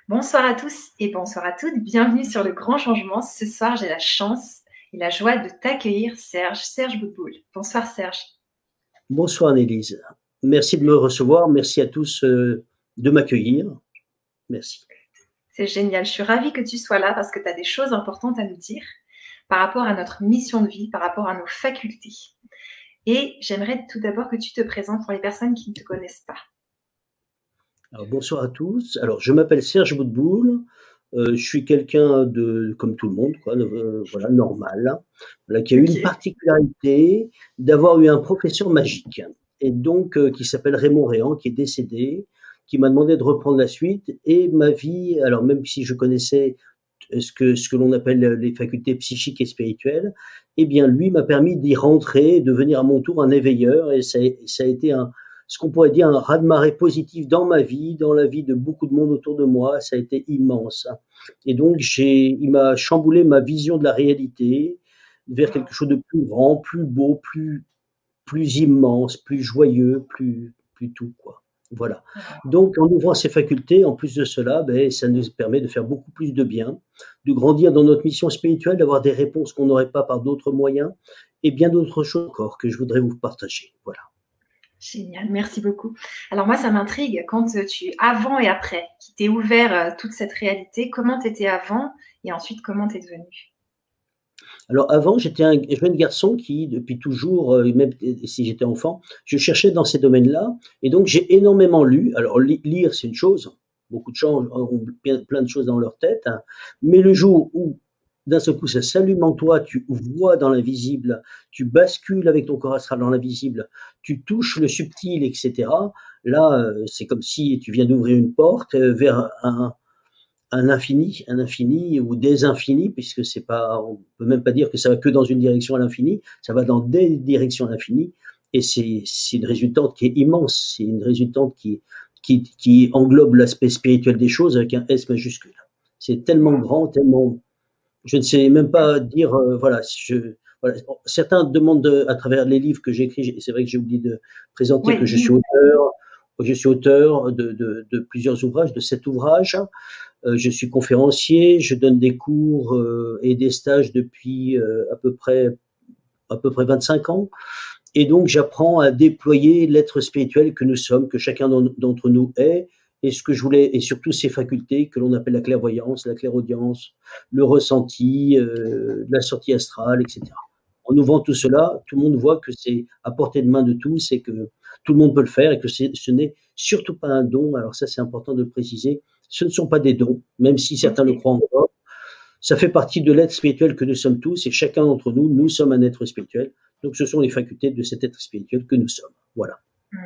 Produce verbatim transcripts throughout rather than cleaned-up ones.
Bonsoir à tous et bonsoir à toutes. Bienvenue sur Le Grand Changement. Ce soir, j'ai la chance et la joie de t'accueillir, Serge, Serge Boutboul. Bonsoir Serge. Bonsoir Annelise. Merci de me recevoir. Merci à tous euh, de m'accueillir. Merci. C'est génial. Je suis ravie que tu sois là parce que tu as des choses importantes à nous dire par rapport à notre mission de vie, par rapport à nos facultés. Et j'aimerais tout d'abord que tu te présentes pour les personnes qui ne te connaissent pas. Alors, bonsoir à tous. Alors, je m'appelle Serge Boutboul. Euh, je suis quelqu'un de, comme tout le monde, quoi, euh, voilà, normal, voilà, qui a eu Ok. une particularité d'avoir eu un professeur magique, et donc euh, qui s'appelle Raymond Réan, qui est décédé, qui m'a demandé de reprendre la suite, et ma vie, alors même si je connaissais ce que, ce que l'on appelle les facultés psychiques et spirituelles, eh bien, lui m'a permis d'y rentrer, de devenir à mon tour un éveilleur, et ça, ça a été un, ce qu'on pourrait dire un raz-de-marée positif dans ma vie, dans la vie de beaucoup de monde autour de moi. Ça a été immense. Et donc, j'ai, il m'a chamboulé ma vision de la réalité vers quelque chose de plus grand, plus beau, plus, plus immense, plus joyeux, plus, plus tout, quoi. Voilà. Donc, en ouvrant ces facultés, en plus de cela, ben, ça nous permet de faire beaucoup plus de bien, de grandir dans notre mission spirituelle, d'avoir des réponses qu'on n'aurait pas par d'autres moyens, et bien d'autres choses encore que je voudrais vous partager. Voilà. Génial, merci beaucoup. Alors moi, ça m'intrigue quand tu, avant et après, qui t'es ouvert à toute cette réalité, comment tu étais avant et ensuite comment tu es devenu? Alors avant, j'étais un jeune garçon qui, depuis toujours, euh, même si j'étais enfant, je cherchais dans ces domaines-là. Et donc, j'ai énormément lu. Alors, li- lire, c'est une chose. Beaucoup de gens ont bien- plein de choses dans leur tête, hein. Mais le jour où, d'un seul coup, ça s'allume en toi, tu vois dans l'invisible, tu bascules avec ton corps astral dans l'invisible, tu touches le subtil, et cetera. Là, euh, c'est comme si tu viens d'ouvrir une porte euh, vers un, un infini, un infini ou des infinis, puisque c'est pas, on peut même pas dire que ça va que dans une direction à l'infini, ça va dans des directions à l'infini, et c'est, c'est une résultante qui est immense, c'est une résultante qui, qui, qui englobe l'aspect spirituel des choses avec un S majuscule. C'est tellement grand, tellement, je ne sais même pas dire, euh, voilà, je, voilà. Certains demandent de, à travers les livres que j'écris, et c'est vrai que j'ai oublié de présenter Oui, que je suis auteur, je suis auteur de, de, de plusieurs ouvrages, de sept ouvrages. Euh, je suis conférencier, je donne des cours euh, et des stages depuis euh, à peu près à peu près vingt-cinq ans. Et donc, j'apprends à déployer l'être spirituel que nous sommes, que chacun d'entre nous est, et ce que je voulais, et surtout ces facultés que l'on appelle la clairvoyance, la clairaudience, le ressenti, euh, la sortie astrale, et cetera. En ouvrant tout cela, tout le monde voit que c'est à portée de main de tous et que tout le monde peut le faire et que ce n'est surtout pas un don. Alors ça, c'est important de le préciser. Ce ne sont pas des dons, même si certains le ok. croient encore. Ça fait partie de l'être spirituel que nous sommes tous et chacun d'entre nous, nous sommes un être spirituel. Donc ce sont les facultés de cet être spirituel que nous sommes. Voilà.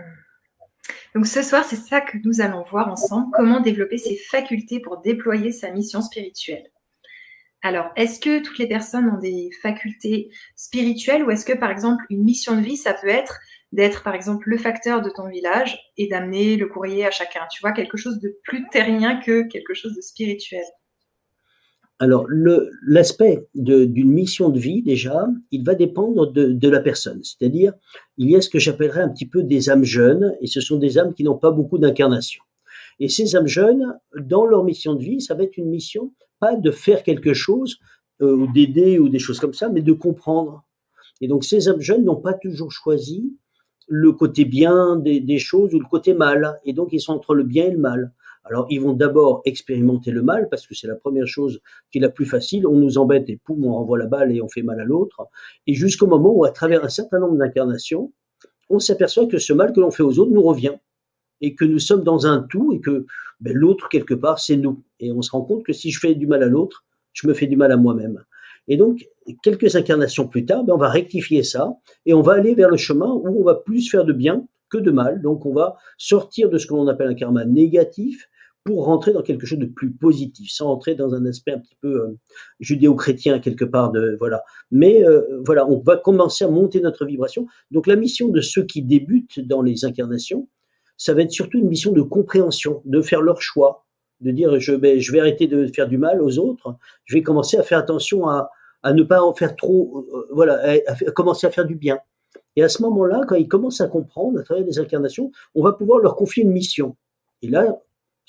Donc ce soir, c'est ça que nous allons voir ensemble, comment développer ses facultés pour déployer sa mission spirituelle. Alors, est-ce que toutes les personnes ont des facultés spirituelles ou est-ce que, par exemple, une mission de vie, ça peut être d'être, par exemple, le facteur de ton village et d'amener le courrier à chacun, tu vois, quelque chose de plus terrien que quelque chose de spirituel. Alors, le, l'aspect de, d'une mission de vie, déjà, il va dépendre de, de la personne. C'est-à-dire, il y a ce que j'appellerais un petit peu des âmes jeunes, et ce sont des âmes qui n'ont pas beaucoup d'incarnation. Et ces âmes jeunes, dans leur mission de vie, ça va être une mission, pas de faire quelque chose, euh, ou d'aider, ou des choses comme ça, mais de comprendre. Et donc, ces âmes jeunes n'ont pas toujours choisi le côté bien des, des choses ou le côté mal. Et donc, ils sont entre le bien et le mal. Alors, ils vont d'abord expérimenter le mal parce que c'est la première chose qui est la plus facile. On nous embête et poum, on renvoie la balle et on fait mal à l'autre. Et jusqu'au moment où, à travers un certain nombre d'incarnations, on s'aperçoit que ce mal que l'on fait aux autres nous revient et que nous sommes dans un tout et que ben, l'autre, quelque part, c'est nous. Et on se rend compte que si je fais du mal à l'autre, je me fais du mal à moi-même. Et donc, quelques incarnations plus tard, ben, on va rectifier ça et on va aller vers le chemin où on va plus faire de bien que de mal. Donc, on va sortir de ce que l'on appelle un karma négatif pour rentrer dans quelque chose de plus positif, sans rentrer dans un aspect un petit peu euh, judéo-chrétien quelque part. De, voilà. Mais euh, voilà, on va commencer à monter notre vibration. Donc, la mission de ceux qui débutent dans les incarnations, ça va être surtout une mission de compréhension, de faire leur choix, de dire je vais, je vais arrêter de faire du mal aux autres, je vais commencer à faire attention à, à ne pas en faire trop, euh, voilà, à, à commencer à faire du bien. Et à ce moment-là, quand ils commencent à comprendre à travers les incarnations, on va pouvoir leur confier une mission. Et là,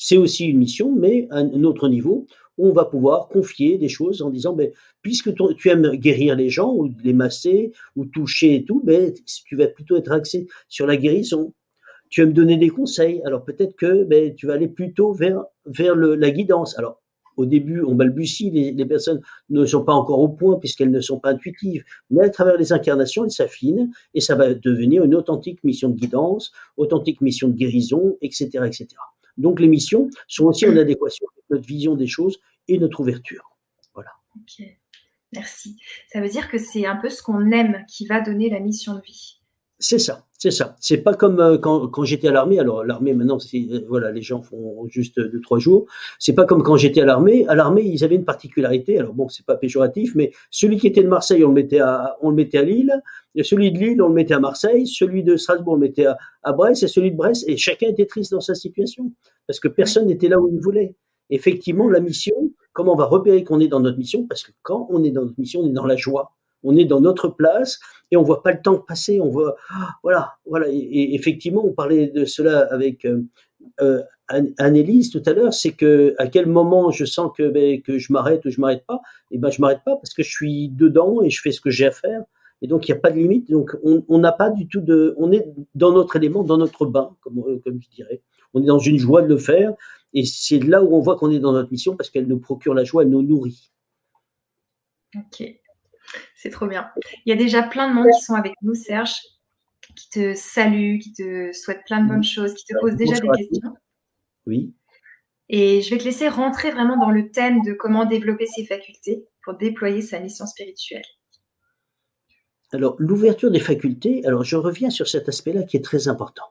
c'est aussi une mission, mais à un autre niveau, où on va pouvoir confier des choses en disant, ben, puisque ton- tu aimes guérir les gens, ou les masser, ou toucher et tout, ben, tu vas plutôt être axé sur la guérison. Tu aimes donner des conseils, alors peut-être que ben, tu vas aller plutôt vers, vers le, la guidance. Alors, au début, on balbutie, les, les personnes ne sont pas encore au point puisqu'elles ne sont pas intuitives, mais à travers les incarnations, elles s'affinent et ça va devenir une authentique mission de guidance, authentique mission de guérison, et cetera, et cetera. Donc les missions sont aussi en adéquation avec notre vision des choses et notre ouverture. Voilà. Ok, merci. Ça veut dire que c'est un peu ce qu'on aime qui va donner la mission de vie. C'est ça, c'est ça. C'est pas comme euh, quand, quand j'étais à l'armée. Alors l'armée maintenant, c'est euh, voilà, les gens font juste deux trois jours. C'est pas comme quand j'étais à l'armée. À l'armée, ils avaient une particularité. Alors bon, c'est pas péjoratif, mais celui qui était de Marseille, on le mettait à, on le mettait à Lille. Et celui de Lille, on le mettait à Marseille. Celui de Strasbourg, on le mettait à, à Brest. Et celui de Brest, et chacun était triste dans sa situation parce que personne n'était là où il voulait. Effectivement, la mission. Comment on va repérer qu'on est dans notre mission? Parce que quand on est dans notre mission, on est dans la joie. On est dans notre place et on voit pas le temps passer. On voit, voilà, voilà. Et, et effectivement, on parlait de cela avec euh, euh, Annelise tout à l'heure. C'est que à quel moment je sens que ben, que je m'arrête ou je m'arrête pas. Et ben je m'arrête pas parce que je suis dedans et je fais ce que j'ai à faire. Et donc il n'y a pas de limite. Donc on n'a pas du tout de, on est dans notre élément, dans notre bain, comme comme je dirais. On est dans une joie de le faire. Et c'est là où on voit qu'on est dans notre mission parce qu'elle nous procure la joie, elle nous nourrit. Ok. C'est trop bien. Il y a déjà plein de monde qui sont avec nous, Serge, qui te saluent, qui te souhaitent plein de bonnes choses, qui te posent déjà des questions. Oui. Et je vais te laisser rentrer vraiment dans le thème de comment développer ses facultés pour déployer sa mission spirituelle. Alors, l'ouverture des facultés, alors je reviens sur cet aspect-là qui est très important.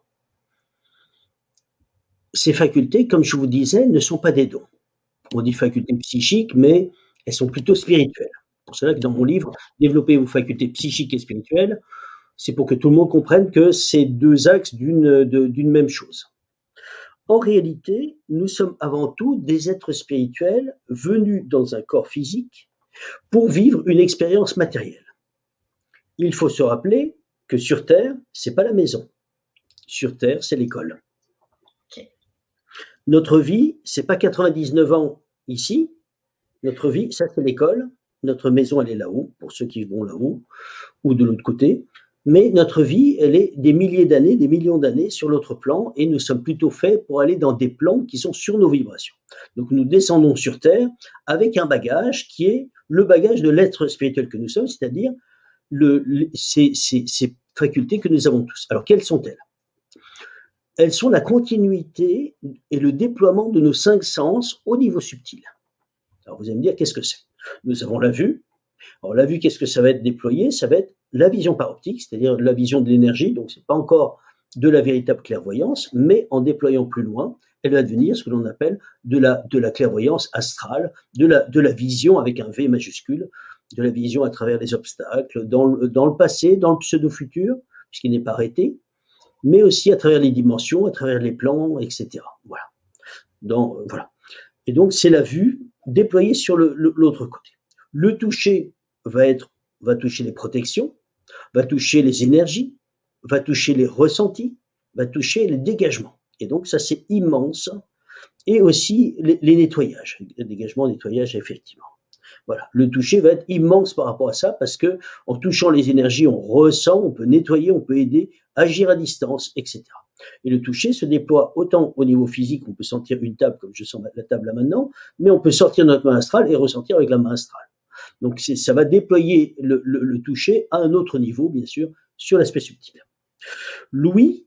Ces facultés, comme je vous disais, ne sont pas des dons. On dit facultés psychiques, mais elles sont plutôt spirituelles. C'est pour cela que dans mon livre, Développer vos facultés psychiques et spirituelles, c'est pour que tout le monde comprenne que c'est deux axes d'une, de, d'une même chose. En réalité, nous sommes avant tout des êtres spirituels venus dans un corps physique pour vivre une expérience matérielle. Il faut se rappeler que sur Terre, c'est pas la maison. Sur Terre, c'est l'école. Okay. Notre vie, c'est pas quatre-vingt-dix-neuf ans ici. Notre vie, ça c'est l'école. Notre maison, elle est là-haut, pour ceux qui vont là-haut, ou de l'autre côté. Mais notre vie, elle est des milliers d'années, des millions d'années sur l'autre plan, et nous sommes plutôt faits pour aller dans des plans qui sont sur nos vibrations. Donc nous descendons sur Terre avec un bagage qui est le bagage de l'être spirituel que nous sommes, c'est-à-dire le, le, ces, ces, ces facultés que nous avons tous. Alors quelles sont-elles? Elles sont la continuité et le déploiement de nos cinq sens au niveau subtil. Alors vous allez me dire, qu'est-ce que c'est? Nous avons la vue. Alors la vue, qu'est-ce que ça va être déployé? Ça va être la vision par optique, c'est-à-dire la vision de l'énergie. Donc c'est pas encore de la véritable clairvoyance, mais en déployant plus loin, elle va devenir ce que l'on appelle de la, de la clairvoyance astrale, de la, de la vision avec un V majuscule, de la vision à travers les obstacles, dans le, dans le passé, dans le pseudo-futur, puisqu'il n'est pas arrêté, mais aussi à travers les dimensions, à travers les plans, et cetera. Voilà. Dans, voilà. Et donc c'est la vue déployée sur le, le, l'autre côté. Le toucher va être, va toucher les protections, va toucher les énergies, va toucher les ressentis, va toucher les dégagements. Et donc ça c'est immense. Et aussi les, les nettoyages, les dégagements, nettoyage, effectivement. Voilà, le toucher va être immense par rapport à ça parce que en touchant les énergies, on ressent, on peut nettoyer, on peut aider, agir à distance, et cetera. Et le toucher se déploie autant au niveau physique, on peut sentir une table comme je sens la table là maintenant, mais on peut sortir notre main astrale et ressentir avec la main astrale. Donc c'est, ça va déployer le, le, le toucher à un autre niveau, bien sûr, sur l'aspect subtil. L'ouïe,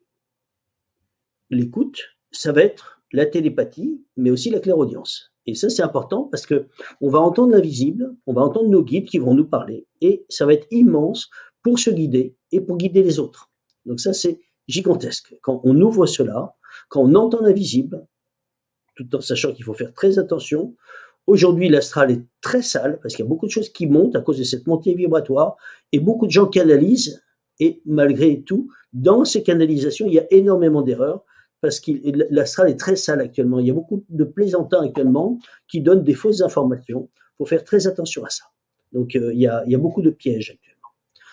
l'écoute, ça va être la télépathie, mais aussi la clairaudience. Et ça, c'est important parce que on va entendre l'invisible, on va entendre nos guides qui vont nous parler, et ça va être immense pour se guider et pour guider les autres. Donc ça, c'est gigantesque. Quand on ouvre cela, quand on entend l'invisible, tout en sachant qu'il faut faire très attention. Aujourd'hui, l'astral est très sale parce qu'il y a beaucoup de choses qui montent à cause de cette montée vibratoire, et beaucoup de gens canalisent, et malgré tout, dans ces canalisations, il y a énormément d'erreurs. Parce que l'astral est très sale actuellement. Il y a beaucoup de plaisantins actuellement qui donnent des fausses informations. Il faut faire très attention à ça. Donc, euh, il, y a, il y a beaucoup de pièges actuellement.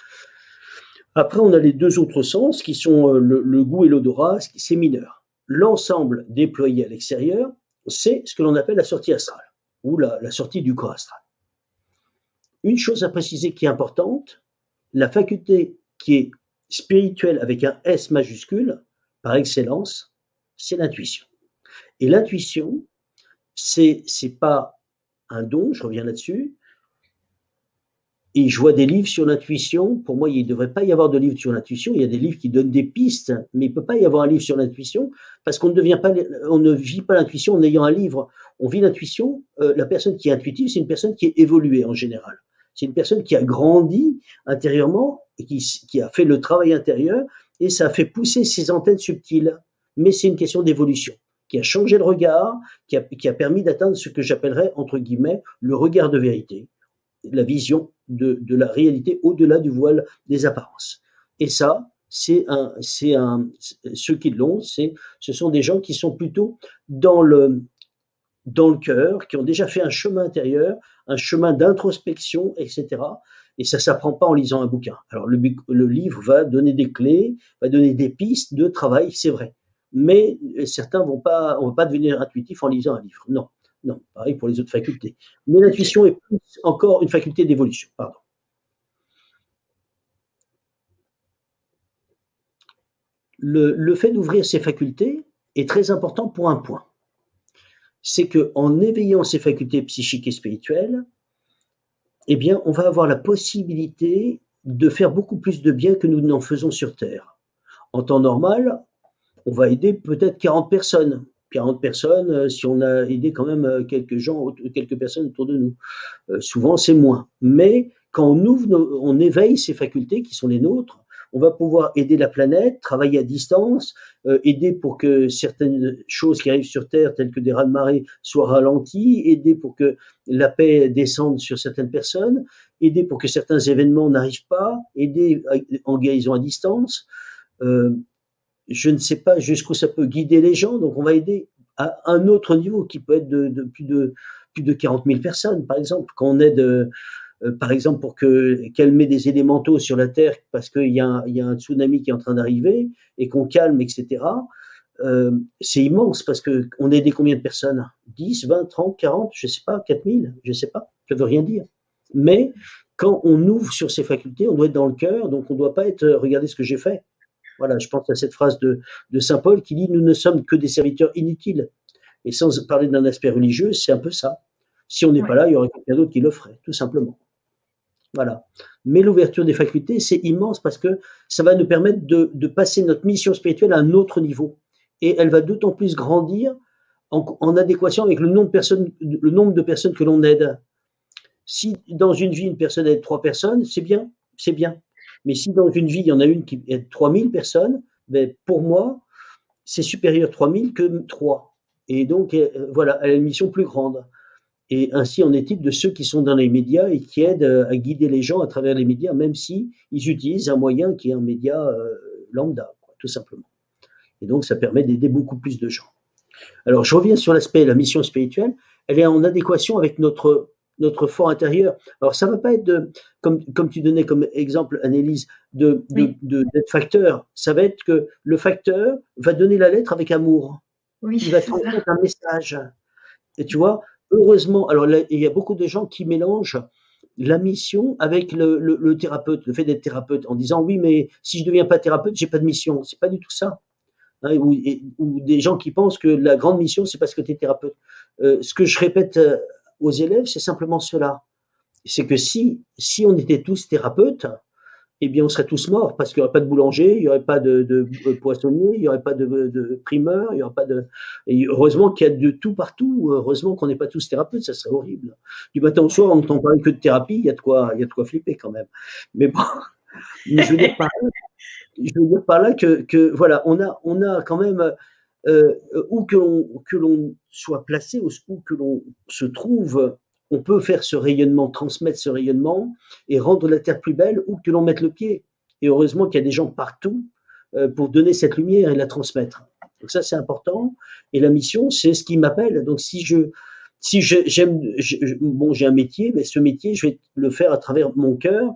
Après, on a les deux autres sens qui sont le, le goût et l'odorat. C'est mineur. L'ensemble déployé à l'extérieur, c'est ce que l'on appelle la sortie astrale, ou la, la sortie du corps astral. Une chose à préciser qui est importante, la faculté qui est spirituelle avec un S majuscule, par excellence, c'est l'intuition. Et l'intuition, c'est c'est pas un don, je reviens là-dessus. Et je vois des livres sur l'intuition. Pour moi, il ne devrait pas y avoir de livre sur l'intuition. Il y a des livres qui donnent des pistes, mais il ne peut pas y avoir un livre sur l'intuition parce qu'on ne devient pas, on ne vit pas l'intuition en ayant un livre. On vit l'intuition. Euh, la personne qui est intuitive, c'est une personne qui est évoluée en général. C'est une personne qui a grandi intérieurement et qui, qui a fait le travail intérieur et ça a fait pousser ses antennes subtiles. Mais c'est une question d'évolution qui a changé le regard, qui a, qui a permis d'atteindre ce que j'appellerais, entre guillemets, le regard de vérité, la vision de, de la réalité au-delà du voile des apparences. Et ça, c'est un, c'est un, ceux qui l'ont, c'est, ce sont des gens qui sont plutôt dans le, dans le cœur, qui ont déjà fait un chemin intérieur, un chemin d'introspection, et cetera. Et ça s'apprend pas en lisant un bouquin. Alors le, le livre va donner des clés, va donner des pistes de travail, c'est vrai. Mais certains vont pas, on va pas devenir intuitif en lisant un livre. Non, non. Pareil pour les autres facultés. Mais l'intuition est plus encore une faculté d'évolution. Pardon. Le, le fait d'ouvrir ces facultés est très important pour un point. C'est que en éveillant ces facultés psychiques et spirituelles, eh bien, on va avoir la possibilité de faire beaucoup plus de bien que nous n'en faisons sur Terre. En temps normal, on va aider peut-être quarante personnes. quarante personnes, si on a aidé quand même quelques gens, quelques personnes autour de nous. Euh, souvent, c'est moins. Mais quand on ouvre, nos, on éveille ces facultés qui sont les nôtres, on va pouvoir aider la planète, travailler à distance, euh, aider pour que certaines choses qui arrivent sur Terre, telles que des raz-de-marée, soient ralenties, aider pour que la paix descende sur certaines personnes, aider pour que certains événements n'arrivent pas, aider en guérison à distance. Euh, je ne sais pas jusqu'où ça peut guider les gens, donc on va aider à un autre niveau qui peut être de, de plus de plus de quarante mille personnes, par exemple, quand on aide, euh, par exemple, pour que calmer des élémentaux sur la Terre parce qu'il y a un, il y a un tsunami qui est en train d'arriver et qu'on calme, et cetera. Euh, c'est immense parce que on aide combien de personnes? dix, vingt, trente, quarante, je sais pas, quatre mille, je sais pas, ça veut rien dire. Mais quand on ouvre sur ces facultés, on doit être dans le cœur, donc on ne doit pas être, regardez ce que j'ai fait. Voilà, je pense à cette phrase de, de saint Paul qui dit « Nous ne sommes que des serviteurs inutiles ». Et sans parler d'un aspect religieux, c'est un peu ça. Si on n'est ouais. pas là, il y aurait quelqu'un d'autre qui le ferait, tout simplement. Voilà. Mais l'ouverture des facultés, c'est immense parce que ça va nous permettre de, de passer notre mission spirituelle à un autre niveau. Et elle va d'autant plus grandir en, en adéquation avec le nombre de personnes, le nombre de personnes que l'on aide. Si dans une vie, une personne aide trois personnes, c'est bien, c'est bien. Mais si dans une vie, il y en a une qui aide trois mille personnes, ben pour moi, c'est supérieur trois mille que trois. Et donc, euh, voilà, elle a une mission plus grande. Et ainsi en est-il de ceux qui sont dans les médias et qui aident à guider les gens à travers les médias, même si ils utilisent un moyen qui est un média euh, lambda, quoi, tout simplement. Et donc, ça permet d'aider beaucoup plus de gens. Alors, je reviens sur l'aspect de la mission spirituelle. Elle est en adéquation avec notre notre fort intérieur. Alors, ça ne va pas être, de, comme, comme tu donnais comme exemple, Annelise, de, de, oui. de, d'être facteur. Ça va être que le facteur va donner la lettre avec amour. Oui, il va transmettre un message. Et tu vois, heureusement, alors là, il y a beaucoup de gens qui mélangent la mission avec le, le, le thérapeute, le fait d'être thérapeute, en disant oui, mais si je ne deviens pas thérapeute, j'ai pas de mission. C'est pas du tout ça. Hein, ou, et, ou des gens qui pensent que la grande mission, c'est parce que tu es thérapeute. Euh, ce que je répète euh, aux élèves, c'est simplement cela. C'est que si, si on était tous thérapeutes, eh bien, on serait tous morts parce qu'il n'y aurait pas de boulanger, il n'y aurait pas de, de, de poissonnier, il n'y aurait pas de, de primeur, il n'y aurait pas de. Et heureusement qu'il y a de tout partout. Heureusement qu'on n'est pas tous thérapeutes, ça serait horrible. Du matin au soir, on n'entend parler que de thérapie, il y a de quoi, il y a de quoi flipper quand même. Mais bon, mais je veux dire par là, je veux dire par là que, que voilà, on a, on a quand même. Euh, où que l'on, que l'on soit placé, où, où que l'on se trouve, on peut faire ce rayonnement, transmettre ce rayonnement et rendre la Terre plus belle où que l'on mette le pied. Et heureusement qu'il y a des gens partout euh, pour donner cette lumière et la transmettre. Donc ça, c'est important. Et la mission, c'est ce qui m'appelle. Donc si je, si je, j'aime, je, bon, j'ai un métier, mais ce métier, je vais le faire à travers mon cœur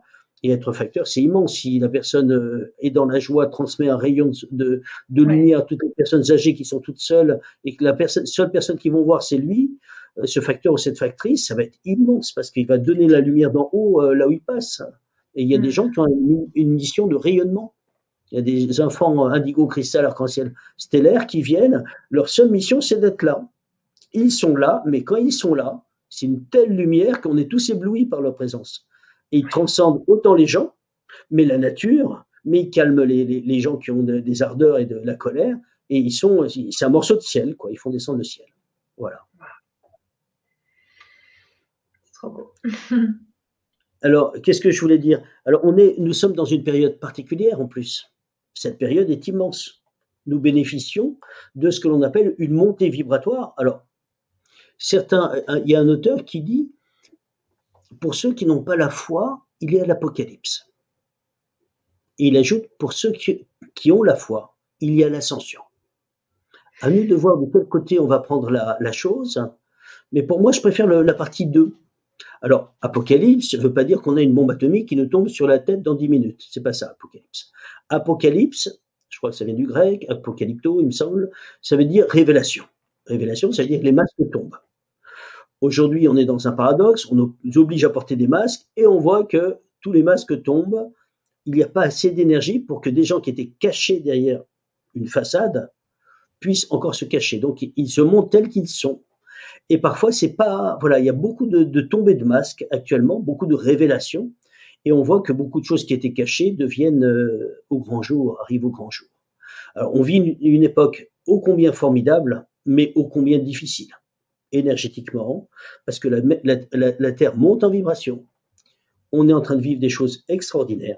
Et être facteur, c'est immense. Si la personne euh, est dans la joie, transmet un rayon de, de, de Ouais. lumière à toutes les personnes âgées qui sont toutes seules et que la personne, seule personne qu'ils vont voir, c'est lui, euh, ce facteur ou cette factrice, ça va être immense parce qu'il va donner la lumière d'en haut euh, là où il passe. Et il y a des Mm. gens qui ont une, une mission de rayonnement. Il y a des enfants indigo, cristal, arc-en-ciel stellaire qui viennent. Leur seule mission, c'est d'être là. Ils sont là, mais quand ils sont là, c'est une telle lumière qu'on est tous éblouis par leur présence. Et ils transcendent autant les gens, mais la nature, mais ils calment les, les, les gens qui ont de, des ardeurs et de la colère, et ils sont, c'est un morceau de ciel, quoi. Ils font descendre le ciel. Voilà. C'est trop beau. Alors, qu'est-ce que je voulais dire? Alors, on est, nous sommes dans une période particulière en plus. Cette période est immense. Nous bénéficions de ce que l'on appelle une montée vibratoire. Alors, certains, il y a un auteur qui dit, pour ceux qui n'ont pas la foi, il y a l'Apocalypse. Et il ajoute, pour ceux qui, qui ont la foi, il y a l'ascension. À nous de voir de quel côté on va prendre la, la chose. Mais pour moi, je préfère le, la partie deux. Alors, Apocalypse, ça ne veut pas dire qu'on a une bombe atomique qui nous tombe sur la tête dans dix minutes. C'est pas ça, Apocalypse. Apocalypse, je crois que ça vient du grec, apocalypto, il me semble, ça veut dire révélation. Révélation, ça veut dire que les masques tombent. Aujourd'hui, on est dans un paradoxe, on nous oblige à porter des masques et on voit que tous les masques tombent. Il n'y a pas assez d'énergie pour que des gens qui étaient cachés derrière une façade puissent encore se cacher. Donc, ils se montrent tels qu'ils sont. Et parfois, c'est pas, voilà, il y a beaucoup de, de tombées de masques actuellement, beaucoup de révélations. Et on voit que beaucoup de choses qui étaient cachées deviennent euh, au grand jour, arrivent au grand jour. Alors, on vit une, une époque ô combien formidable, mais ô combien difficile, énergétiquement, parce que la, la, la, la Terre monte en vibration. On est en train de vivre des choses extraordinaires.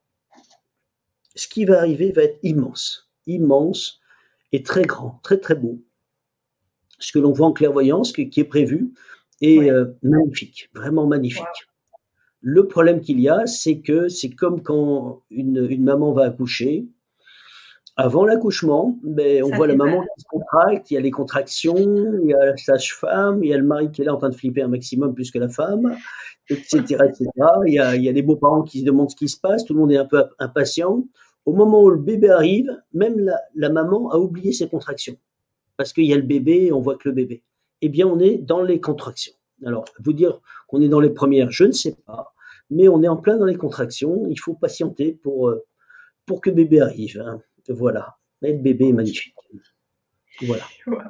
Ce qui va arriver va être immense, immense et très grand, très très beau. Ce que l'on voit en clairvoyance, qui est prévu, est ouais. euh, magnifique, vraiment magnifique. Wow. Le problème qu'il y a, c'est que c'est comme quand une, une maman va accoucher. Avant l'accouchement, ben, on Ça voit la maman mal. Qui se contracte, il y a les contractions, il y a la sage-femme, il y a le mari qui est là en train de flipper un maximum plus que la femme, et cetera, et cetera. Il y a, il y a les beaux-parents qui se demandent ce qui se passe, tout le monde est un peu impatient. Au moment où le bébé arrive, même la, la maman a oublié ses contractions. Parce qu'il y a le bébé, on voit que le bébé. Eh bien, on est dans les contractions. Alors, vous dire qu'on est dans les premières, je ne sais pas, mais on est en plein dans les contractions. Il faut patienter pour, pour que bébé arrive. Hein. Voilà. Mais le bébé est magnifique. Voilà.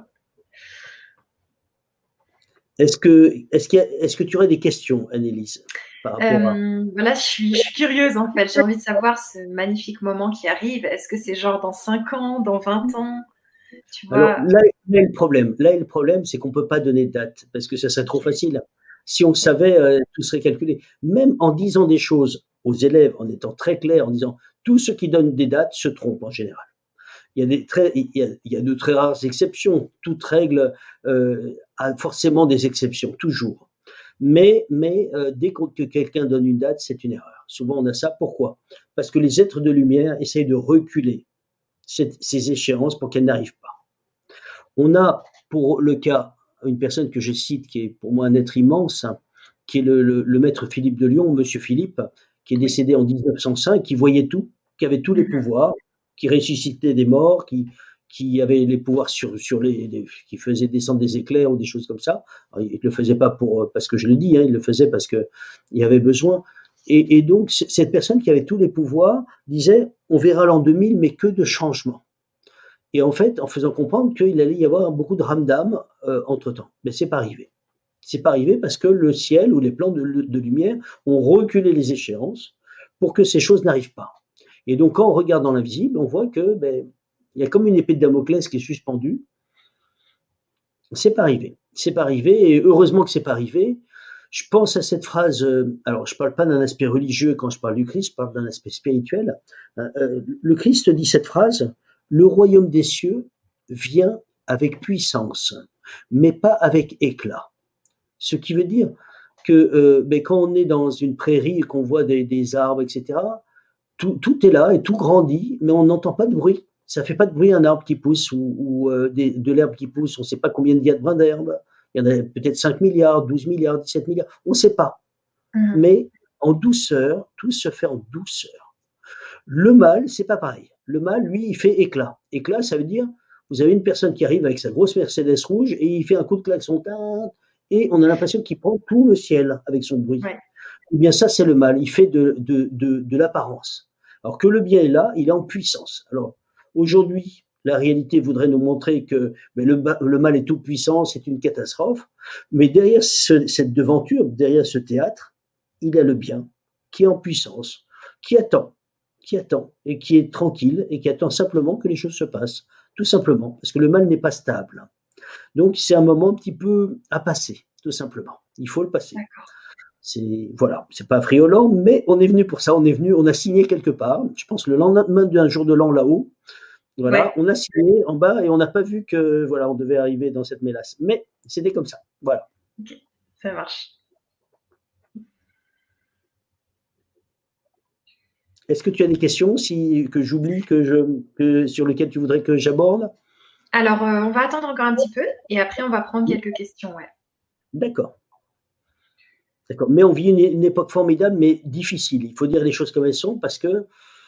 Est-ce que, est-ce qu'il y a, est-ce que tu aurais des questions, Annelise, par rapport à... euh, Voilà, je suis, je suis curieuse, en fait. J'ai envie de savoir ce magnifique moment qui arrive. Est-ce que c'est genre dans cinq ans, dans vingt ans? Tu vois... Alors là, là est le problème. Là est le problème, c'est qu'on ne peut pas donner de date parce que ça serait trop facile. Si on savait, euh, tout serait calculé. Même en disant des choses aux élèves, en étant très clair, en disant tous ceux qui donnent des dates se trompent en général. Il y a, des très, il y a, il y a de très rares exceptions. Toute règle euh, a forcément des exceptions, toujours. Mais, mais euh, dès que quelqu'un donne une date, c'est une erreur. Souvent, on a ça. Pourquoi? Parce que les êtres de lumière essayent de reculer cette, ces échéances pour qu'elles n'arrivent pas. On a, pour le cas, une personne que je cite, qui est pour moi un être immense, hein, qui est le, le, le maître Philippe de Lyon, monsieur Philippe, qui est décédé en dix-neuf cent cinq, qui voyait tout, qui avait tous les pouvoirs, qui ressuscitait des morts, qui, qui avait les pouvoirs sur, sur les, les, qui faisait descendre des éclairs ou des choses comme ça. Alors, il ne le faisait pas pour, parce que je le dis, hein, il le faisait parce qu'il y avait besoin. Et, et donc, cette personne qui avait tous les pouvoirs disait, on verra l'an deux mille, mais que de changements. Et en fait, en faisant comprendre qu'il allait y avoir beaucoup de ramdam euh, entre-temps. Mais c'est pas arrivé. C'est pas arrivé parce que le ciel ou les plans de, de lumière ont reculé les échéances pour que ces choses n'arrivent pas. Et donc, quand on regarde dans l'invisible, on voit que ben, il y a comme une épée de Damoclès qui est suspendue. C'est pas arrivé. C'est pas arrivé. Et heureusement que c'est pas arrivé. Je pense à cette phrase. Euh, alors, je parle pas d'un aspect religieux quand je parle du Christ. Je parle d'un aspect spirituel. Euh, le Christ dit cette phrase. Le royaume des cieux vient avec puissance, mais pas avec éclat. Ce qui veut dire que euh, ben, quand on est dans une prairie et qu'on voit des, des arbres, et cetera, tout, tout est là et tout grandit, mais on n'entend pas de bruit. Ça ne fait pas de bruit un arbre qui pousse ou, ou euh, des, de l'herbe qui pousse. On ne sait pas combien il y a de brins d'herbe. Il y en a peut-être cinq milliards, douze milliards, dix-sept milliards. On ne sait pas. Mmh. Mais en douceur, tout se fait en douceur. Le mal, c'est pas pareil. Le mal, lui, il fait éclat. Éclat, ça veut dire, vous avez une personne qui arrive avec sa grosse Mercedes rouge et il fait un coup de klaxon, et on a l'impression qu'il prend tout le ciel avec son bruit. Ouais. Eh bien, ça, c'est le mal. Il fait de, de, de, de l'apparence. Alors que le bien est là, il est en puissance. Alors, aujourd'hui, la réalité voudrait nous montrer que mais le, le mal est tout puissant, c'est une catastrophe. Mais derrière ce, cette devanture, derrière ce théâtre, il y a le bien qui est en puissance, qui attend, qui attend et qui est tranquille et qui attend simplement que les choses se passent. Tout simplement, parce que le mal n'est pas stable. Donc, c'est un moment un petit peu à passer, tout simplement. Il faut le passer. D'accord. C'est, voilà, c'est pas friolant, mais on est venu pour ça. On est venu, on a signé quelque part. Je pense le lendemain d'un jour de l'an là-haut. Voilà, Ouais. on a signé en bas et on n'a pas vu que, voilà, on devait arriver dans cette mélasse. Mais c'était comme ça. Voilà. Ok, ça marche. Est-ce que tu as des questions si, que j'oublie, que je, que, sur lesquelles tu voudrais que j'aborde? Alors, euh, on va attendre encore un petit peu et après, on va prendre quelques questions. Ouais. D'accord. D'accord. Mais on vit une, une époque formidable, mais difficile. Il faut dire les choses comme elles sont parce que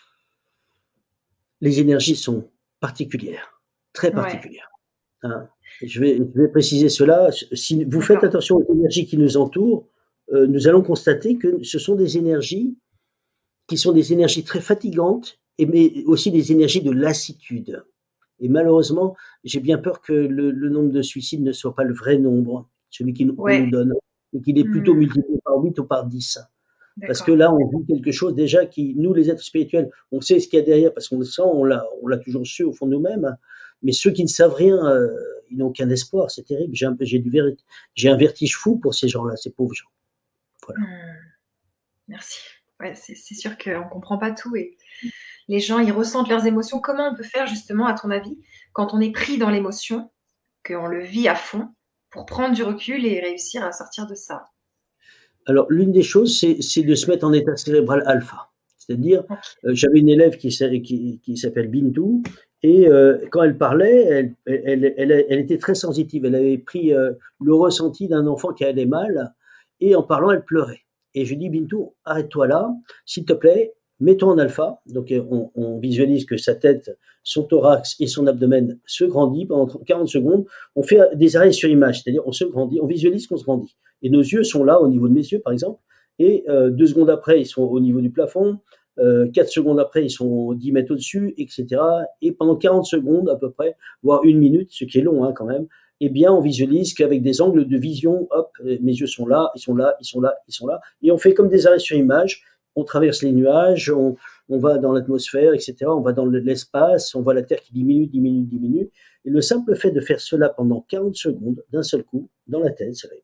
les énergies sont particulières, très Ouais. particulières. Hein. Je vais, je vais préciser cela. Si vous faites D'accord. attention aux énergies qui nous entourent, euh, nous allons constater que ce sont des énergies qui sont des énergies très fatigantes, et mais aussi des énergies de lassitude. Et malheureusement, j'ai bien peur que le, le nombre de suicides ne soit pas le vrai nombre, celui qui nous- qu'on nous Ouais. donne, et qu'il est plutôt Hmm. multiplié par huit ou par dix. Parce que D'accord. là, on vit quelque chose déjà qui, nous, les êtres spirituels, on sait ce qu'il y a derrière parce qu'on le sent, on l'a, on l'a toujours su au fond de nous-mêmes. Mais ceux qui ne savent rien, euh, ils n'ont aucun espoir. C'est terrible. J'ai un, j'ai du ver- j'ai un vertige fou pour ces gens-là, ces pauvres gens. Voilà. Hmm. Merci. Ouais, c'est c'est sûr qu'on ne comprend pas tout et les gens, ils ressentent leurs émotions. Comment on peut faire justement, à ton avis, quand on est pris dans l'émotion, qu'on le vit à fond, pour prendre du recul et réussir à sortir de ça? Alors, l'une des choses, c'est, c'est de se mettre en état cérébral alpha. C'est-à-dire, Ok. euh, j'avais une élève qui, s'a- qui, qui s'appelle Bintou, et euh, quand elle parlait, elle, elle, elle, elle était très sensitive. Elle avait pris euh, le ressenti d'un enfant qui allait mal, et en parlant, elle pleurait. Et je lui dis, Bintou, arrête-toi là, s'il te plaît, mets-toi en alpha. Donc, euh, on, on visualise que sa tête, son thorax et son abdomen se grandit pendant quarante secondes. On fait des arrêts sur image, c'est-à-dire on se grandit, on visualise qu'on se grandit. Et nos yeux sont là, au niveau de mes yeux, par exemple, et euh, deux secondes après, ils sont au niveau du plafond, euh, quatre secondes après, ils sont dix mètres au-dessus, et cetera. Et pendant quarante secondes à peu près, voire une minute, ce qui est long hein, quand même, eh bien, on visualise qu'avec des angles de vision, hop, mes yeux sont là, ils sont là, ils sont là, ils sont là, et on fait comme des arrêts sur image, on traverse les nuages, on, on va dans l'atmosphère, et cetera. On va dans l'espace, on voit la Terre qui diminue, diminue, diminue. Et le simple fait de faire cela pendant quarante secondes, d'un seul coup, dans la tête, ça va.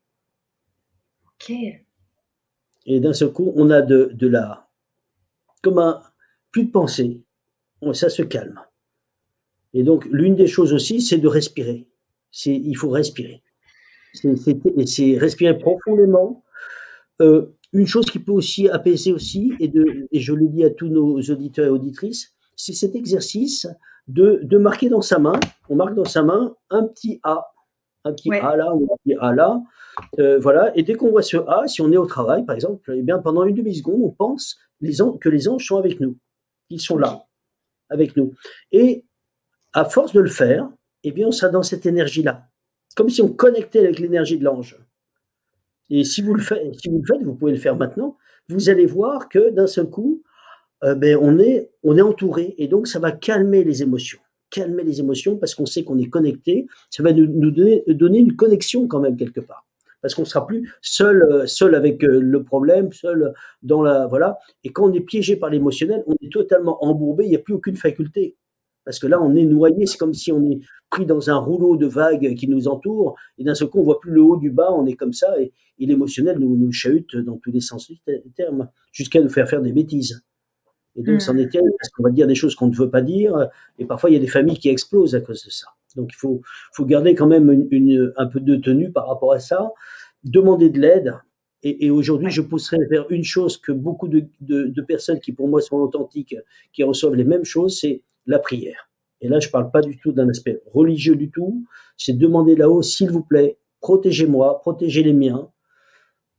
Ok. Et d'un seul coup, on a de, de la, comme un, plus de pensée, ça se calme. Et donc, l'une des choses aussi, c'est de respirer. C'est, il faut respirer. C'est, c'est, c'est respirer profondément. Euh, une chose qui peut aussi apaiser aussi, et, de, et je le dis à tous nos auditeurs et auditrices, c'est cet exercice de, de marquer dans sa main, on marque dans sa main un petit A, un petit Ouais. A là, ou un petit A là, euh, voilà, et dès qu'on voit ce A, si on est au travail par exemple, eh bien pendant une demi-seconde, on pense les an- que les anges sont avec nous, qu'ils sont Ok. là, avec nous. Et à force de le faire, eh bien on sera dans cette énergie-là, comme si on connectait avec l'énergie de l'ange. Et si vous le faites, si vous le faites, vous pouvez le faire maintenant, vous allez voir que d'un seul coup, euh, ben, on est, on est entouré et donc ça va calmer les émotions. Calmer les émotions parce qu'on sait qu'on est connecté. Ça va nous, nous donner, donner une connexion quand même quelque part. Parce qu'on ne sera plus seul, euh, seul avec euh, le problème, seul dans la. Voilà. Et quand on est piégé par l'émotionnel, on est totalement embourbé, il n'y a plus aucune faculté. Parce que là, on est noyé, c'est comme si on est pris dans un rouleau de vagues qui nous entoure, et d'un seul coup, on ne voit plus le haut du bas, on est comme ça, et, et l'émotionnel nous, nous chahute dans tous les sens du terme, jusqu'à nous faire faire des bêtises. Et donc, c'en Hmm. est terrible parce qu'on va dire des choses qu'on ne veut pas dire. Et parfois, il y a des familles qui explosent à cause de ça. Donc, il faut, faut garder quand même une, une, un peu de tenue par rapport à ça. Demander de l'aide. Et, et aujourd'hui, Ouais. je pousserai vers une chose que beaucoup de, de, de personnes qui, pour moi, sont authentiques, qui reçoivent les mêmes choses, c'est la prière. Et là, je ne parle pas du tout d'un aspect religieux du tout. C'est demander là-haut, s'il vous plaît, protégez-moi, protégez les miens.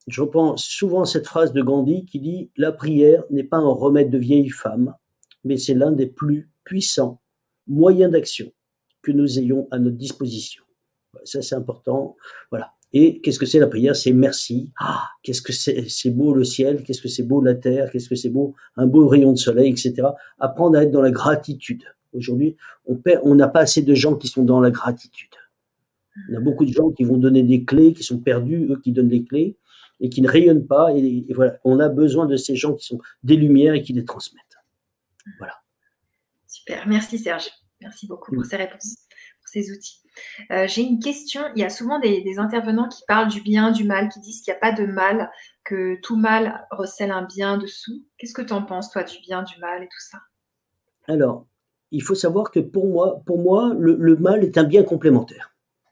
je reprends souvent cette phrase de Gandhi qui dit « La prière n'est pas un remède de vieille femme, mais c'est l'un des plus puissants moyens d'action que nous ayons à notre disposition. » Ça, c'est important. Voilà. Et qu'est-ce que c'est la prière? C'est merci. Ah, qu'est-ce que c'est, c'est beau le ciel, qu'est-ce que c'est beau la terre, qu'est-ce que c'est beau un beau rayon de soleil, et cetera. Apprendre à être dans la gratitude. Aujourd'hui, on perd, on n'a pas assez de gens qui sont dans la gratitude. On a beaucoup de gens qui vont donner des clés, qui sont perdus, eux qui donnent les clés et qui ne rayonnent pas. Et, et voilà, on a besoin de ces gens qui sont des lumières et qui les transmettent. Voilà. Super, merci Serge. Merci beaucoup pour ces réponses, pour ces outils. Euh, j'ai une question. Il y a souvent des, des intervenants qui parlent du bien, du mal, qui disent qu'il n'y a pas de mal, que tout mal recèle un bien dessous. Qu'est-ce que tu en penses, toi, du bien, du mal et tout ça? Alors, il faut savoir que pour moi, pour moi le, le mal est un bien complémentaire.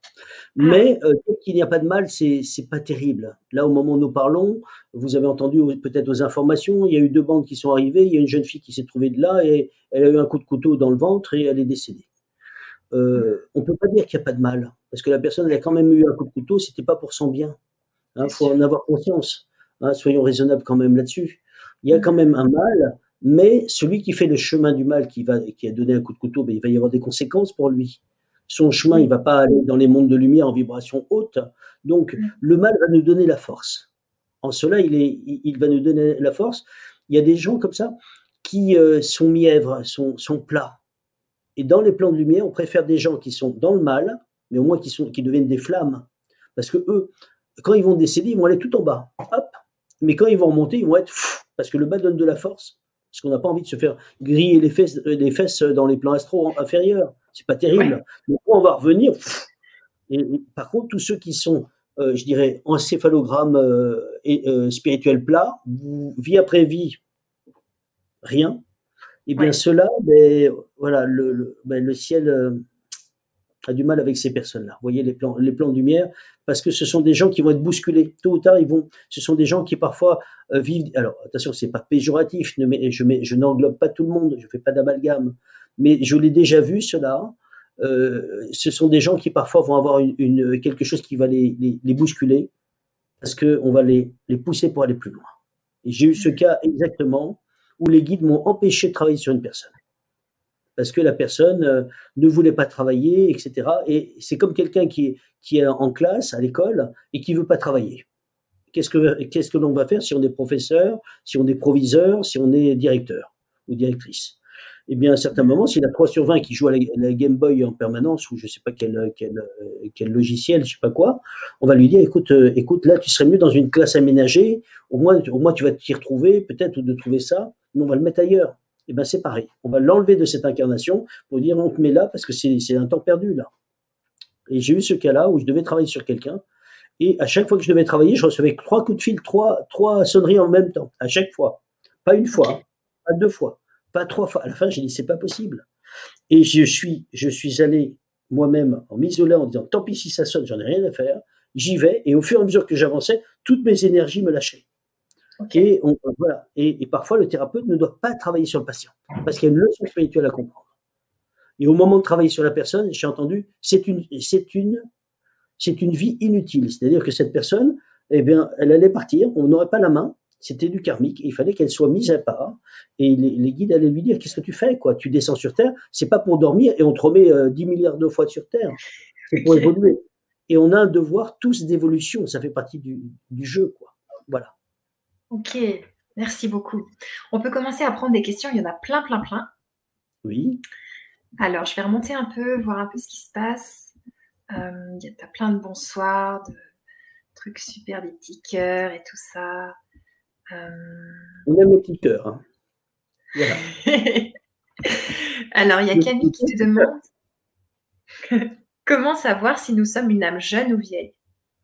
Mais euh, qu'il n'y a pas de mal, c'est c'est pas terrible. Là, au moment où nous parlons, vous avez entendu peut-être aux informations, il y a eu deux bandes qui sont arrivées, il y a une jeune fille qui s'est trouvée de là et elle a eu un coup de couteau dans le ventre et elle est décédée. Euh, on peut pas dire qu'il n'y a pas de mal, parce que la personne elle a quand même eu un coup de couteau, c'était pas pour son bien. Il hein, faut en avoir conscience. Hein, soyons raisonnables quand même là-dessus. Il y a quand même un mal, mais celui qui fait le chemin du mal, qui va, qui a donné un coup de couteau, ben, il va y avoir des conséquences pour lui. Son chemin, il va pas aller dans les mondes de lumière en vibration haute. Donc, le mal va nous donner la force. En cela, il, est, il va nous donner la force. Il y a des gens comme ça qui euh, sont mièvres, sont, sont plats. Et dans les plans de lumière, on préfère des gens qui sont dans le mal, mais au moins qui, sont, qui deviennent des flammes. Parce que eux, quand ils vont décéder, ils vont aller tout en bas. Hop. Mais quand ils vont remonter, ils vont être pff, parce que le bas donne de la force. Parce qu'on n'a pas envie de se faire griller les fesses, les fesses dans les plans astro inférieurs. C'est pas terrible. Ouais. Mais quand on va revenir, pff, et, et, par contre, tous ceux qui sont, euh, je dirais, encéphalogramme euh, et euh, spirituel plat, vie après vie, rien. Et bien ouais. Cela, ben, voilà, le, le, ben, le ciel euh, a du mal avec ces personnes-là. Vous voyez les plans, les plans de lumière, parce que ce sont des gens qui vont être bousculés. Tôt ou tard, ils vont. Ce sont des gens qui parfois euh, vivent. Alors attention, c'est pas péjoratif. Ne, je, mets, je n'englobe pas tout le monde. Je fais pas d'amalgame. Mais je l'ai déjà vu cela. Euh, ce sont des gens qui parfois vont avoir une, une, quelque chose qui va les, les, les bousculer, parce que on va les, les pousser pour aller plus loin. Et j'ai eu ce cas exactement où les guides m'ont empêché de travailler sur une personne. Parce que la personne euh, ne voulait pas travailler, et cetera. Et c'est comme quelqu'un qui est, qui est en classe, à l'école, et qui ne veut pas travailler. Qu'est-ce que, qu'est-ce que l'on va faire si on est professeur, si on est proviseur, si on est directeur ou directrice? Eh bien, à un certain moment, s'il a trois sur vingt qui joue à la, la Game Boy en permanence, ou je ne sais pas quel, quel, quel logiciel, je ne sais pas quoi, on va lui dire, écoute, euh, écoute, là, tu serais mieux dans une classe aménagée, au moins, au moins tu vas t'y retrouver, peut-être, ou de trouver ça, mais on va le mettre ailleurs. Eh bien, c'est pareil. On va l'enlever de cette incarnation pour dire, on te met là parce que c'est, c'est un temps perdu, là. Et j'ai eu ce cas-là où je devais travailler sur quelqu'un, et à chaque fois que je devais travailler, je recevais trois coups de fil, trois, trois sonneries en même temps, à chaque fois. Pas une fois, pas deux fois. Pas trois fois. À la fin, j'ai dit, c'est pas possible. Et je suis, je suis allé moi-même en m'isolant en disant, tant pis si ça sonne, j'en ai rien à faire. J'y vais. Et au fur et à mesure que j'avançais, toutes mes énergies me lâchaient. Okay. Et, on, voilà. et, et parfois, le thérapeute ne doit pas travailler sur le patient parce qu'il y a une leçon spirituelle à comprendre. Et au moment de travailler sur la personne, j'ai entendu, c'est une, c'est une, c'est une vie inutile. C'est-à-dire que cette personne, eh bien, elle allait partir, on n'aurait pas la main. C'était du karmique, il fallait qu'elle soit mise à part. Et les, les guides allaient lui dire, qu'est-ce que tu fais, quoi? Tu descends sur Terre, c'est pas pour dormir et on te remet euh, dix milliards de fois sur Terre. C'est pour okay. évoluer. Et on a un devoir tous d'évolution, ça fait partie du, du jeu, quoi. Voilà. Ok, merci beaucoup. On peut commencer à prendre des questions, il y en a plein, plein, plein. Oui. Alors, je vais remonter un peu, voir un peu ce qui se passe. Euh, il y a plein de bonsoirs, de trucs super, des petits cœurs et tout ça. Euh... On aime les petits cœurs. Hein. Voilà. Alors, il y a Camille qui te demande comment savoir si nous sommes une âme jeune ou vieille.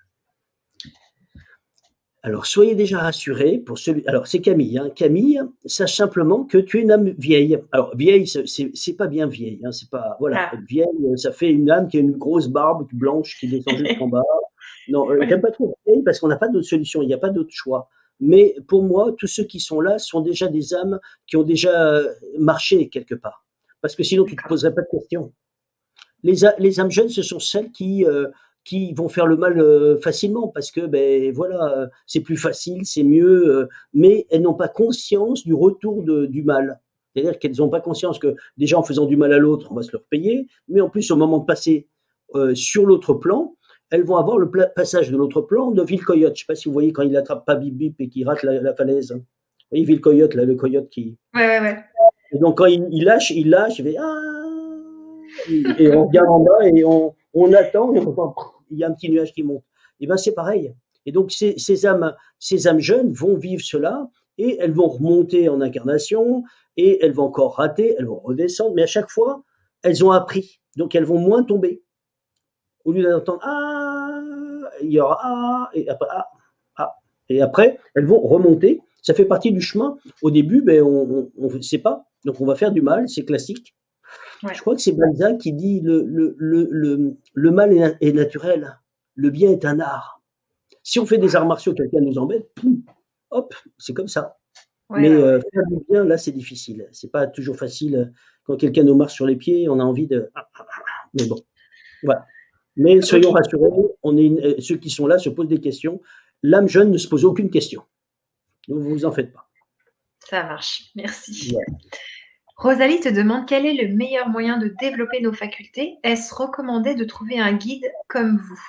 Alors, soyez déjà rassurés pour celui. Alors, c'est Camille. Hein. Camille, sache simplement que tu es une âme vieille. Alors, vieille, c'est, c'est pas bien vieille. Hein. C'est pas. Voilà. Ah. Vieille, ça fait une âme qui a une grosse barbe blanche qui descend jusqu'en bas. Non, euh, j'aime pas trop vieille parce qu'on n'a pas d'autre solution. Il n'y a pas d'autre choix. Mais pour moi, tous ceux qui sont là sont déjà des âmes qui ont déjà marché quelque part. Parce que sinon, tu ne te poserais pas de questions. Les, les âmes jeunes, ce sont celles qui, euh, qui vont faire le mal euh, facilement parce que ben voilà, euh, c'est plus facile, c'est mieux, euh, mais elles n'ont pas conscience du retour de, du mal. C'est-à-dire qu'elles n'ont pas conscience que déjà en faisant du mal à l'autre, on va se le repayer, mais en plus au moment de passer euh, sur l'autre plan, elles vont avoir le passage de l'autre plan de Ville-Coyote. Je ne sais pas si vous voyez quand il attrape pas Bip Bip et qu'il rate la, la falaise. Vous voyez Ville-Coyote, là, le coyote qui. Ouais, ouais, ouais. Et donc quand il, il lâche, il lâche, il fait ah et, et on regarde en bas et on, on attend et on entend, il y a un petit nuage qui monte. Et ben c'est pareil. Et donc ces, ces âmes, ces âmes jeunes vont vivre cela et elles vont remonter en incarnation et elles vont encore rater, elles vont redescendre, mais à chaque fois elles ont appris, donc elles vont moins tomber. Au lieu d'entendre ah, il y aura ah et après ah ah et après elles vont remonter. Ça fait partie du chemin. Au début, ben on ne sait pas, donc on va faire du mal, c'est classique. Ouais. Je crois que c'est Balzac qui dit le, le, le, le, le mal est, est naturel, le bien est un art. Si on fait des arts martiaux, quelqu'un nous embête, poum, hop, c'est comme ça. Ouais, Mais ouais. Euh, faire du bien, là, c'est difficile. C'est pas toujours facile. Quand quelqu'un nous marche sur les pieds, on a envie de. Mais bon, voilà. Mais soyons okay. rassurés, on est une... ceux qui sont là se posent des questions. L'âme jeune ne se pose aucune question. Ne vous en faites pas. Ça marche, merci. Ouais. Rosalie te demande quel est le meilleur moyen de développer nos facultés. Est-ce recommandé de trouver un guide comme vous?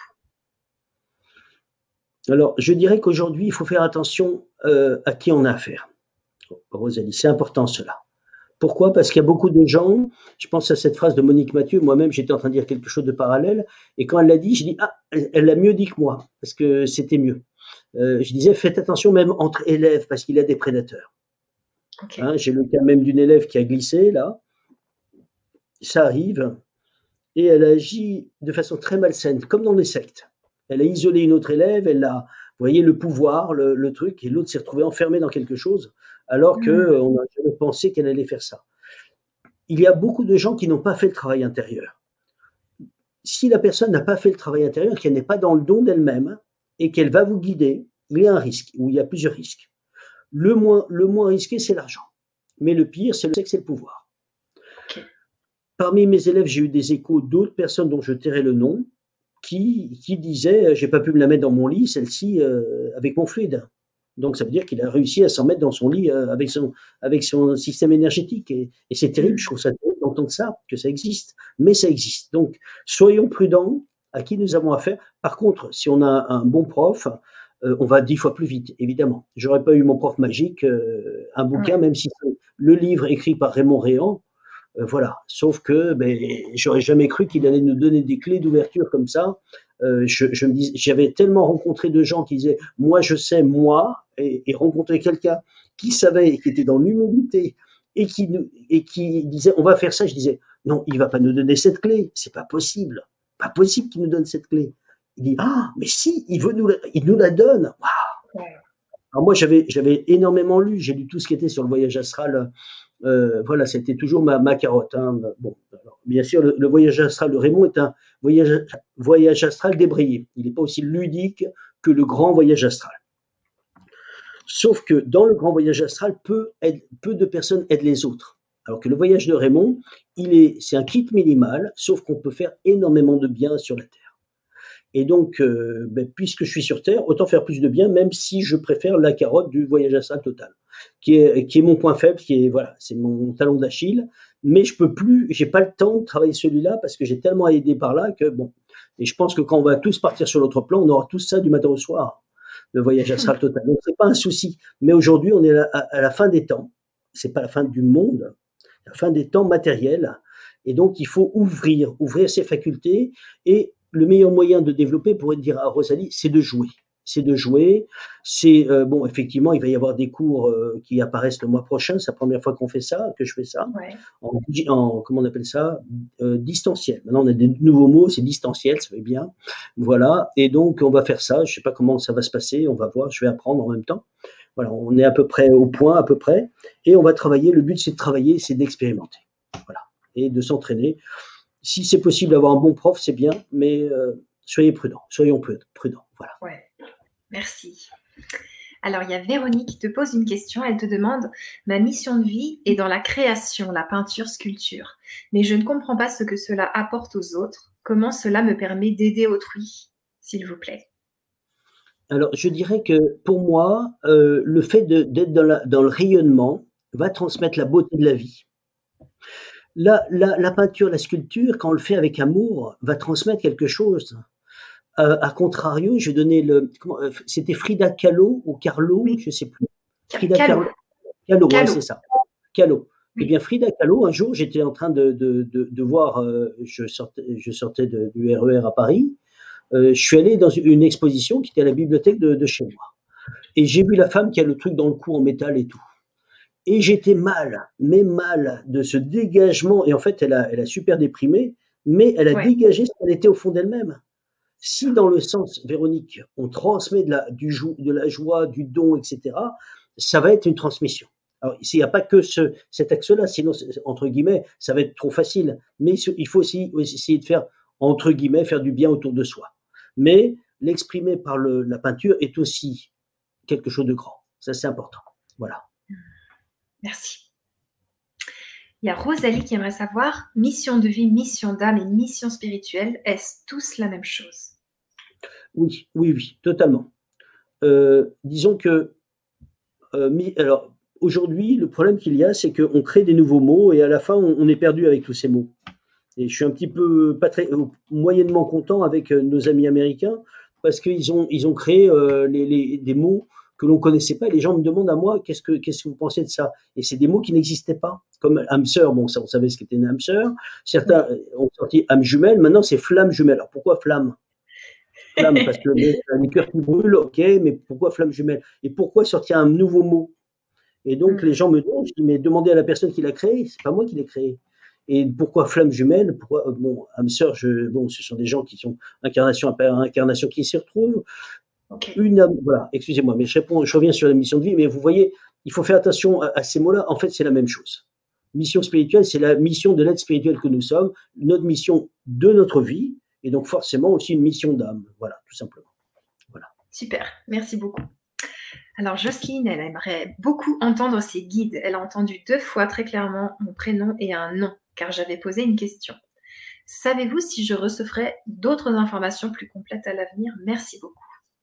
Alors, je dirais qu'aujourd'hui, il faut faire attention euh, à qui on a affaire. Rosalie, c'est important cela. Pourquoi? Parce qu'il y a beaucoup de gens, je pense à cette phrase de Monique Mathieu, moi-même j'étais en train de dire quelque chose de parallèle, et quand elle l'a dit, je dis, ah, elle l'a mieux dit que moi, parce que c'était mieux. Euh, je disais, faites attention même entre élèves, parce qu'il y a des prédateurs. Okay. Hein, j'ai le cas même d'une élève qui a glissé, là, ça arrive, et elle agit de façon très malsaine, comme dans les sectes. Elle a isolé une autre élève, elle a, vous voyez, le pouvoir, le, le truc, et l'autre s'est retrouvé enfermé dans quelque chose, alors qu'on mmh. a jamais pensé qu'elle allait faire ça. Il y a beaucoup de gens qui n'ont pas fait le travail intérieur. Si la personne n'a pas fait le travail intérieur, qu'elle n'est pas dans le don d'elle-même, et qu'elle va vous guider, il y a un risque, ou il y a plusieurs risques. Le moins, le moins risqué, c'est l'argent. Mais le pire, c'est le sexe et le pouvoir. Okay. Parmi mes élèves, j'ai eu des échos d'autres personnes dont je tairai le nom, qui, qui disaient, j'ai pas pu me la mettre dans mon lit, celle-ci, euh, avec mon fluide. Donc, ça veut dire qu'il a réussi à s'en mettre dans son lit euh, avec, son, avec son système énergétique. Et, et c'est terrible, je trouve ça terrible d'entendre ça, que ça existe. Mais ça existe. Donc, soyons prudents à qui nous avons affaire. Par contre, si on a un bon prof, euh, on va dix fois plus vite, évidemment. J'aurais pas eu mon prof magique, euh, un bouquin, ouais. Même si c'est le livre écrit par Raymond Réan, euh, voilà. Sauf que ben, j'aurais jamais cru qu'il allait nous donner des clés d'ouverture comme ça. Euh, je, je me dis, j'avais tellement rencontré de gens qui disaient « moi je sais, moi », et, et rencontrer quelqu'un qui savait, qui était dans l'humilité et qui, nous, et qui disait « on va faire ça », je disais « non, il va pas nous donner cette clé, c'est pas possible, pas possible qu'il nous donne cette clé ». Il dit « ah, mais si, il, veut nous la, il nous la donne ». Waouh. Alors moi, j'avais, j'avais énormément lu, j'ai lu tout ce qui était sur le voyage astral. Euh, voilà, c'était toujours ma, ma carotte. Hein. Bon, alors, bien sûr, le, le voyage astral de Raymond est un voyage, voyage astral débrayé. Il n'est pas aussi ludique que le grand voyage astral. Sauf que dans le grand voyage astral, peu, aide, peu de personnes aident les autres. Alors que le voyage de Raymond, il est, c'est un kit minimal, sauf qu'on peut faire énormément de bien sur la Terre. Et donc, euh, ben, puisque je suis sur Terre, autant faire plus de bien, même si je préfère la carotte du voyage astral total, qui est, qui est mon point faible, qui est, voilà, c'est mon talon d'Achille. Mais je peux plus, j'ai pas le temps de travailler celui-là parce que j'ai tellement aidé par là que bon. Et je pense que quand on va tous partir sur l'autre plan, on aura tous ça du matin au soir, le voyage astral total. Donc c'est pas un souci. Mais aujourd'hui, on est à, à la fin des temps. C'est pas la fin du monde, la fin des temps matériels. Et donc il faut ouvrir, ouvrir ses facultés. Et le meilleur moyen de développer, pour dire à Rosalie, c'est de jouer. C'est de jouer. C'est euh, bon, effectivement, il va y avoir des cours euh, qui apparaissent le mois prochain. C'est la première fois qu'on fait ça, que je fais ça. Ouais. En, en comment on appelle ça, euh, distanciel. Maintenant, on a des nouveaux mots. C'est distanciel, ça fait bien. Voilà. Et donc, on va faire ça. Je sais pas comment ça va se passer. On va voir. Je vais apprendre en même temps. Voilà. On est à peu près au point, à peu près. Et on va travailler. Le but, c'est de travailler, c'est d'expérimenter. Voilà. Et de s'entraîner. Si c'est possible d'avoir un bon prof, c'est bien, mais euh, soyez prudents, soyons prudents. Voilà. Ouais, merci. Alors, il y a Véronique qui te pose une question. Elle te demande « Ma mission de vie est dans la création, la peinture, sculpture. Mais je ne comprends pas ce que cela apporte aux autres. Comment cela me permet d'aider autrui ?» s'il vous plaît? Alors, je dirais que pour moi, euh, le fait de- d'être dans, la- dans le rayonnement va transmettre la beauté de la vie. La, la, la peinture, la sculpture, quand on le fait avec amour, va transmettre quelque chose. Euh, à contrario, je vais donner le. comment- euh, C'était Frida Kahlo ou Carlo, Oui, je ne sais plus. Ca- Frida Callot. Kahlo, Kahlo, hein, c'est Callot. ça. Kahlo. Eh Oui. bien, Frida Kahlo, un jour, j'étais en train de, de, de, de voir, euh, je sortais, je sortais de- du R E R à Paris, euh, je suis allé dans une exposition qui était à la bibliothèque de, de chez moi. Et j'ai vu la femme qui a le truc dans le cou en métal et tout. Et j'étais mal, mais mal de ce dégagement. Et en fait, elle a, elle a super déprimé, mais elle a Ouais. dégagé ce qu'elle était au fond d'elle-même. Si dans le sens, Véronique, on transmet de la, du jou, de la joie, du don, et cetera, ça va être une transmission. Alors, il n'y a pas que ce, cet axe-là, sinon, entre guillemets, ça va être trop facile. Mais il faut aussi essayer de faire, entre guillemets, faire du bien autour de soi. Mais l'exprimer par le, la peinture est aussi quelque chose de grand. Ça, c'est important. Voilà. Merci. Il y a Rosalie qui aimerait savoir, mission de vie, mission d'âme et mission spirituelle, est-ce tous la même chose? Oui, oui, oui, totalement. Euh, disons que, euh, mi- alors, aujourd'hui, le problème qu'il y a, c'est qu'on crée des nouveaux mots et à la fin, on, on est perdu avec tous ces mots. Et je suis un petit peu, pas très, euh, moyennement content avec euh, nos amis américains parce qu'ils ont, ils ont créé euh, les, les- des mots que l'on connaissait pas. Et les gens me demandent à moi, qu'est-ce que, qu'est-ce que vous pensez de ça? Et c'est des mots qui n'existaient pas. Comme âme sœur, bon, ça, on savait ce qu'était une âme sœur. Certains Oui. euh, ont sorti âme jumelle. Maintenant, c'est flamme jumelle. Alors, pourquoi flamme? Flamme, parce que les, les cœurs qui brûlent, ok, mais pourquoi flamme jumelle? Et pourquoi sortir un nouveau mot? Et donc, les Hmm. gens me demandent, je dis, mais demandez à la personne qui l'a créé, c'est pas moi qui l'ai créé. Et pourquoi flamme jumelle? Pourquoi, bon, âme sœur, je, bon, ce sont des gens qui sont incarnation après incarnation qui s'y retrouvent. Ok. Une âme, voilà, excusez-moi, mais je réponds, je reviens sur la mission de vie, mais vous voyez, il faut faire attention à, à ces mots-là. En fait, c'est la même chose. Mission spirituelle, c'est la mission de l'être spirituel que nous sommes, notre mission de notre vie, et donc forcément aussi une mission d'âme. Voilà, tout simplement. Voilà. Super, merci beaucoup. Alors Jocelyne, elle aimerait beaucoup entendre ses guides. Elle a entendu deux fois très clairement mon prénom et un nom, car j'avais posé une question. Savez-vous si je recevrai d'autres informations plus complètes à l'avenir? Merci beaucoup.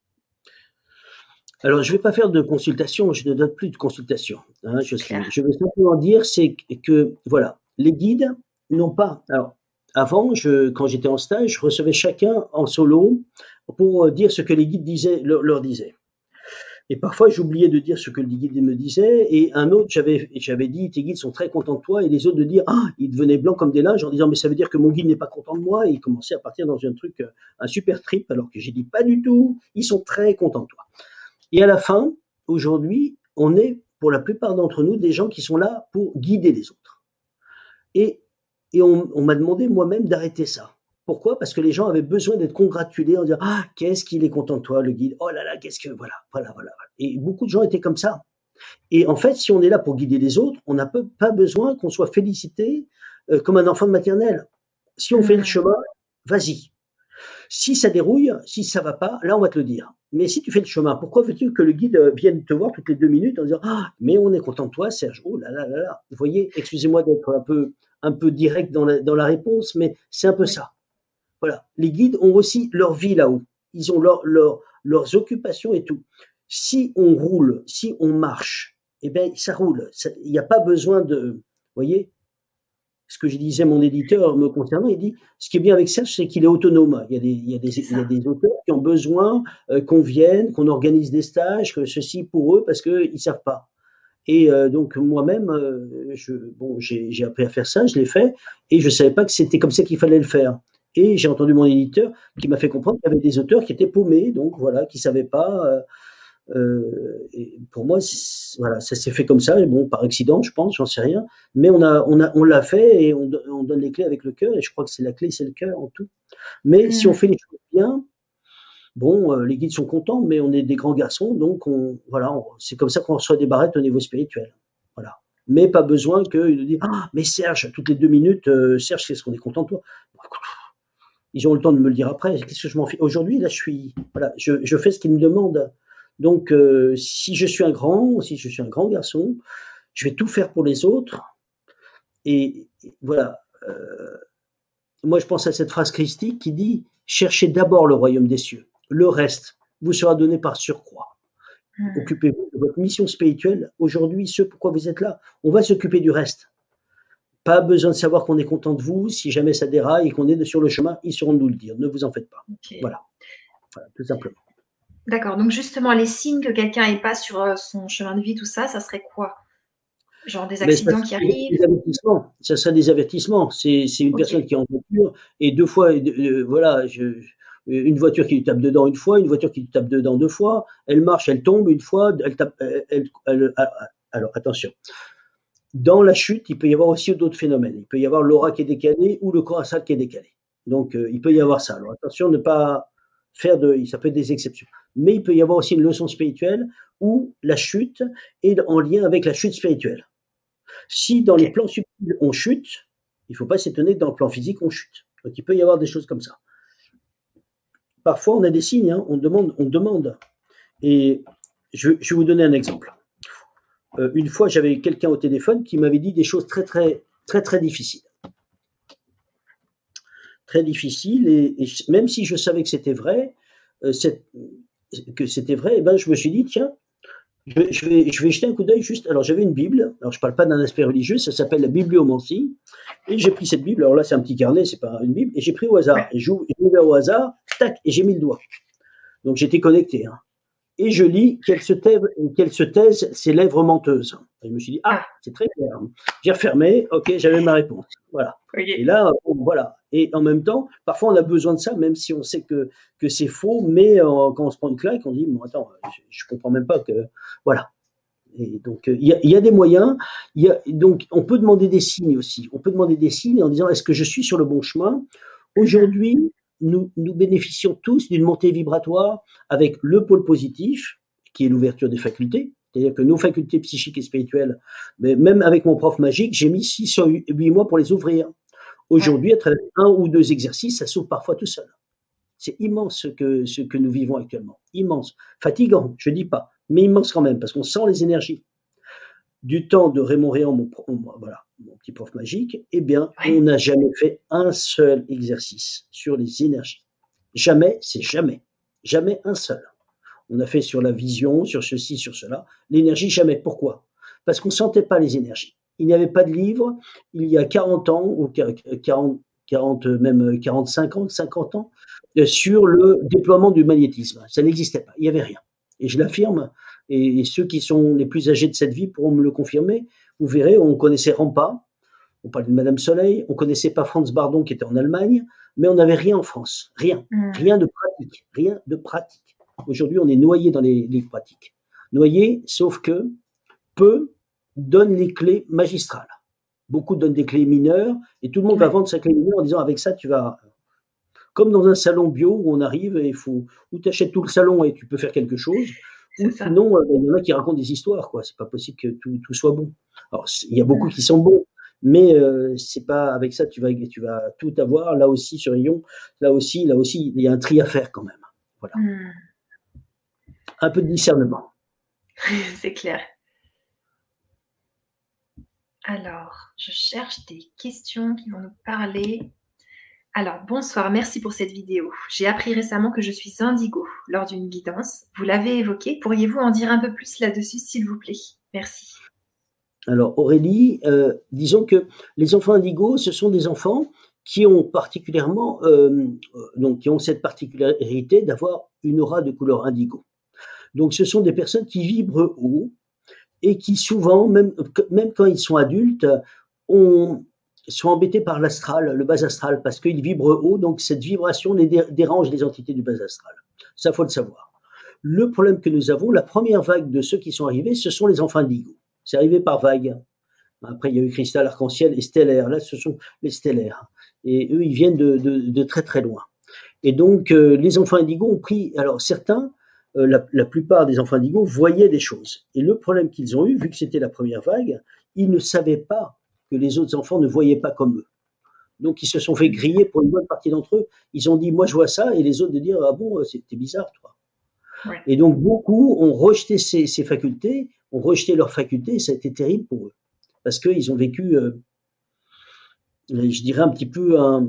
Alors, je ne vais pas faire de consultation, je ne donne plus de consultation, hein, C'est Jocelyne. clair. Je vais simplement dire, c'est que, voilà, les guides n'ont pas. Alors, avant, je, quand j'étais en stage, je recevais chacun en solo pour dire ce que les guides disaient, leur, leur disaient. Et parfois, j'oubliais de dire ce que le guide me disait, et un autre, j'avais, j'avais dit, tes guides sont très contents de toi, et les autres de dire, ah, ils devenaient blancs comme des linges en disant, mais ça veut dire que mon guide n'est pas content de moi, et ils commençaient à partir dans un truc, un super trip, alors que j'ai dit, pas du tout, ils sont très contents de toi. Et à la fin, aujourd'hui, on est, pour la plupart d'entre nous, des gens qui sont là pour guider les autres. Et, et on, on m'a demandé moi-même d'arrêter ça. Pourquoi? Parce que les gens avaient besoin d'être congratulés en disant, ah, qu'est-ce qu'il est content de toi, le guide. Oh là là, qu'est-ce que, voilà, voilà, voilà. Et beaucoup de gens étaient comme ça. Et en fait, si on est là pour guider les autres, on n'a pas besoin qu'on soit félicité euh, comme un enfant de maternelle. Si on fait le Hmm. chemin, vas-y. Si ça dérouille, si ça va pas, là, on va te le dire. Mais si tu fais le chemin, pourquoi veux-tu que le guide vienne te voir toutes les deux minutes en disant, ah, mais on est content de toi, Serge. Oh là là là là. Vous voyez, excusez-moi d'être un peu, un peu direct dans la, dans la réponse, mais c'est un peu Oui. ça. Voilà. Les guides ont aussi leur vie là-haut. Ils ont leur, leur, leurs occupations et tout. Si on roule, si on marche, eh bien, ça roule. Il n'y a pas besoin de, vous voyez, ce que je disais mon éditeur me concernant, il dit, ce qui est bien avec Serge, c'est qu'il est autonome. Il y a des, il y a des, il y a des auteurs qui ont besoin euh, qu'on vienne, qu'on organise des stages, que ceci pour eux, parce qu'ils ne savent pas. Et euh, donc moi-même, euh, je, bon, j'ai, j'ai appris à faire ça, je l'ai fait, et je ne savais pas que c'était comme ça qu'il fallait le faire. Et j'ai entendu mon éditeur qui m'a fait comprendre qu'il y avait des auteurs qui étaient paumés, donc voilà, qui ne savaient pas. Euh, euh, et pour moi, voilà, ça s'est fait comme ça, et bon, par accident, je pense, j'en sais rien. Mais on a, on a, on l'a fait et on, on donne les clés avec le cœur. Et je crois que c'est la clé, c'est le cœur en tout. Mais si on Hmm. fait les choses bien, bon, euh, les guides sont contents, mais on est des grands garçons, donc on, voilà, on, c'est comme ça qu'on reçoit des barrettes au niveau spirituel. Voilà. Mais pas besoin qu'ils nous disent, ah, mais Serge, toutes les deux minutes, euh, Serge, qu'est-ce qu'on est content de toi. Bon, écoute, ils ont le temps de me le dire après. Qu'est-ce que je m'en fais? Aujourd'hui, là, je suis, voilà, je, je fais ce qu'ils me demandent. Donc, euh, si je suis un grand, si je suis un grand garçon, je vais tout faire pour les autres. Et, et voilà. Euh, moi, je pense à cette phrase christique qui dit cherchez d'abord le royaume des cieux. Le reste vous sera donné par surcroît. Mmh. Occupez-vous de votre mission spirituelle. Aujourd'hui, ce pourquoi vous êtes là, on va s'occuper du reste. Pas besoin de savoir qu'on est content de vous. Si jamais ça déraille et qu'on est sur le chemin, ils sauront nous le dire. Ne vous en faites pas. Okay. Voilà. Voilà, tout simplement. D'accord. Donc justement, les signes que quelqu'un n'est pas sur son chemin de vie, tout ça, ça serait quoi? Genre des accidents qui arrivent? Des avertissements. Ça serait des avertissements. C'est, c'est une okay. personne qui est en voiture et deux fois, euh, voilà, je, une voiture qui lui tape dedans une fois, une voiture qui lui tape dedans deux fois. Elle marche, elle tombe une fois, elle tape. Elle, elle, elle, alors attention. Dans la chute, il peut y avoir aussi d'autres phénomènes. Il peut y avoir l'aura qui est décalée ou le corps astral qui est décalé. Donc, euh, il peut y avoir ça. Alors attention, ne pas faire de, ça peut être des exceptions. Mais il peut y avoir aussi une leçon spirituelle où la chute est en lien avec la chute spirituelle. Si dans les plans subtils on chute, il ne faut pas s'étonner que dans le plan physique on chute. Donc il peut y avoir des choses comme ça. Parfois on a des signes, hein, on demande, on demande. Et je, je vais vous donner un exemple. Euh, une fois j'avais quelqu'un au téléphone qui m'avait dit des choses très très très très difficiles. Très difficiles et, et même si je savais que c'était vrai, euh, que c'était vrai, et ben je me suis dit tiens. Je vais, je, vais, je vais jeter un coup d'œil juste. Alors, j'avais une Bible. Alors, je ne parle pas d'un aspect religieux. Ça s'appelle la bibliomancie. Et j'ai pris cette Bible. Alors là, c'est un petit carnet, c'est pas une Bible. Et j'ai pris au hasard. Et j'ai ouvert au hasard. Tac. Et j'ai mis le doigt. Donc, j'étais connecté. Hein. Et je lis qu'elle se taise, qu'elle se taise ses lèvres menteuses. Et je me suis dit, ah, c'est très clair. J'ai refermé. OK, j'avais ma réponse. Voilà. Okay. Et là, bon, voilà. Et en même temps, parfois, on a besoin de ça, même si on sait que, que c'est faux. Mais euh, quand on se prend une claque, on dit, bon, attends, je ne comprends même pas que. Voilà. Et donc, il y, y a des moyens. Y a, donc, on peut demander des signes aussi. On peut demander des signes en disant, est-ce que je suis sur le bon chemin? Aujourd'hui, nous, nous bénéficions tous d'une montée vibratoire avec le pôle positif, qui est l'ouverture des facultés. C'est-à-dire que nos facultés psychiques et spirituelles, mais même avec mon prof magique, j'ai mis six à huit mois pour les ouvrir. Aujourd'hui, à travers un ou deux exercices, ça s'ouvre parfois tout seul. C'est immense ce que, ce que nous vivons actuellement. Immense. Fatigant, je ne dis pas, mais immense quand même, parce qu'on sent les énergies. Du temps de Raymond Réan, mon, voilà, mon petit prof magique, eh bien, on n'a jamais fait un seul exercice sur les énergies. Jamais, c'est jamais. Jamais un seul. On a fait sur la vision, sur ceci, sur cela. L'énergie, jamais. Pourquoi? Parce qu'on ne sentait pas les énergies. Il n'y avait pas de livre, il y a quarante ans, ou quarante, quarante, même quarante-cinq ans, cinquante ans, sur le déploiement du magnétisme. Ça n'existait pas, il n'y avait rien. Et je l'affirme, et ceux qui sont les plus âgés de cette vie pourront me le confirmer. Vous verrez, on connaissait Rampa, on parlait de Madame Soleil, on connaissait pas Franz Bardon qui était en Allemagne, mais on n'avait rien en France, rien, mmh. rien de pratique, rien de pratique. Aujourd'hui, on est noyé dans les livres pratiques. Noyé, sauf que peu donnent les clés magistrales. Beaucoup donnent des clés mineures, et tout le monde mmh. va vendre sa clé mineure en disant avec ça, tu vas... Comme dans un salon bio où on arrive et il faut, où tu achètes tout le salon et tu peux faire quelque chose, ou sinon, il y en a qui racontent des histoires, quoi. C'est pas possible que tout, tout soit bon. Alors, il y a beaucoup qui sont bons, mais euh, c'est pas avec ça tu vas, tu vas tout avoir. Là aussi, sur Lyon, là aussi, là aussi, il y a un tri à faire quand même. Voilà. Mmh. Un peu de discernement. C'est clair. Alors, je cherche des questions qui vont nous parler. Alors, bonsoir, merci pour cette vidéo. J'ai appris récemment que je suis indigo lors d'une guidance. Vous l'avez évoqué. Pourriez-vous en dire un peu plus là-dessus, s'il vous plaît? Merci. Alors, Aurélie, euh, disons que les enfants indigos, ce sont des enfants qui ont particulièrement, euh, donc qui ont cette particularité d'avoir une aura de couleur indigo. Donc, ce sont des personnes qui vibrent haut et qui souvent, même, même quand ils sont adultes, ont... sont embêtés par l'astral, le bas astral, parce qu'ils vibrent haut, donc cette vibration les dérange les entités du bas astral. Ça, faut le savoir. Le problème que nous avons, la première vague de ceux qui sont arrivés, ce sont les enfants indigos. C'est arrivé par vague. Après, il y a eu cristal, arc-en-ciel et stellaire. Là, ce sont les stellaires. Et eux, ils viennent de, de, de très, très loin. Et donc, euh, les enfants indigos ont pris... Alors, certains, euh, la, la plupart des enfants indigos voyaient des choses. Et le problème qu'ils ont eu, vu que c'était la première vague, ils ne savaient pas que les autres enfants ne voyaient pas comme eux. Donc, ils se sont fait griller pour une bonne partie d'entre eux. Ils ont dit, moi, je vois ça, et les autres de dire, ah bon, c'était bizarre, toi. Ouais. Et donc, beaucoup ont rejeté ces, ces facultés, ont rejeté leurs facultés, et ça a été terrible pour eux. Parce qu'ils ont vécu, euh, je dirais, un petit peu un,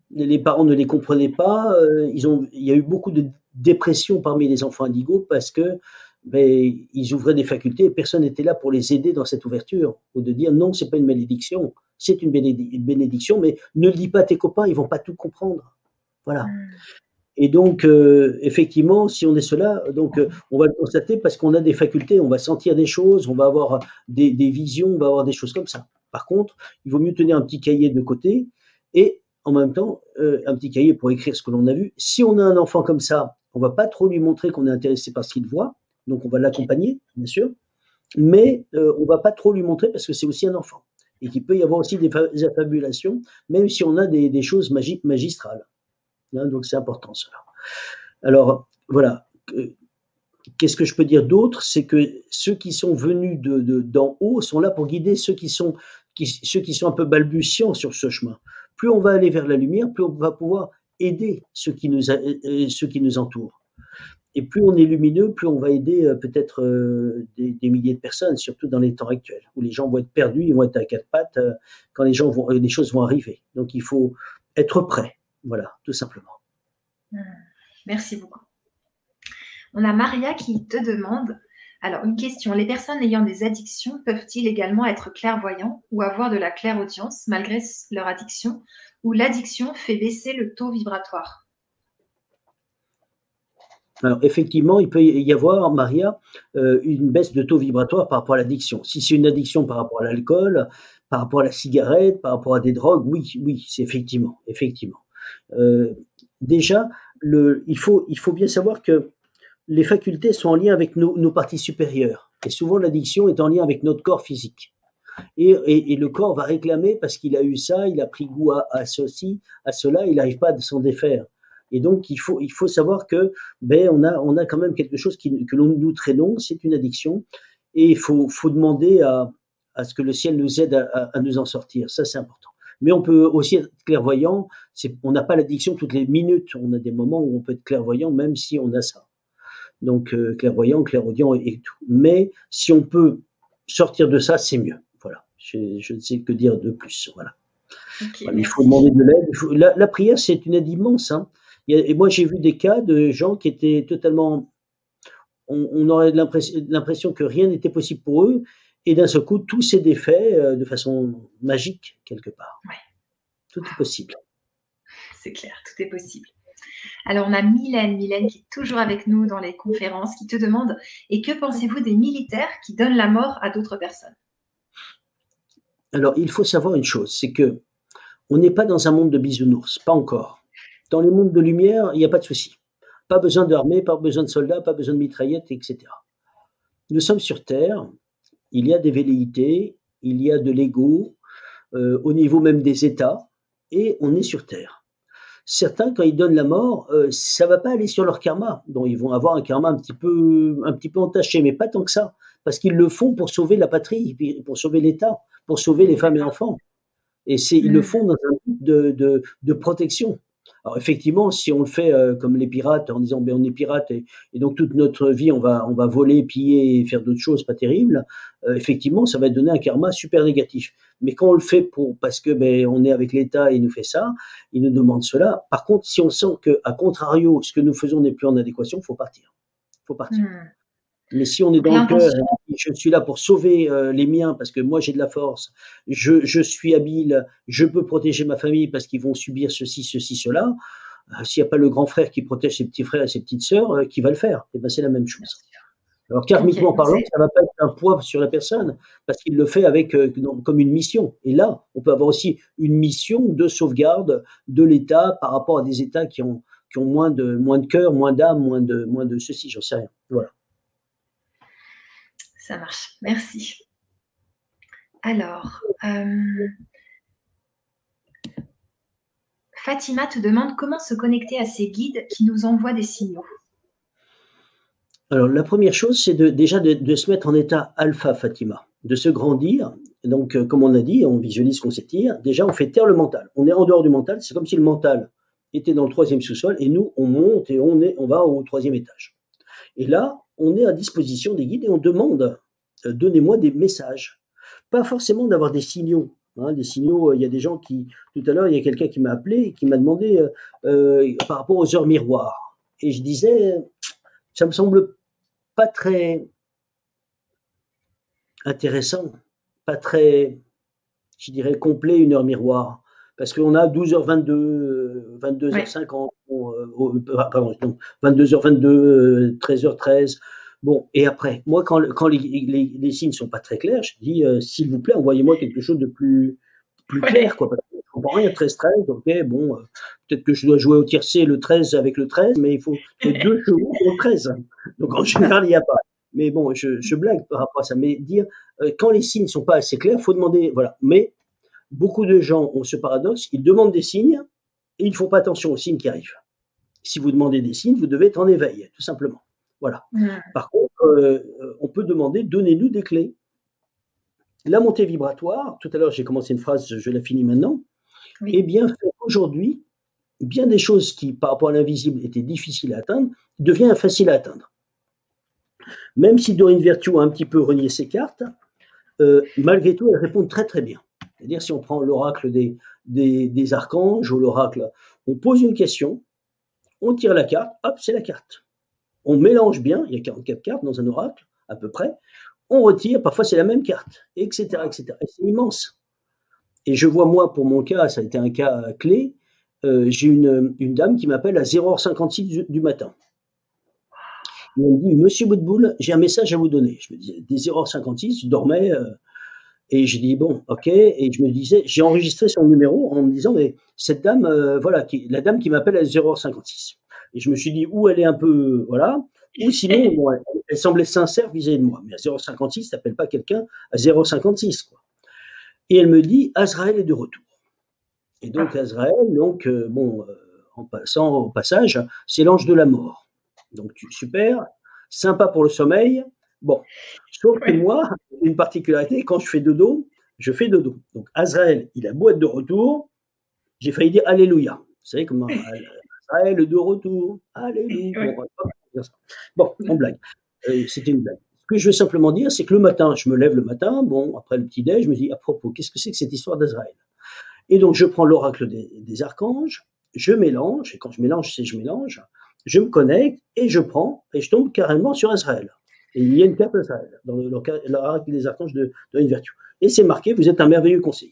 les parents ne les comprenaient pas. euh, ils ont, il y a eu beaucoup de dépression parmi les enfants indigos parce que ben, ils ouvraient des facultés et personne n'était là pour les aider dans cette ouverture, ou de dire non, c'est pas une malédiction, c'est une, bénédi- une bénédiction, mais ne le dis pas à tes copains, ils vont pas tout comprendre. Voilà. Hmm. Et donc, euh, effectivement, si on est cela, donc euh, on va le constater parce qu'on a des facultés, on va sentir des choses, on va avoir des, des visions, on va avoir des choses comme ça. Par contre, il vaut mieux tenir un petit cahier de côté et en même temps, euh, un petit cahier pour écrire ce que l'on a vu. Si on a un enfant comme ça, on va pas trop lui montrer qu'on est intéressé par ce qu'il voit, donc on va Ok. l'accompagner, bien sûr, mais euh, on va pas trop lui montrer parce que c'est aussi un enfant et qu'il peut y avoir aussi des, fa- des affabulations, même si on a des, des choses magi- magistrales. Hein, donc c'est important cela. Alors voilà, euh, qu'est-ce que je peux dire d'autre? C'est que ceux qui sont venus de, de- d'en haut sont là pour guider ceux qui sont, qui, ceux qui sont un peu balbutiants sur ce chemin. Plus on va aller vers la lumière, plus on va pouvoir aider ceux qui nous, a- euh, ceux qui nous entourent. Et plus on est lumineux, plus on va aider euh, peut-être euh, des, des milliers de personnes, surtout dans les temps actuels, où les gens vont être perdus, ils vont être à quatre pattes euh, quand les gens vont, euh, les choses vont arriver. Donc il faut être prêt, voilà, tout simplement. Hmm. Merci beaucoup. On a Maria qui te demande, alors une question, les personnes ayant des addictions peuvent-ils également être clairvoyants ou avoir de la clairaudience malgré leur addiction, ou l'addiction fait baisser le taux vibratoire? Alors, effectivement, il peut y avoir, Maria, euh, une baisse de taux vibratoire par rapport à l'addiction. Si c'est une addiction par rapport à l'alcool, par rapport à la cigarette, par rapport à des drogues, oui, oui, c'est effectivement, effectivement. Euh, déjà, le, il faut, il faut bien savoir que les facultés sont en lien avec nos, nos parties supérieures. Et souvent, l'addiction est en lien avec notre corps physique. Et, et, et le corps va réclamer parce qu'il a eu ça, il a pris goût à, à ceci, à cela, il n'arrive pas à s'en défaire. Et donc, il faut, il faut savoir que ben, on, a, on a quand même quelque chose qui, que l'on, nous traînons, c'est une addiction. Et il faut, faut demander à, à ce que le ciel nous aide à, à, à nous en sortir. Ça, c'est important. Mais on peut aussi être clairvoyant. C'est, on n'a pas l'addiction toutes les minutes. On a des moments où on peut être clairvoyant, même si on a ça. Donc, euh, clairvoyant, clairaudient et, et tout. Mais si on peut sortir de ça, c'est mieux. Voilà. Je, je ne sais que dire de plus. Voilà. Ok, Voilà. Il faut demander merci. de l'aide. Il faut- La, la prière, c'est une aide immense. Hein. Il y a- et moi, j'ai vu des cas de gens qui étaient totalement. On, on aurait l'impression, l'impression que rien n'était possible pour eux. Et d'un seul coup, tout s'est défait euh, de façon magique, quelque part. Ouais, Tout est possible. c'est clair, tout est possible. Alors, on a Mylène, Mylène qui est toujours avec nous dans les conférences, qui te demande, et que pensez-vous des militaires qui donnent la mort à d'autres personnes? Alors, il faut savoir une chose, c'est que on n'est pas dans un monde de bisounours, pas encore. Dans les mondes de lumière, il n'y a pas de souci. Pas besoin d'armée, pas besoin de soldats, pas besoin de mitraillettes, et cetera. Nous sommes sur Terre, il y a des velléités, il y a de l'ego, euh, au niveau même des États, et on est sur Terre. Certains, quand ils donnent la mort, euh, ça ne va pas aller sur leur karma. Bon, ils vont avoir un karma un petit peu, un petit peu entaché, mais pas tant que ça, parce qu'ils le font pour sauver la patrie, pour sauver l'État, pour sauver les femmes et D'accord. enfants. Et c'est, ils le Hmm. font dans un but de, de, de protection. Alors effectivement, si on le fait euh, comme les pirates, en disant ben on est pirates et, et donc toute notre vie on va on va voler, piller et faire d'autres choses pas terribles, euh, effectivement ça va donner un karma super négatif. Mais quand on le fait pour parce que ben on est avec l'État et il nous fait ça, il nous demande cela. Par contre, si on sent que à contrario ce que nous faisons n'est plus en adéquation, faut partir. Faut partir. Hmm. Mais si on est Donc dans le cœur, l'intention, je suis là pour sauver euh, les miens parce que moi j'ai de la force, je, je suis habile, je peux protéger ma famille parce qu'ils vont subir ceci, ceci, cela. Euh, S'il n'y a pas le grand frère qui protège ses petits frères et ses petites sœurs, euh, qui va le faire? Et ben c'est la même bien chose. sûr. Alors Ok, karmiquement donc parlant, c'est ça va pas être un poids sur la personne parce qu'il le fait avec euh, non, comme une mission. Et là, on peut avoir aussi une mission de sauvegarde de l'État par rapport à des États qui ont qui ont moins de moins de cœur, moins d'âme, moins de moins de ceci, j'en sais rien. Voilà. ça marche. Merci. Alors, euh, Fatima te demande comment se connecter à ces guides qui nous envoient des signaux. Alors, la première chose, c'est de, déjà de, de se mettre en état alpha, Fatima, de se grandir. Donc, euh, comme on a dit, on visualise qu'on s'étire. Déjà, on fait taire le mental. On est en dehors du mental. C'est comme si le mental était dans le troisième sous-sol et nous, on monte et on, est, on va au troisième étage. Et là, on est à disposition des guides et on demande, euh, donnez-moi des messages. Pas forcément d'avoir des signaux. Hein, des signaux, il y a des gens qui, tout à l'heure, il y a quelqu'un qui m'a appelé et qui m'a demandé euh, euh, par rapport aux heures miroirs. Et je disais, ça me semble pas très intéressant, pas très, je dirais, complet, une heure miroir. Parce qu'on a douze heures vingt-deux, vingt-deux heures cinquante, bon, euh, pardon, donc vingt-deux heures vingt-deux, treize heures treize. Bon, et après, moi, quand, quand les, les, les signes ne sont pas très clairs, je dis, euh, s'il vous plaît, envoyez-moi quelque chose de plus, plus Ouais. clair, quoi. Parce que je ne comprends rien, treize treize, ok, bon, euh, peut-être que je dois jouer au tiercé le treize avec le treize, mais il faut, faut deux chevaux pour le treize. Donc, en général, il n'y a pas. Mais bon, je, je blague par rapport à ça. Mais dire, euh, quand les signes ne sont pas assez clairs, il faut demander, voilà. Mais beaucoup de gens ont ce paradoxe, ils demandent des signes et ils ne font pas attention aux signes qui arrivent. Si vous demandez des signes, vous devez être en éveil, tout simplement. Voilà. Mmh. Par contre, euh, on peut demander, donnez-nous des clés. La montée vibratoire, tout à l'heure j'ai commencé une phrase, je la finis maintenant, oui. Eh bien, aujourd'hui, bien des choses qui, par rapport à l'invisible, étaient difficiles à atteindre, deviennent faciles à atteindre. Même si Doreen Virtue a un petit peu renié ses cartes, euh, malgré tout, elles répondent très très bien. C'est-à-dire, si on prend l'oracle des, des, des archanges ou l'oracle, on pose une question, on tire la carte, hop, c'est la carte. On mélange bien, il y a quarante-quatre cartes dans un oracle, à peu près, on retire, parfois c'est la même carte, et cetera, et cetera. Et c'est immense. Et je vois, moi, pour mon cas, ça a été un cas clé, euh, j'ai une, une dame qui m'appelle à zéro heure cinquante-six du, du matin. Elle me dit, Monsieur Boutboul, j'ai un message à vous donner. Je me disais, dès zéro heure cinquante-six, je dormais, euh, et je dis, bon, ok, et je me disais, j'ai enregistré son numéro en me disant, mais cette dame, euh, voilà, qui, la dame qui m'appelle à zéro heure cinquante-six. Et je me suis dit, ou elle est un peu, voilà, ou sinon, bon, elle, elle semblait sincère vis-à-vis de moi. Mais à zéro heure cinquante-six, tu n'appelles pas quelqu'un à zéro heure cinquante-six, quoi. Et elle me dit, Azraël est de retour. Et donc, ah. Azraël, donc, euh, bon, euh, en passant au passage, c'est l'ange de la mort. Donc, tu, super, sympa pour le sommeil. Bon, sauf que moi, une particularité, quand je fais dodo, je fais dodo. Donc, Azraël, il a beau être de retour, j'ai failli dire Alléluia. Vous savez comment Azraël est de retour, Alléluia. Bon, bon, on blague. Euh, C'était une blague. Ce que je veux simplement dire, c'est que le matin, je me lève le matin, bon, après le petit-déj, je me dis, à propos, qu'est-ce que c'est que cette histoire d'Azraël? Et donc, je prends l'oracle des, des archanges, je mélange, et quand je mélange, c'est je mélange, je me connecte, et je prends, et je tombe carrément sur Azraël. Et il y a une carte Azraël dans l'oracle des archanges de Doreen Virtue. Et c'est marqué, vous êtes un merveilleux conseiller.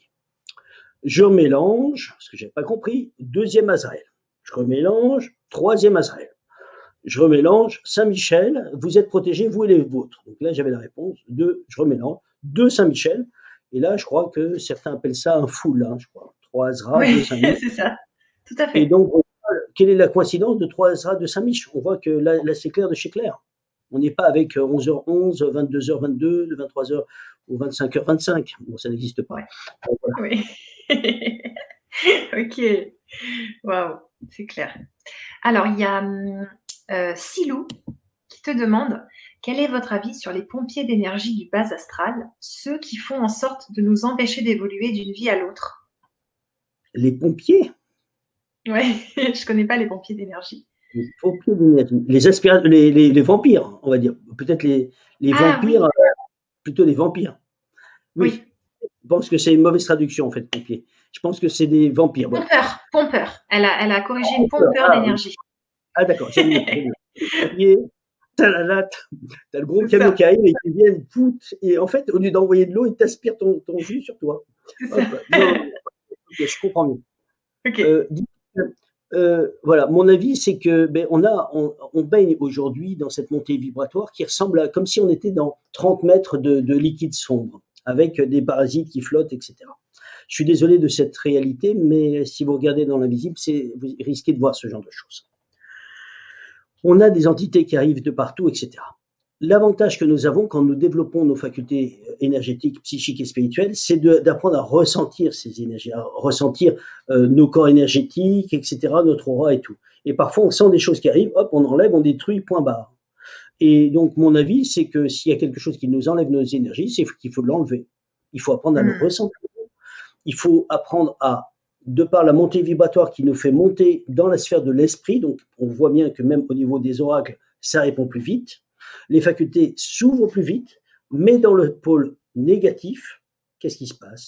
Je mélange, ce que je n'avais pas compris, deuxième Azraël. Je remélange, troisième Azraël. Je remélange, Saint-Michel, vous êtes protégés, vous et les vôtres. Donc là, j'avais la réponse, deux, je remélange, deux Saint-Michel, et là, je crois que certains appellent ça un full, hein, je crois. Trois Azra, oui, deux Saint-Michel. C'est ça, tout à fait. Et donc, quelle est la coïncidence de trois Azra, deux Saint-Michel? On voit que là, là c'est clair de chez clair. On n'est pas avec onze heures onze, vingt-deux heures vingt-deux, vingt-trois heures ou vingt-cinq heures vingt-cinq. Bon, ça n'existe pas. Ouais. Donc, voilà. Oui. Ok. Waouh, c'est clair. Alors, il y a euh, Silou qui te demande quel est votre avis sur les pompiers d'énergie du bas astral, ceux qui font en sorte de nous empêcher d'évoluer d'une vie à l'autre? Les pompiers? Oui, je ne connais pas les pompiers d'énergie. Les pompiers d'énergie. Les, aspira... les, les, les vampires, on va dire. Peut-être les, les ah, vampires, oui. euh, plutôt les vampires. Oui. oui. Je pense que c'est une mauvaise traduction, en fait, pompier. Je pense que c'est des vampires. Pompeur, voilà. Pompeur. Elle a, elle a corrigé une pompeur ah, d'énergie. Ah, d'accord. J'ai mis t'as le gros camion qui arrive et qui vient, pout, et en fait, au lieu d'envoyer de l'eau, il t'aspire ton, ton jus sur toi. Hop, non, okay, je comprends mieux. Okay. Euh, euh, voilà, mon avis, c'est que ben, on, a, on, on baigne aujourd'hui dans cette montée vibratoire qui ressemble à comme si on était dans trente mètres de, de liquide sombre, avec des parasites qui flottent, et cetera. Je suis désolé de cette réalité, mais si vous regardez dans l'invisible, vous risquez de voir ce genre de choses. On a des entités qui arrivent de partout, et cetera. L'avantage que nous avons quand nous développons nos facultés énergétiques, psychiques et spirituelles, c'est d'apprendre à ressentir ces énergies, à ressentir euh, nos corps énergétiques, et cetera, notre aura et tout. Et parfois, on sent des choses qui arrivent, hop, on enlève, on détruit, point barre. Et donc, mon avis, c'est que s'il y a quelque chose qui nous enlève nos énergies, c'est qu'il faut l'enlever. Il faut apprendre à mmh. le ressentir. Il faut apprendre à, de par la montée vibratoire qui nous fait monter dans la sphère de l'esprit, donc on voit bien que même au niveau des oracles, ça répond plus vite. Les facultés s'ouvrent plus vite, mais dans le pôle négatif, qu'est-ce qui se passe?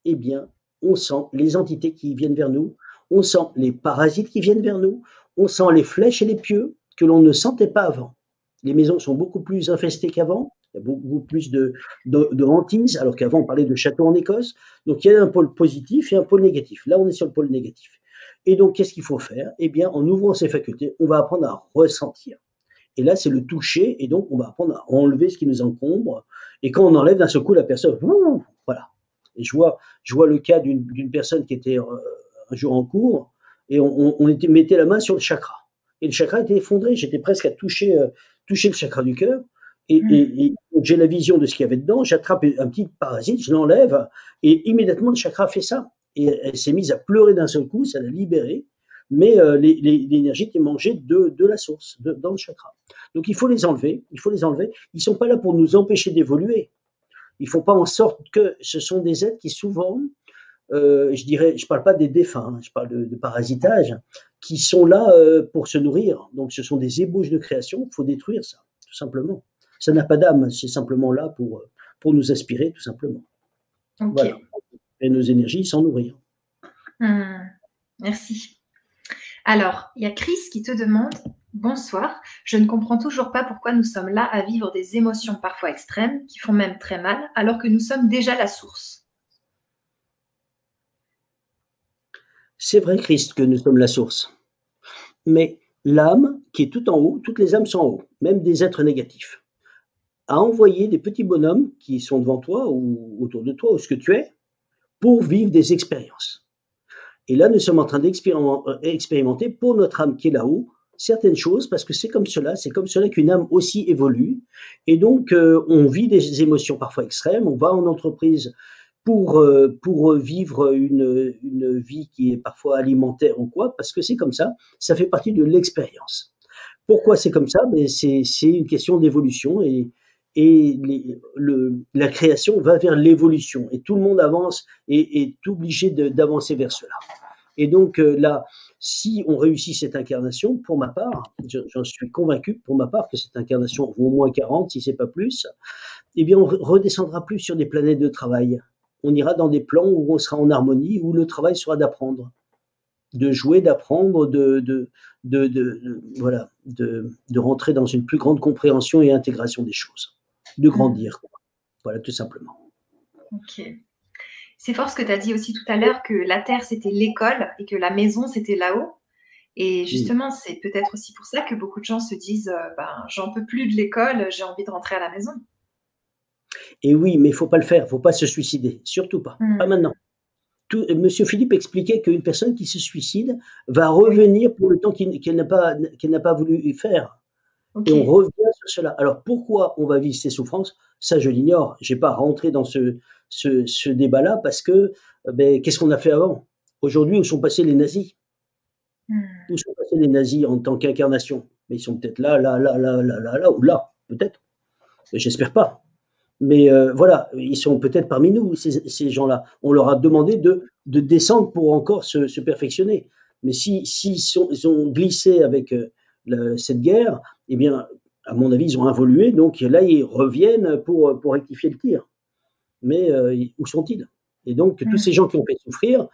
eh bien, on sent les entités qui viennent vers nous, on sent les parasites qui viennent vers nous, on sent les flèches et les pieux que l'on ne sentait pas avant. Les maisons sont beaucoup plus infestées qu'avant, il y a beaucoup plus de, de, de hantises, alors qu'avant on parlait de châteaux en Écosse. Donc il y a un pôle positif et un pôle négatif. Là, on est sur le pôle négatif. Et donc, qu'est-ce qu'il faut faire? Eh bien, en ouvrant ses facultés, on va apprendre à ressentir. Et là, c'est le toucher, et donc on va apprendre à enlever ce qui nous encombre. Et quand on enlève d'un seul coup, la personne, ouh, voilà. Et je vois, je vois le cas d'une, d'une personne qui était euh, un jour en cours, et on, on était, mettait la main sur le chakra. Et le chakra était effondré, j'étais presque à toucher, euh, toucher le chakra du cœur. Et, mmh. et, et j'ai la vision de ce qu'il y avait dedans, j'attrape un petit parasite, je l'enlève, et immédiatement le chakra fait ça. Et elle s'est mise à pleurer d'un seul coup, ça l'a libérée. Mais euh, les, les, l'énergie était mangée de, de la source, de, dans le chakra. Donc il faut les enlever, il faut les enlever. Ils ne sont pas là pour nous empêcher d'évoluer. Ils ne font pas en sorte que ce sont des êtres qui souvent, euh, je dirais, je ne parle pas des défunts, hein, je parle de, de parasitage, qui sont là euh, pour se nourrir. Donc ce sont des ébauches de création, il faut détruire ça, tout simplement. Ça n'a pas d'âme, c'est simplement là pour, pour nous aspirer, tout simplement. Okay. Voilà. Et nos énergies sans nourrir. Mmh. Merci. Alors, il y a Chris qui te demande « Bonsoir, je ne comprends toujours pas pourquoi nous sommes là à vivre des émotions parfois extrêmes, qui font même très mal, alors que nous sommes déjà la source. » C'est vrai, Christ, que nous sommes la source. Mais l'âme, qui est tout en haut, toutes les âmes sont en haut, même des êtres négatifs, a envoyé des petits bonhommes qui sont devant toi ou autour de toi, ou ce que tu es, pour vivre des expériences. Et là, nous sommes en train d'expérimenter pour notre âme qui est là-haut certaines choses, parce que c'est comme cela, c'est comme cela qu'une âme aussi évolue. Et donc, euh, on vit des émotions parfois extrêmes, on va en entreprise pour, euh, pour vivre une, une vie qui est parfois alimentaire ou quoi, parce que c'est comme ça, ça fait partie de l'expérience. Pourquoi c'est comme ça? Ben c'est, c'est une question d'évolution, et, et les, le, la création va vers l'évolution, et tout le monde avance et est obligé de, d'avancer vers cela. Et donc euh, là, si on réussit cette incarnation, pour ma part, j'en suis convaincu pour ma part que cette incarnation vaut au moins quarante, si c'est pas plus, eh bien on redescendra plus sur des planètes de travail. On ira dans des plans où on sera en harmonie, où le travail sera d'apprendre, de jouer, d'apprendre, de, de, de, de, de voilà, de, de rentrer dans une plus grande compréhension et intégration des choses, de grandir, quoi. Voilà, tout simplement. Ok. C'est fort ce que tu as dit aussi tout à l'heure, que la Terre, c'était l'école et que la maison, c'était là-haut. Et justement, oui. C'est peut-être aussi pour ça que beaucoup de gens se disent euh, ben, « j'en peux plus de l'école, j'ai envie de rentrer à la maison ». Et oui, mais il ne faut pas le faire, il ne faut pas se suicider, surtout pas, mmh. pas maintenant. Tout, Monsieur Philippe expliquait qu'une personne qui se suicide va revenir oui. pour le temps qu'il, qu'elle, n'a pas, qu'elle n'a pas voulu faire. Okay. Et on revient sur cela. Alors pourquoi on va vivre ces souffrances? Ça, je l'ignore. Je n'ai pas rentré dans ce, ce, ce débat-là parce que ben, qu'est-ce qu'on a fait avant? Aujourd'hui, où sont passés les nazis? mmh. Où sont passés les nazis en tant qu'incarnation? Mais ils sont peut-être là, là, là, là, là, là, là, ou là, peut-être. Mais j'espère pas. Mais euh, voilà, ils sont peut-être parmi nous, ces, ces gens-là. On leur a demandé de, de descendre pour encore se, se perfectionner. Mais s'ils si, si ils ont glissé avec euh, le, cette guerre, eh bien, à mon avis, ils ont évolué. Donc là, ils reviennent pour, pour rectifier le tir. Mais euh, où sont-ils? Et donc, mmh. tous ces gens qui ont fait souffrir,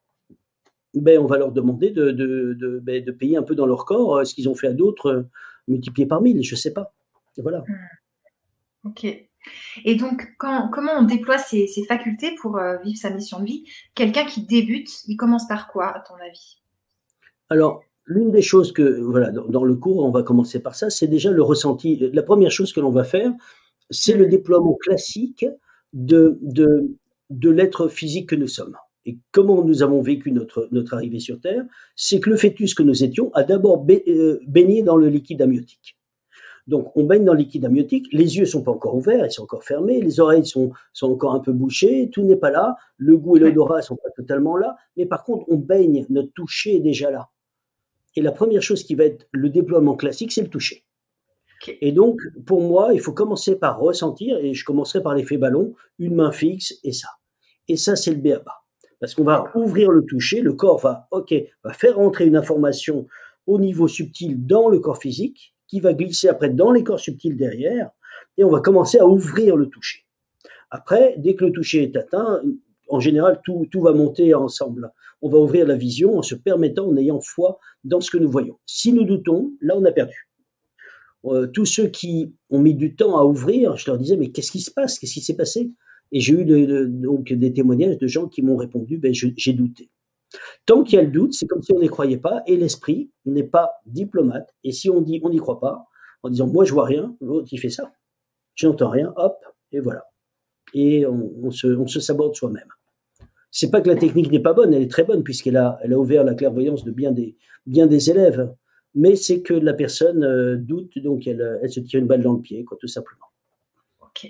ben, on va leur demander de, de, de, ben, de payer un peu dans leur corps euh, ce qu'ils ont fait à d'autres, euh, multiplié par mille, je ne sais pas. Et voilà. Mmh. Ok. Et donc, quand, comment on déploie ses, ses facultés pour euh, vivre sa mission de vie? Quelqu'un qui débute, il commence par quoi, à ton avis? Alors, l'une des choses que, voilà, dans, dans le cours, on va commencer par ça, c'est déjà le ressenti. La première chose que l'on va faire, c'est mmh. le déploiement classique de, de, de l'être physique que nous sommes. Et comment nous avons vécu notre, notre arrivée sur Terre? C'est que le fœtus que nous étions a d'abord baigné dans le liquide amniotique. Donc, on baigne dans le liquide amniotique, les yeux ne sont pas encore ouverts, ils sont encore fermés, les oreilles sont, sont encore un peu bouchées, tout n'est pas là, le goût et l'odorat ne sont pas totalement là, mais par contre, on baigne, notre toucher est déjà là. Et la première chose qui va être le déploiement classique, c'est le toucher. Okay. Et donc, pour moi, il faut commencer par ressentir, et je commencerai par l'effet ballon, une main fixe et ça. Et ça, c'est le b a ba. Parce qu'on va ouvrir le toucher, le corps va, ok, va faire rentrer une information au niveau subtil dans le corps physique, qui va glisser après dans les corps subtils derrière, et on va commencer à ouvrir le toucher. Après, dès que le toucher est atteint, en général, tout, tout va monter ensemble. On va ouvrir la vision en se permettant, en ayant foi dans ce que nous voyons. Si nous doutons, là, on a perdu. Euh, tous ceux qui ont mis du temps à ouvrir, je leur disais, mais qu'est-ce qui se passe? Qu'est-ce qui s'est passé? Et j'ai eu de, de, donc des témoignages de gens qui m'ont répondu, ben, je, j'ai douté. Tant qu'il y a le doute, c'est comme si on n'y croyait pas, et l'esprit n'est pas diplomate. Et si on dit on n'y croit pas, en disant moi je vois rien, l'autre il fait ça, je n'entends rien, hop, et voilà. Et on, on, se, on se saborde soi-même. C'est pas que la technique n'est pas bonne, elle est très bonne puisqu'elle a, elle a ouvert la clairvoyance de bien des, bien des élèves, mais c'est que la personne euh, doute, donc elle, elle se tire une balle dans le pied, quoi, tout simplement. Ok.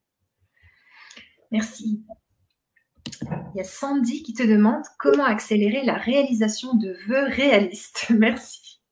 Merci. Il y a Sandy qui te demande comment accélérer la réalisation de vœux réalistes. Merci.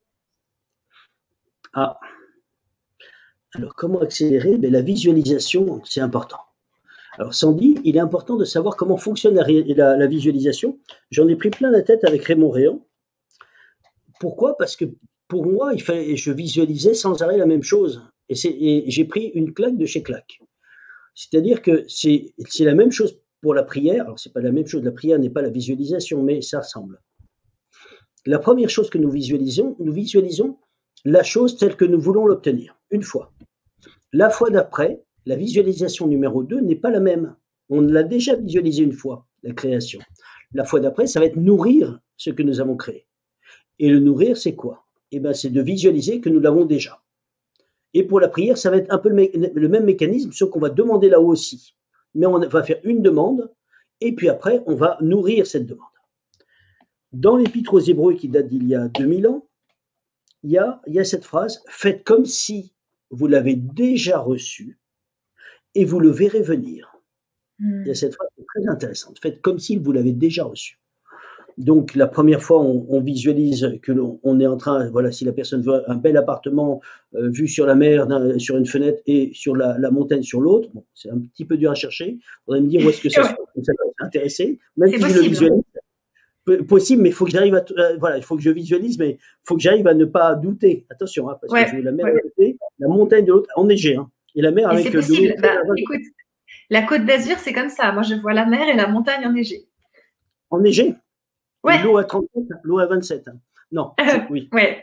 Ah. Alors, comment accélérer? Ben, la visualisation, c'est important. Alors, Sandy, il est important de savoir comment fonctionne la, la, la visualisation. J'en ai pris plein la tête avec Raymond Réan. Pourquoi? Parce que pour moi, il fallait, je visualisais sans arrêt la même chose. Et, c'est, et j'ai pris une claque de chez claque. C'est-à-dire que c'est, c'est la même chose pour la prière. Alors, c'est pas la même chose. La prière n'est pas la visualisation, mais ça ressemble. La première chose que nous visualisons, nous visualisons la chose telle que nous voulons l'obtenir, une fois. La fois d'après, la visualisation numéro deux n'est pas la même. On l'a déjà visualisé une fois, la création. La fois d'après, ça va être nourrir ce que nous avons créé. Et le nourrir, c'est quoi? Eh bien, c'est de visualiser que nous l'avons déjà. Et pour la prière, ça va être un peu le, mé- le même mécanisme, sauf qu'on va demander là-haut aussi. Mais on va faire une demande, et puis après, on va nourrir cette demande. Dans l'Épître aux Hébreux qui date d'il y a deux mille ans, il y a, il y a cette phrase « Faites comme si vous l'avez déjà reçu et vous le verrez venir. Mmh. » Il y a cette phrase très intéressante. « Faites comme si vous l'avez déjà reçu. » Donc, la première fois, on, on visualise que l'on on est en train, voilà, si la personne veut un bel appartement euh, vu sur la mer, sur une fenêtre et sur la, la montagne sur l'autre, bon, c'est un petit peu dur à chercher. On va me dire où est-ce que ça, ouais. ça va intéresser. Même si je le visualise, possible, mais il faut que j'arrive à, euh, voilà, il faut que je visualise, mais il faut que j'arrive à ne pas douter. Attention, hein, parce ouais, que je veux la mer ouais. d'un côté, la montagne de l'autre, enneigée, hein, et la mer et avec c'est possible. De bah, écoute, la Côte d'Azur, c'est comme ça. Moi, je vois la mer et la montagne enneigée. Enneigée. Ouais. L'eau à trente-sept, l'eau à vingt-sept. Hein. Non, oui. Ouais.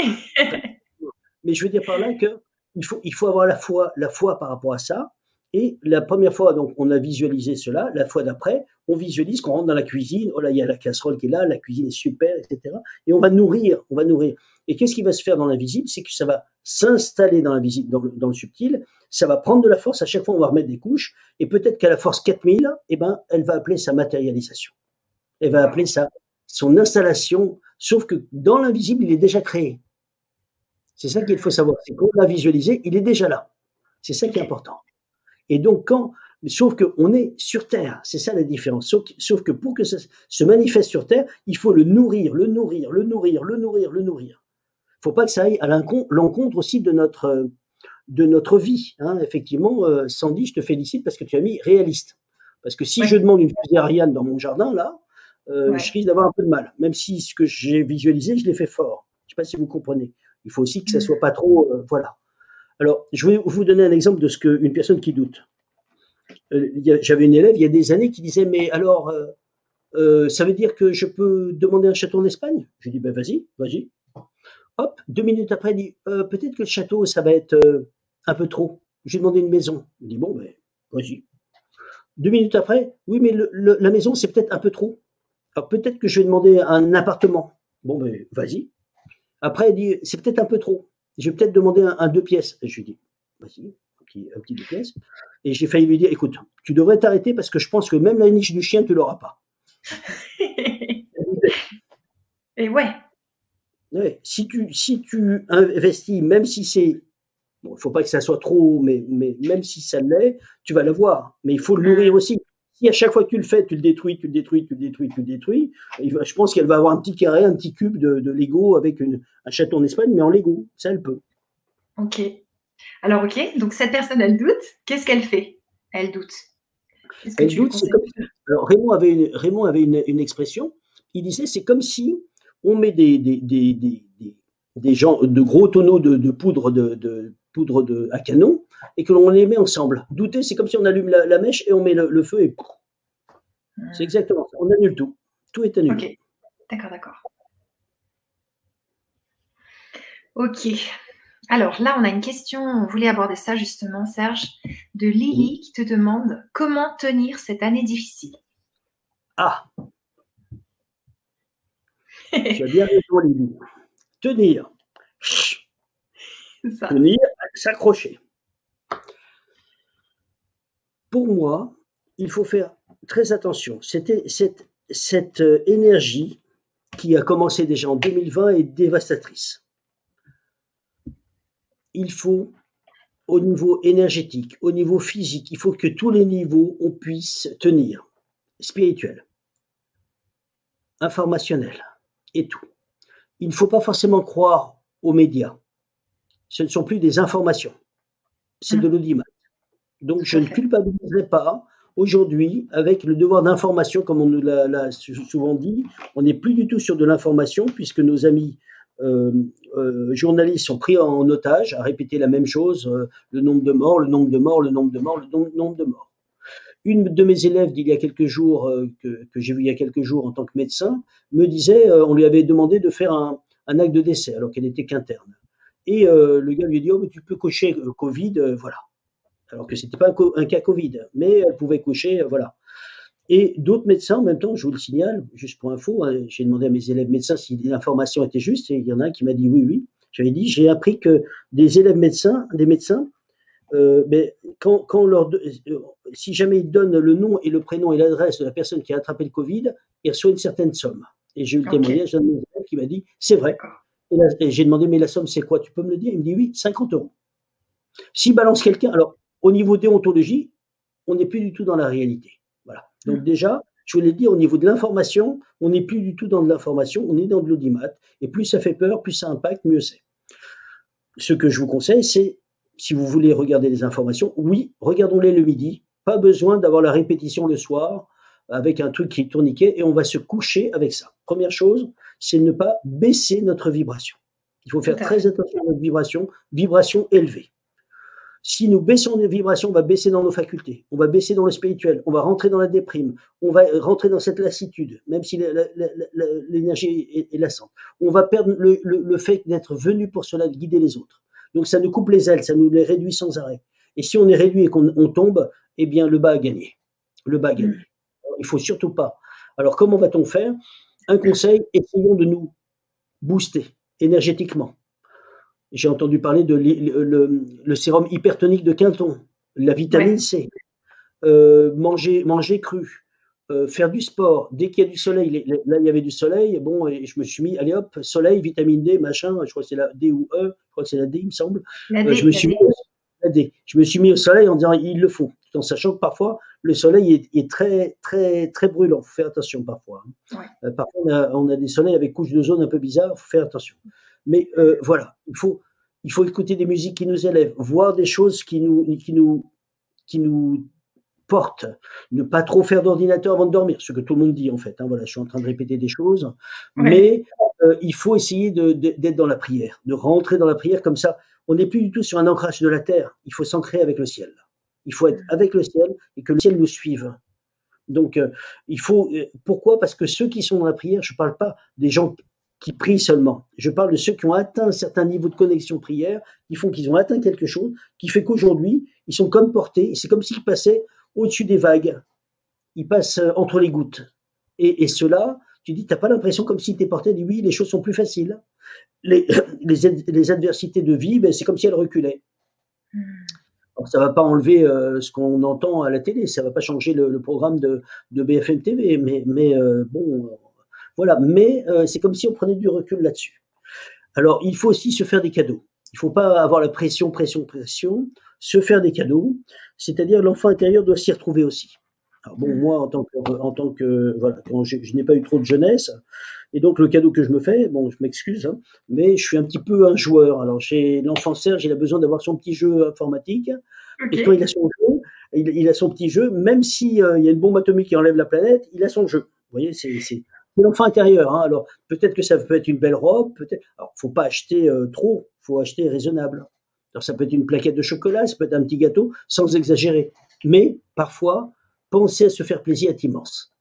Mais je veux dire par là que il faut, il faut avoir la foi, la foi par rapport à ça. Et la première fois, donc, on a visualisé cela. La fois d'après, on visualise qu'on rentre dans la cuisine. Oh là, il y a la casserole qui est là, la cuisine est super, et cetera. Et on va nourrir, on va nourrir. Et qu'est-ce qui va se faire dans l'invisible? C'est que ça va s'installer dans l'invisible, dans le, dans le subtil. Ça va prendre de la force. À chaque fois, on va remettre des couches. Et peut-être qu'à la force quatre mille, eh ben, elle va appeler sa matérialisation. Elle va appeler ça son installation. Sauf que dans l'invisible, il est déjà créé. C'est ça qu'il faut savoir. C'est qu'on l'a visualisé, il est déjà là. C'est ça qui est important. Et donc, quand, sauf qu'on est sur Terre, c'est ça la différence. Sauf, sauf que pour que ça se manifeste sur Terre, il faut le nourrir, le nourrir, le nourrir, le nourrir, le nourrir. Il ne faut pas que ça aille à l'encontre aussi de notre, de notre vie. Hein. Effectivement, euh, Sandy, je te félicite parce que tu as mis réaliste. Parce que si ouais. je demande une fusée Ariane dans mon jardin, là, euh, ouais. je risque d'avoir un peu de mal. Même si ce que j'ai visualisé, je l'ai fait fort. Je ne sais pas si vous comprenez. Il faut aussi que ça ne soit pas trop... Euh, voilà. Alors, je vais vous donner un exemple de ce qu'une personne qui doute. Euh, J'avais une élève il y a des années qui disait « Mais alors, euh, euh, ça veut dire que je peux demander un château en Espagne ?» Je lui ai dit ben, « Vas-y, vas-y. » Hop, deux minutes après, elle dit euh, « Peut-être que le château, ça va être euh, un peu trop. Je lui ai demandé une maison. » Je lui ai dit « Bon, ben, vas-y. » Deux minutes après, « Oui, mais le, le, la maison, c'est peut-être un peu trop. Alors, peut-être que je vais demander un appartement. » Bon, ben, vas-y. Après, elle dit « C'est peut-être un peu trop. Je vais peut-être demander un, un deux pièces. » Je lui dis, vas-y, un petit, un petit deux pièces. Et j'ai failli lui dire, écoute, tu devrais t'arrêter parce que je pense que même la niche du chien, tu l'auras pas. Et ouais. ouais. Si tu, si tu investis, même si c'est, bon, il faut pas que ça soit trop, mais, mais même si ça l'est, tu vas l'avoir. Mais il faut le nourrir aussi. Si à chaque fois que tu le fais, tu le détruis, tu le détruis, tu le détruis, tu le détruis, je pense qu'elle va avoir un petit carré, un petit cube de, de Lego avec une, un château en Espagne, mais en Lego. Ça, elle peut. Ok. Alors, ok. Donc, cette personne, elle doute. Qu'est-ce qu'elle fait? Elle doute. Qu'est-ce que elle tu doute, c'est comme... Alors, Raymond avait, une, Raymond avait une, une expression. Il disait, c'est comme si on met des, des, des, des, des, des gens, de gros tonneaux de, de poudre de, de poudre de, à canon et que l'on les met ensemble. Douter, c'est comme si on allume la, la mèche et on met le, le feu et C'est exactement ça. On annule tout. Tout est annulé. Ok, d'accord, d'accord. Ok. Alors là, on a une question, on voulait aborder ça justement, Serge, de Lily qui te demande comment tenir cette année difficile. Ah, tu as bien raison, Lily. Tenir. Ça. Tenir, s'accrocher. Pour moi, il faut faire très attention. C'était cette, cette énergie qui a commencé déjà en deux mille vingt est dévastatrice. Il faut, au niveau énergétique, au niveau physique, il faut que tous les niveaux, on puisse tenir. Spirituel, informationnel et tout. Il ne faut pas forcément croire aux médias. Ce ne sont plus des informations, c'est de l'audimat. Donc je ne culpabiliserai pas aujourd'hui avec le devoir d'information, comme on nous l'a souvent dit. On n'est plus du tout sur de l'information puisque nos amis euh, euh, journalistes sont pris en otage à répéter la même chose, euh, le nombre de morts, le nombre de morts, le nombre de morts, le nombre de morts. Une de mes élèves d'il y a quelques jours, euh, que, que j'ai vu il y a quelques jours en tant que médecin, me disait, euh, on lui avait demandé de faire un, un acte de décès alors qu'elle n'était qu'interne. Et euh, le gars lui a dit, oh, mais tu peux cocher euh, Covid, euh, voilà. Alors que ce n'était pas un, un, cas Covid, mais elle pouvait cocher, euh, voilà. Et d'autres médecins, en même temps, je vous le signale, juste pour info, hein, j'ai demandé à mes élèves médecins si l'information était juste, et il y en a un qui m'a dit oui, oui. J'avais dit, j'ai appris que des élèves médecins, des médecins, euh, mais quand, quand leur, euh, si jamais ils donnent le nom et le prénom et l'adresse de la personne qui a attrapé le Covid, ils reçoivent une certaine somme. Et j'ai eu le okay. témoignage d'un de mes élèves qui m'a dit, c'est vrai. Et, et j'ai demandé, mais la somme, c'est quoi? Tu peux me le dire? Il me dit, oui, cinquante euros. S'il balance quelqu'un, alors, au niveau déontologie, on n'est plus du tout dans la réalité. Voilà. Donc, mmh. déjà, je vous l'ai dit, au niveau de l'information, on n'est plus du tout dans de l'information, on est dans de l'audimat. Et plus ça fait peur, plus ça impacte, mieux c'est. Ce que je vous conseille, c'est, si vous voulez regarder les informations, oui, regardons-les le midi. Pas besoin d'avoir la répétition le soir avec un truc qui est tourniquet et on va se coucher avec ça. Première chose, c'est ne pas baisser notre vibration. Il faut faire très attention à notre vibration, vibration élevée. Si nous baissons nos vibrations, on va baisser dans nos facultés, on va baisser dans le spirituel, on va rentrer dans la déprime, on va rentrer dans cette lassitude, même si l'énergie est, est lassante. On va perdre le, le, le fait d'être venu pour cela, de guider les autres. Donc ça nous coupe les ailes, ça nous les réduit sans arrêt. Et si on est réduit et qu'on on tombe, eh bien le bas a gagné. Le bas a gagné. Alors, il ne faut surtout pas. Alors comment va-t-on faire? Un conseil, essayons de nous booster énergétiquement. J'ai entendu parler de le, le, le sérum hypertonique de Quinton, la vitamine ouais. C, euh, manger, manger cru, euh, faire du sport. Dès qu'il y a du soleil, là il y avait du soleil, bon, et je me suis mis, allez hop, soleil, vitamine D, machin, je crois que c'est la D ou E, je crois que c'est la D, il me semble. La D, euh, je me suis mis la D. Je me suis mis au soleil en disant il le faut, tout en sachant que parfois le soleil est, est très, très, très brûlant. Il faut faire attention parfois. Hein. Ouais. Euh, parfois on a, on a des soleils avec couches d'ozone un peu bizarres, il faut faire attention. Mais euh, voilà, il faut, il faut écouter des musiques qui nous élèvent, voir des choses qui nous, qui nous, qui nous portent, ne pas trop faire d'ordinateur avant de dormir, ce que tout le monde dit en fait. Hein, voilà, je suis en train de répéter des choses, ouais. mais euh, il faut essayer de, de, d'être dans la prière, de rentrer dans la prière comme ça. On n'est plus du tout sur un ancrage de la terre, il faut s'ancrer avec le ciel. Il faut être avec le ciel et que le ciel nous suive. Donc, euh, il faut. Euh, pourquoi? Parce que ceux qui sont dans la prière, je ne parle pas des gens qui prient seulement. Je parle de ceux qui ont atteint un certain niveau de connexion prière, qui font qu'ils ont atteint quelque chose, qui fait qu'aujourd'hui, ils sont comme portés, c'est comme s'ils passaient au-dessus des vagues. Ils passent entre les gouttes. Et, et cela, tu dis, tu n'as pas l'impression comme si tu es porté, dis oui, les choses sont plus faciles. Les, les, les adversités de vie, ben, c'est comme si elles reculaient. Alors, ça ne va pas enlever euh, ce qu'on entend à la télé, ça ne va pas changer le, le programme de, de B F M T V, mais, mais euh, bon... Euh, Voilà, mais euh, c'est comme si on prenait du recul là-dessus. Alors, il faut aussi se faire des cadeaux. Il ne faut pas avoir la pression, pression, pression, se faire des cadeaux, c'est-à-dire l'enfant intérieur doit s'y retrouver aussi. Alors bon, moi, en tant que, en tant que voilà, je, je n'ai pas eu trop de jeunesse, et donc le cadeau que je me fais, bon, je m'excuse, hein, mais je suis un petit peu un joueur. Alors, chez l'enfant Serge, il a besoin d'avoir son petit jeu informatique, okay. Et quand il a son jeu, il, il a son petit jeu, même s'il euh, y a une bombe atomique qui enlève la planète, il a son jeu. Vous voyez, c'est... c'est C'est l'enfant intérieur. Hein. Alors, peut-être que ça peut être une belle robe. Peut-être. Alors, faut pas acheter euh, trop. Faut acheter raisonnable. Alors, ça peut être une plaquette de chocolat, ça peut être un petit gâteau, sans exagérer. Mais, parfois, penser à se faire plaisir est immense.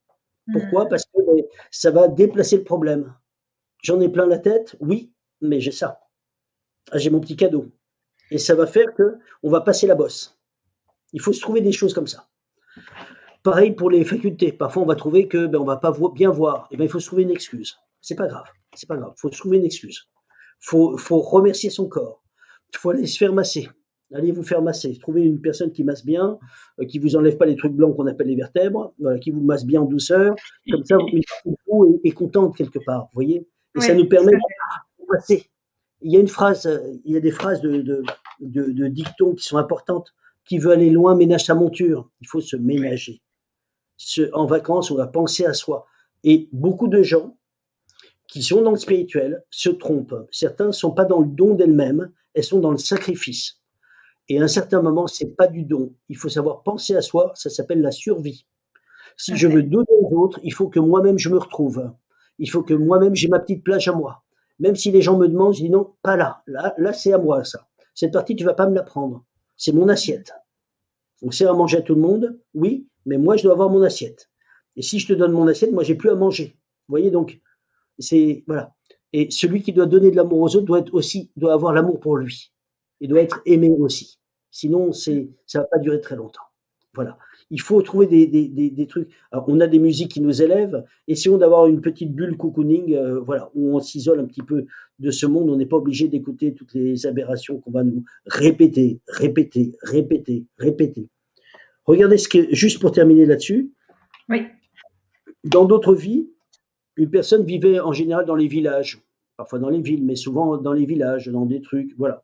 Pourquoi? Mmh. Parce que ben, ça va déplacer le problème. J'en ai plein la tête, oui, mais j'ai ça. Ah, j'ai mon petit cadeau. Et ça va faire que on va passer la bosse. Il faut se trouver des choses comme ça. Pareil pour les facultés. Parfois, on va trouver que ben, on va pas vo- bien voir. Et ben, il faut se trouver une excuse. C'est pas grave. C'est pas grave. Il faut se trouver une excuse. Faut, faut remercier son corps. Il faut aller se faire masser. Allez vous faire masser. Trouvez une personne qui masse bien, euh, qui vous enlève pas les trucs blancs qu'on appelle les vertèbres, voilà, qui vous masse bien en douceur. Comme ça, une partie de vous est, est contente quelque part. Vous voyez. Et ça Oui, nous permet tout à de passer. Il y a une phrase, euh, il y a des phrases de, de, de, de dictons qui sont importantes. Qui veut aller loin ménage sa monture. Il faut se ménager. Se, en vacances, on va penser à soi. Et beaucoup de gens qui sont dans le spirituel se trompent. Certains ne sont pas dans le don d'elles-mêmes, elles sont dans le sacrifice. Et à un certain moment, c'est pas du don. Il faut savoir penser à soi, ça s'appelle la survie. Si je veux fait. donner aux autres, il faut que moi-même je me retrouve. Il faut que moi-même j'ai ma petite plage à moi. Même si les gens me demandent, je dis non, pas là. Là, là c'est à moi ça. Cette partie, tu vas pas me la prendre. C'est mon assiette. On sert à manger à tout le monde, oui, mais moi, je dois avoir mon assiette. Et si je te donne mon assiette, moi, j'ai plus à manger. Vous voyez, donc, c'est, voilà. Et celui qui doit donner de l'amour aux autres doit être aussi, doit avoir l'amour pour lui. Il doit être aimé aussi. Sinon, c'est, ça va pas durer très longtemps. Voilà. Il faut trouver des, des, des, des trucs. Alors, on a des musiques qui nous élèvent. Essayons d'avoir une petite bulle cocooning, euh, voilà, où on s'isole un petit peu de ce monde. On n'est pas obligé d'écouter toutes les aberrations qu'on va nous répéter, répéter, répéter, répéter. Regardez ce que, juste pour terminer là-dessus. Oui. Dans d'autres vies, une personne vivait en général dans les villages, parfois dans les villes, mais souvent dans les villages, dans des trucs, voilà.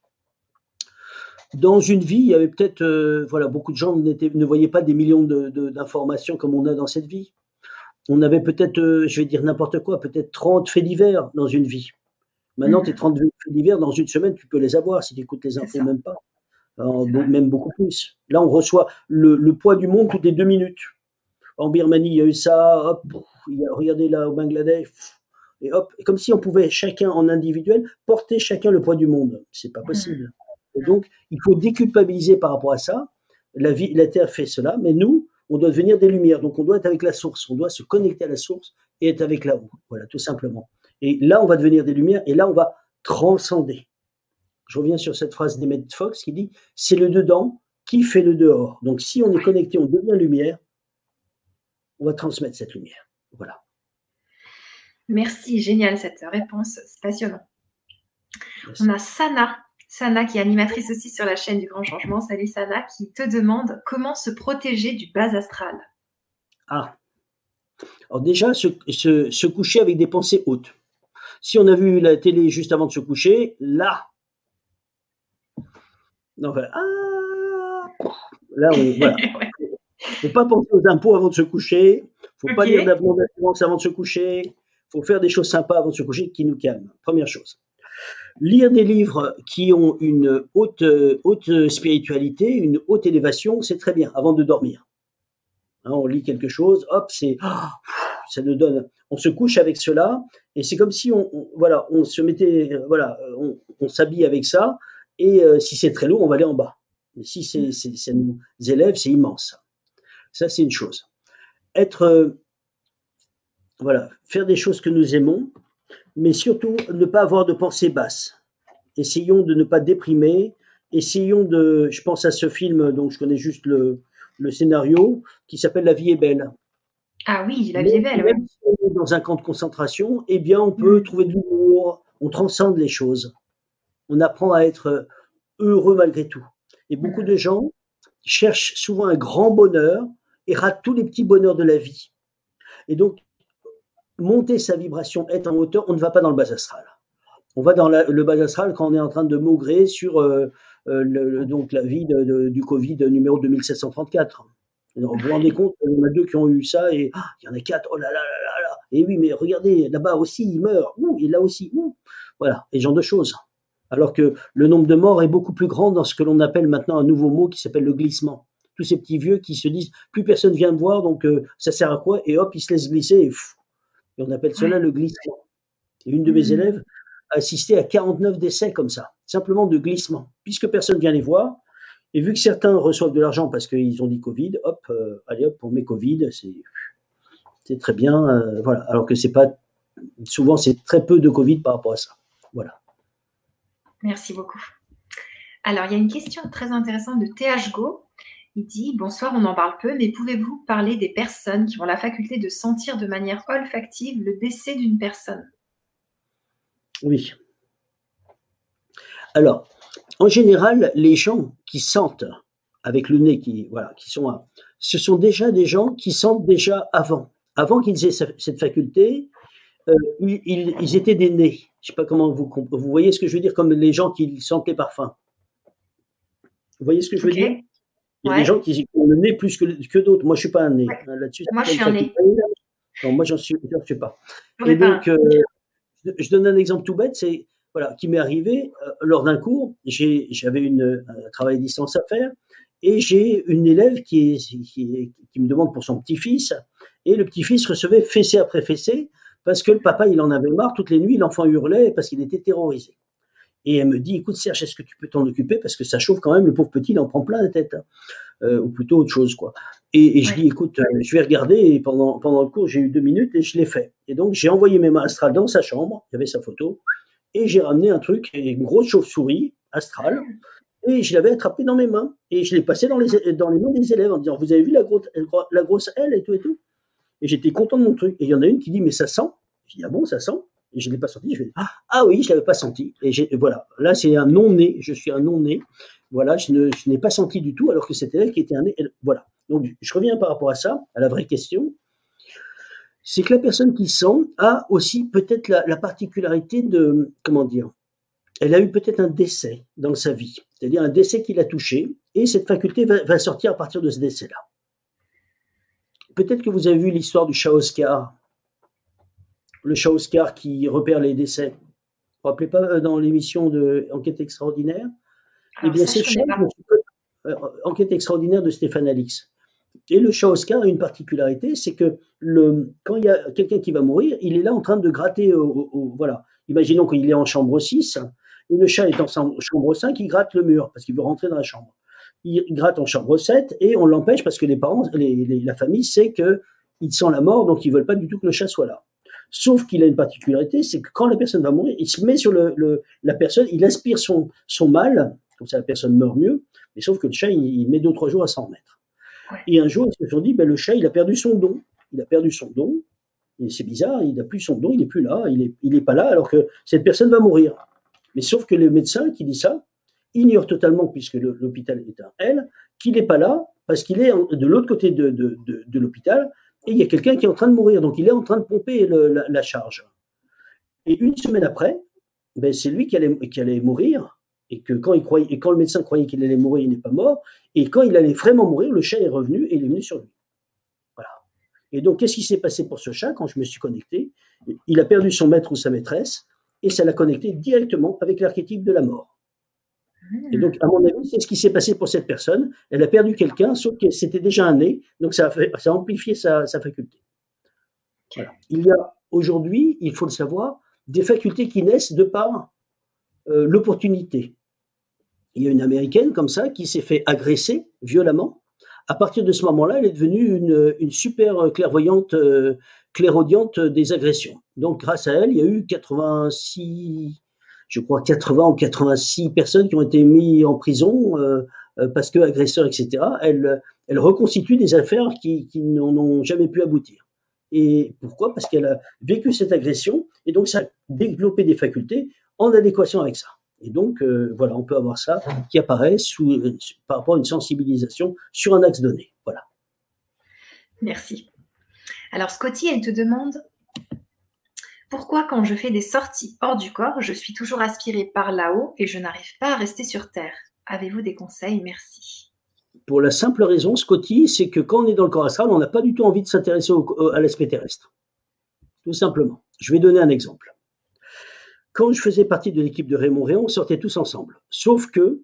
Dans une vie, il y avait peut-être, euh, voilà, beaucoup de gens ne voyaient pas des millions de, de, d'informations comme on a dans cette vie. On avait peut-être, euh, je vais dire n'importe quoi, peut-être trente faits divers dans une vie. Maintenant, tes Mmh. trente faits divers, dans une semaine, tu peux les avoir si tu écoutes les C'est infos, ça, même pas. Alors, c'est bon, vrai. même beaucoup plus. Là, on reçoit le, le poids du monde toutes les deux minutes. En Birmanie, il y a eu ça, hop, il y a, regardez là au Bangladesh, et hop, comme si on pouvait chacun en individuel porter chacun le poids du monde. C'est pas Mmh. possible. Et donc, il faut déculpabiliser par rapport à ça. La vie, la Terre fait cela, mais nous, on doit devenir des lumières. Donc, on doit être avec la source. On doit se connecter à la source et être avec là-haut. Voilà, tout simplement. Et là, on va devenir des lumières et là, on va transcender. Je reviens sur cette phrase d'Emmett Fox qui dit c'est le dedans qui fait le dehors. Donc, si on est connecté, on devient lumière. On va transmettre cette lumière. Voilà. Merci, génial cette réponse, c'est passionnant. Merci. On a Sana, Sana qui est animatrice aussi sur la chaîne du Grand Changement. Salut Sana, qui te demande comment se protéger du bas astral. Ah. Alors déjà, se, se, se coucher avec des pensées hautes. Si on a vu la télé juste avant de se coucher, là, non, enfin, ah, là, on, voilà. Ouais. Faut pas penser aux impôts avant de se coucher. Faut pas lire Ok. d'avenant d'assurance avant de se coucher. Faut faire des choses sympas avant de se coucher qui nous calment. Première chose. Lire des livres qui ont une haute, haute spiritualité, une haute élévation, c'est très bien avant de dormir. Hein, on lit quelque chose, hop, c'est, ça nous donne, on se couche avec cela, et c'est comme si on, on voilà, on se mettait, voilà, on, on s'habille avec ça, et euh, si c'est très lourd, on va aller en bas. Mais si c'est, c'est, ça nous élève, c'est immense. Ça, c'est une chose. Être, euh, voilà, faire des choses que nous aimons, mais surtout ne pas avoir de pensée basse. Essayons de ne pas déprimer. Essayons de, je pense à ce film, donc je connais juste le, le scénario, qui s'appelle La vie est belle. Ah oui, la vie est Même, belle, même oui. si on est dans un camp de concentration, eh bien, on peut Mmh. trouver de l'humour, on transcende les choses. On apprend à être heureux malgré tout. Et beaucoup de Mmh. gens cherchent souvent un grand bonheur et ratent tous les petits bonheurs de la vie. Et donc, monter sa vibration, être en hauteur, on ne va pas dans le bas astral. On va dans la, le bas astral quand on est en train de maugrer sur euh, euh, le, donc la vie de, de, du Covid numéro deux mille sept cent trente-quatre. Alors, vous vous rendez compte, il y en a deux qui ont eu ça et ah, il y en a quatre, oh là là là là là. Et oui, mais regardez, là-bas aussi, il meurt, ouh, et là aussi, ouh. Voilà, et ce genre de choses. Alors que le nombre de morts est beaucoup plus grand dans ce que l'on appelle maintenant un nouveau mot qui s'appelle le glissement. Tous ces petits vieux qui se disent, plus personne vient me voir, donc euh, ça sert à quoi? Et hop, ils se laissent glisser et, pff, et on appelle cela Ouais. le glissement. Et une de mes Mmh. élèves a assisté à quarante-neuf décès comme ça, simplement de glissement, puisque personne vient les voir. Et vu que certains reçoivent de l'argent parce qu'ils ont dit Covid, hop, euh, allez hop, on met Covid, c'est... c'est très bien, euh, voilà. Alors que c'est pas, souvent c'est très peu de Covid par rapport à ça, voilà. Merci beaucoup. Alors, il y a une question très intéressante de T H Go. Il dit « Bonsoir, on en parle peu, mais pouvez-vous parler des personnes qui ont la faculté de sentir de manière olfactive le décès d'une personne ?» Oui. Alors, en général, les gens qui sentent avec le nez, qui, voilà, qui sont, ce sont déjà des gens qui sentent déjà avant. Avant qu'ils aient cette faculté, euh, ils, ils, ils étaient des nez. Je ne sais pas comment vous, vous voyez ce que je veux dire, comme les gens qui sentent les parfums. Vous voyez ce que je veux okay. dire? Il y a ouais. des gens qui ont le nez plus que, que d'autres. Moi, je ne suis pas un nez. Ouais. Hein, là-dessus, moi, je suis un nez. Non, moi, j'en suis, suis pas. J'en Et donc, pas euh, je, je donne un exemple tout bête, c'est voilà, qui m'est arrivé euh, lors d'un cours. J'avais un travail à distance à faire et j'ai une élève qui, est, qui, qui me demande pour son petit-fils. Et le petit-fils recevait fessée après fessée parce que le papa, il en avait marre. Toutes les nuits, l'enfant hurlait parce qu'il était terrorisé. Et elle me dit, écoute Serge, est-ce que tu peux t'en occuper parce que ça chauffe quand même, le pauvre petit, il en prend plein la tête. Hein. Euh, ou plutôt autre chose, quoi. Et, et je ouais. dis, écoute, euh, je vais regarder, et pendant, pendant le cours, j'ai eu deux minutes, et je l'ai fait. Et donc, j'ai envoyé mes mains astrales dans sa chambre, il y avait sa photo, et j'ai ramené un truc, une grosse chauve-souris astrale, et je l'avais attrapé dans mes mains, et je l'ai passé dans les, dans les mains des élèves, en disant, vous avez vu la grosse, la grosse aile, et tout, et tout. Et j'étais content de mon truc. Et il y en a une qui dit, mais ça sent. Je dis, ah bon, ça sent? Et je ne l'ai pas senti. Je dis, ah, ah oui, je ne l'avais pas senti. Et, et voilà, là, c'est un non-né, je suis un non-né. Voilà, je, ne, je n'ai pas senti du tout, alors que cet élève qui était un nez. Voilà. Donc, je reviens par rapport à ça, à la vraie question. C'est que la personne qui sent a aussi peut-être la, la particularité de, comment dire, elle a eu peut-être un décès dans sa vie, c'est-à-dire un décès qui l'a touché, et cette faculté va, va sortir à partir de ce décès-là. Peut-être que vous avez vu l'histoire du chat Oscar, le chat Oscar qui repère les décès. Vous ne vous rappelez pas dans l'émission de Enquête extraordinaire? Alors, eh bien, c'est chat, euh, Enquête extraordinaire de Stéphane Alix. Et le chat Oscar a une particularité, c'est que le, quand il y a quelqu'un qui va mourir, il est là en train de gratter. Au, au, au, voilà. Imaginons qu'il est en chambre six, et le chat est en chambre cinq, il gratte le mur parce qu'il veut rentrer dans la chambre. Il gratte en chambre sept et on l'empêche parce que les parents, les, les, la famille sait qu'il sent la mort, donc ils ne veulent pas du tout que le chat soit là. Sauf qu'il a une particularité, c'est que quand la personne va mourir, il se met sur le, le, la personne, il aspire son, son mal, comme ça la personne meurt mieux, mais sauf que le chat, il, il met deux, trois jours à s'en remettre. Ouais. Et un jour, ils se sont dit, ben, le chat, il a perdu son don. Il a perdu son don, et c'est bizarre, il n'a plus son don, il n'est plus là, il n'est il est pas là, alors que cette personne va mourir. Mais sauf que le médecin qui dit ça, ignore totalement, puisque le, l'hôpital est un L, qu'il n'est pas là, parce qu'il est de l'autre côté de, de, de, de l'hôpital, et il y a quelqu'un qui est en train de mourir, donc il est en train de pomper le, la, la charge. Et une semaine après, ben c'est lui qui allait, qui allait mourir, et que quand, il croyait, et quand le médecin croyait qu'il allait mourir, il n'est pas mort, et quand il allait vraiment mourir, le chat est revenu, et il est venu sur lui. Voilà. Et donc, qu'est-ce qui s'est passé pour ce chat quand je me suis connecté? Il a perdu son maître ou sa maîtresse, et ça l'a connecté directement avec l'archétype de la mort. Et donc, à mon avis, c'est ce qui s'est passé pour cette personne. Elle a perdu quelqu'un, sauf que c'était déjà un nez, donc ça a, fait, ça a amplifié sa, sa faculté. Voilà. Il y a aujourd'hui, il faut le savoir, des facultés qui naissent de par euh, l'opportunité. Il y a une Américaine comme ça qui s'est fait agresser violemment. À partir de ce moment-là, elle est devenue une, une super clairvoyante, euh, clairaudiente des agressions. Donc, grâce à elle, il y a eu quatre-vingt-six... je crois quatre-vingts ou quatre-vingt-six personnes qui ont été mises en prison euh, parce que agresseurs, et cetera. Elle, elle reconstitue des affaires qui, qui n'ont jamais pu aboutir. Et pourquoi? Parce qu'elle a vécu cette agression et donc ça a développé des facultés en adéquation avec ça. Et donc, euh, voilà, on peut avoir ça qui apparaît sous, par rapport à une sensibilisation sur un axe donné. Voilà. Merci. Alors, Scotty, elle te demande... Pourquoi, quand je fais des sorties hors du corps, je suis toujours aspirée par là-haut et je n'arrive pas à rester sur Terre? Avez-vous des conseils? Merci. Pour la simple raison, Scotty, c'est que quand on est dans le corps astral, on n'a pas du tout envie de s'intéresser au, à l'aspect terrestre. Tout simplement. Je vais donner un exemple. Quand je faisais partie de l'équipe de Raymond Réon, on sortait tous ensemble. Sauf que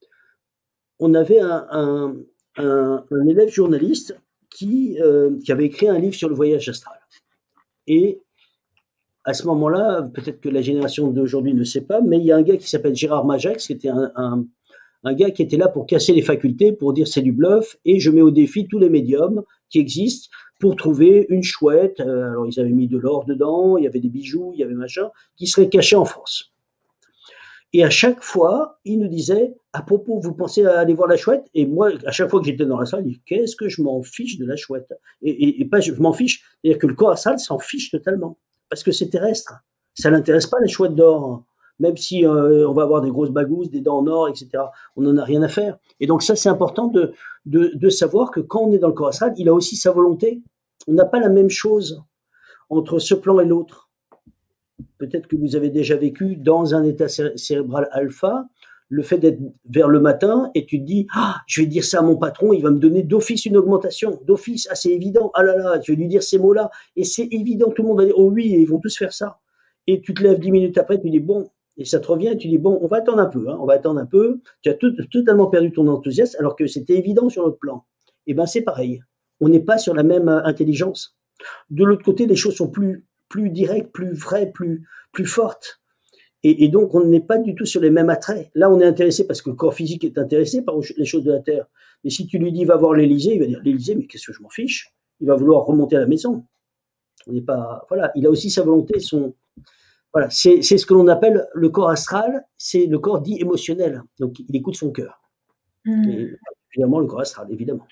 on avait un, un, un, un élève journaliste qui, euh, qui avait écrit un livre sur le voyage astral. Et à ce moment-là, peut-être que la génération d'aujourd'hui ne sait pas, mais il y a un gars qui s'appelle Gérard Majax, qui était un, un, un gars qui était là pour casser les facultés, pour dire c'est du bluff, et je mets au défi tous les médiums qui existent pour trouver une chouette. Euh, alors ils avaient mis de l'or dedans, il y avait des bijoux, il y avait machin, qui serait caché en France. Et à chaque fois, il nous disait, à propos, vous pensez à aller voir la chouette? Et moi, à chaque fois que j'étais dans la salle, il dit, qu'est-ce que je m'en fiche de la chouette? Et, et, et pas je m'en fiche, c'est-à-dire que le corps astral s'en fiche totalement, parce que c'est terrestre. Ça l'intéresse pas, les chouettes d'or. Même si euh, on va avoir des grosses bagousses, des dents en or, et cetera. On n'en a rien à faire. Et donc ça, c'est important de, de, de savoir que quand on est dans le corps astral, il a aussi sa volonté. On n'a pas la même chose entre ce plan et l'autre. Peut-être que vous avez déjà vécu dans un état cérébral alpha, le fait d'être vers le matin et tu te dis ah, je vais dire ça à mon patron, il va me donner d'office une augmentation, d'office, ah c'est évident, ah là là, je vais lui dire ces mots-là, et c'est évident, tout le monde va dire oh oui, et ils vont tous faire ça. Et tu te lèves dix minutes après, tu dis bon, et ça te revient, et tu dis bon, on va attendre un peu, hein, on va attendre un peu, tu as tout, totalement perdu ton enthousiasme alors que c'était évident sur l'autre plan. Et bien c'est pareil, on n'est pas sur la même intelligence. De l'autre côté, les choses sont plus plus directes, plus vraies, plus, plus fortes. Et, et donc, on n'est pas du tout sur les mêmes attraits. Là, on est intéressé parce que le corps physique est intéressé par les choses de la Terre. Mais si tu lui dis, va voir l'Élysée, il va dire, l'Élysée, mais qu'est-ce que je m'en fiche? Il va vouloir remonter à la maison. On n'est pas, voilà. Il a aussi sa volonté, son, voilà. C'est, c'est ce que l'on appelle le corps astral, c'est le corps dit émotionnel. Donc, il écoute son cœur. Mmh. Et particulièrement le corps astral, évidemment.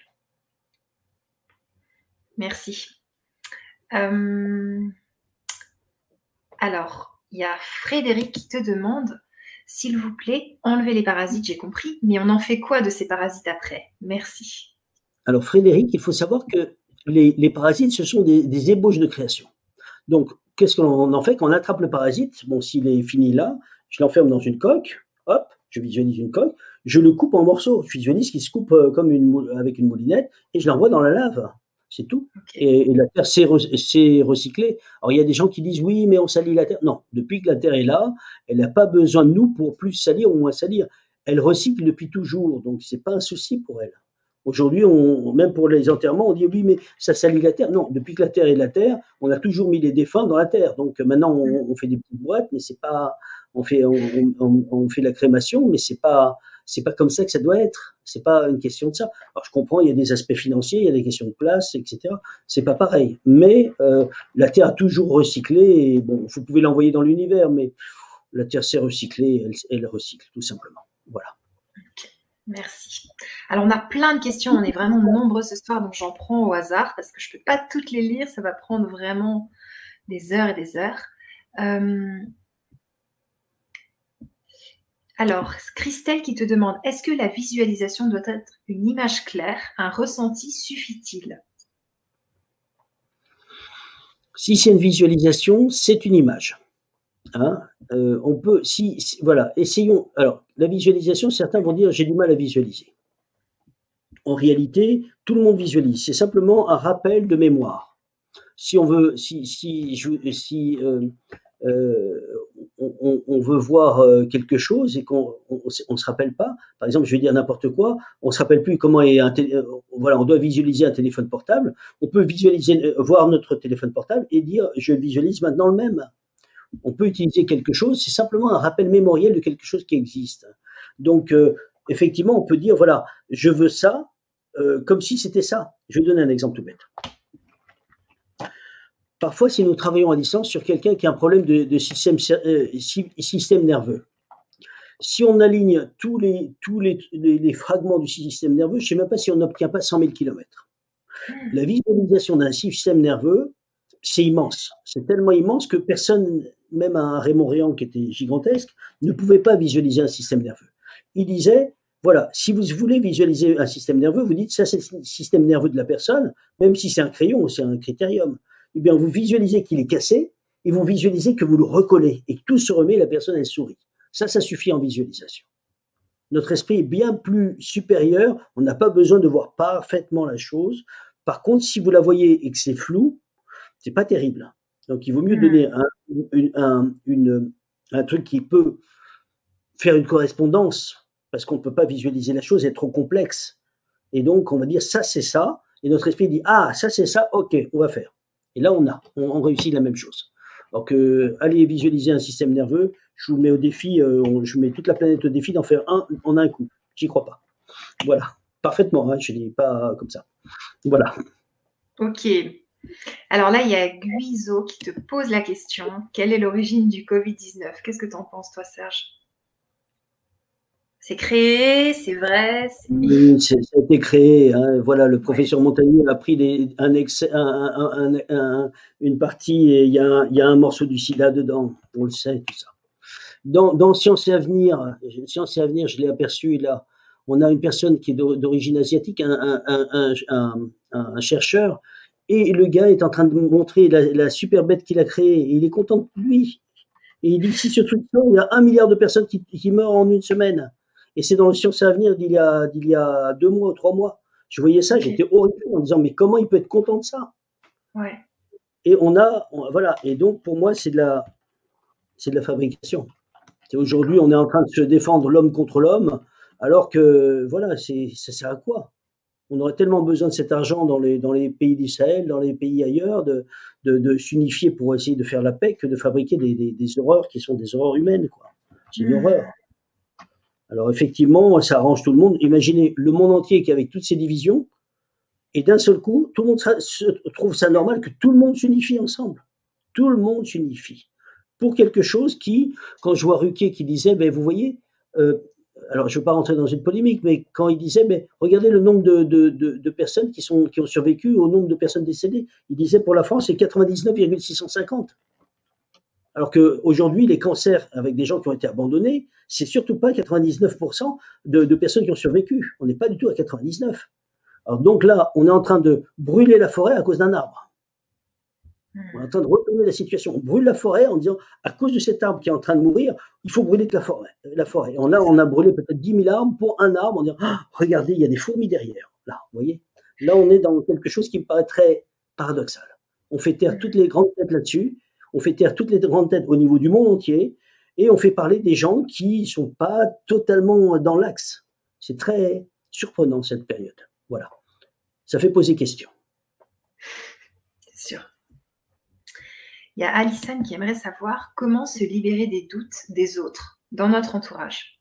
Merci. Euh... Alors, il y a Frédéric qui te demande, s'il vous plaît, enlevez les parasites, j'ai compris, mais on en fait quoi de ces parasites après? Merci. Alors Frédéric, il faut savoir que les, les parasites, ce sont des, des ébauches de création. Donc, qu'est-ce qu'on en fait quand on attrape le parasite? Bon, s'il est fini là, je l'enferme dans une coque, hop, je visualise une coque, je le coupe en morceaux, je visualise qu'il se coupe comme une, avec une moulinette, et je l'envoie dans la lave. C'est tout. Okay. Et, et la Terre s'est recyclée. Alors, il y a des gens qui disent, oui, mais on salit la Terre. Non, depuis que la Terre est là, elle n'a pas besoin de nous pour plus salir ou moins salir. Elle recycle depuis toujours, donc ce n'est pas un souci pour elle. Aujourd'hui, on, même pour les enterrements, on dit, oui, mais ça salit la Terre. Non, depuis que la Terre est la Terre, on a toujours mis les défunts dans la Terre. Donc maintenant, on, on fait des petites boîtes, mais c'est pas... On fait, on, on, on fait la crémation, mais c'est pas... C'est pas comme ça que ça doit être. C'est pas une question de ça. Alors je comprends, il y a des aspects financiers, il y a des questions de place, et cetera. C'est pas pareil. Mais euh, la Terre a toujours recyclé. Et bon, vous pouvez l'envoyer dans l'univers, mais la Terre s'est recyclée, elle, elle recycle tout simplement. Voilà. Okay. Merci. Alors on a plein de questions, on est vraiment nombreux ce soir, donc j'en prends au hasard parce que je peux pas toutes les lire, ça va prendre vraiment des heures et des heures. Euh... Alors, Christelle qui te demande, est-ce que la visualisation doit être une image claire? Un ressenti suffit-il? Si c'est une visualisation, c'est une image. Hein euh, on peut, si, si, voilà, essayons. Alors, la visualisation, certains vont dire, j'ai du mal à visualiser. En réalité, tout le monde visualise. C'est simplement un rappel de mémoire. Si on veut, si, si, si euh, euh, on, on veut voir quelque chose et qu'on ne se rappelle pas, par exemple, je vais dire n'importe quoi, on ne se rappelle plus comment est un télé, voilà, on doit visualiser un téléphone portable, on peut visualiser, voir notre téléphone portable et dire je visualise maintenant le même. On peut utiliser quelque chose, c'est simplement un rappel mémoriel de quelque chose qui existe. Donc, euh, effectivement, on peut dire voilà, je veux ça, euh, comme si c'était ça. Je vais donner un exemple tout bête. Parfois, si nous travaillons à distance sur quelqu'un qui a un problème de, de système, euh, système nerveux, si on aligne tous les, tous les, les, les fragments du système nerveux, je ne sais même pas si on n'obtient pas cent mille kilomètres. La visualisation d'un système nerveux, c'est immense. C'est tellement immense que personne, même un Raymond Réan qui était gigantesque, ne pouvait pas visualiser un système nerveux. Il disait, voilà, si vous voulez visualiser un système nerveux, vous dites, ça c'est le système nerveux de la personne, même si c'est un crayon ou c'est un critérium. Eh bien, vous visualisez qu'il est cassé et vous visualisez que vous le recollez et que tout se remet et la personne, elle sourit. Ça, ça suffit en visualisation. Notre esprit est bien plus supérieur. On n'a pas besoin de voir parfaitement la chose. Par contre, si vous la voyez et que c'est flou, c'est pas terrible. Donc, il vaut mieux donner un, une, un, une, un truc qui peut faire une correspondance parce qu'on ne peut pas visualiser la chose, elle est trop complexe. Et donc, on va dire ça, c'est ça. Et notre esprit dit, ah, ça, c'est ça, ok, on va faire. Et là, on a, on, on réussit la même chose. Donc, euh, allez visualiser un système nerveux, je vous mets au défi, euh, on, je mets toute la planète au défi d'en faire un en un coup. J'y crois pas. Voilà, parfaitement, hein, je dis pas comme ça. Voilà. Ok. Alors là, il y a Guizo qui te pose la question. Quelle est l'origine du covid dix-neuf? Qu'est-ce que tu en penses, toi, Serge? C'est créé, c'est vrai, c'est... Oui, c'est- ça a été créé. Hein, voilà, le Ouais. professeur Montagnier a pris des, un excès- un- un- un- un- une partie et il y, a un- il y a un morceau du sida dedans. On le sait, tout ça. Dans, dans Sciences et Avenir, Sciences et Avenir, je l'ai aperçu là. On a une personne qui est d'o- d'origine asiatique, un, un- un- un- un- un chercheur, et le gars est en train de montrer la, la super bête qu'il a créée. Et il est content de lui. Et il dit si ce truc sort, il y a un milliard de personnes qui, qui meurent en une semaine. Et c'est dans le Sciences et Avenir d'il y a, d'il y a deux mois ou trois mois. Je voyais ça, Ok. j'étais horrifié en disant mais comment il peut être content de ça? Ouais. Et on a, on- voilà. Et donc pour moi c'est de la, c'est de la fabrication. C'est aujourd'hui D'accord. on est en train de se défendre l'homme contre l'homme, alors que voilà, c'est, ça sert à quoi? On aurait tellement besoin de cet argent dans les, dans les pays d'Israël, dans les pays ailleurs, de, de, de s'unifier pour essayer de faire la paix que de fabriquer des, des, des horreurs qui sont des horreurs humaines, quoi. C'est une Hmm. horreur. Alors effectivement, ça arrange tout le monde. Imaginez le monde entier qui avec toutes ces divisions, et d'un seul coup, tout le monde se trouve ça normal que tout le monde s'unifie ensemble. Tout le monde s'unifie pour quelque chose qui, quand je vois Ruquier qui disait, ben vous voyez, euh, alors je ne veux pas rentrer dans une polémique, mais quand il disait, ben, regardez le nombre de, de, de, de personnes qui, sont, qui ont survécu au nombre de personnes décédées, il disait pour la France, c'est quatre-vingt-dix-neuf virgule six cent cinquante. Alors qu'aujourd'hui, les cancers avec des gens qui ont été abandonnés, c'est surtout pas quatre-vingt-dix-neuf pour cent de, de personnes qui ont survécu. On n'est pas du tout à quatre-vingt-dix-neuf. Alors donc là, on est en train de brûler la forêt à cause d'un arbre. On est en train de retourner la situation. On brûle la forêt en disant, à cause de cet arbre qui est en train de mourir, il faut brûler toute la forêt. La forêt. Et là, on a brûlé peut-être dix mille arbres pour un arbre en disant, ah, regardez, il y a des fourmis derrière. Là, vous voyez. Là, on est dans quelque chose qui me paraît très paradoxal. On fait taire toutes les grandes têtes là-dessus. On fait taire toutes les grandes têtes au niveau du monde entier. Et on fait parler des gens qui ne sont pas totalement dans l'axe. C'est très surprenant, cette période. Voilà. Ça fait poser question. C'est sûr. Il y a Alison qui aimerait savoir comment se libérer des doutes des autres dans notre entourage.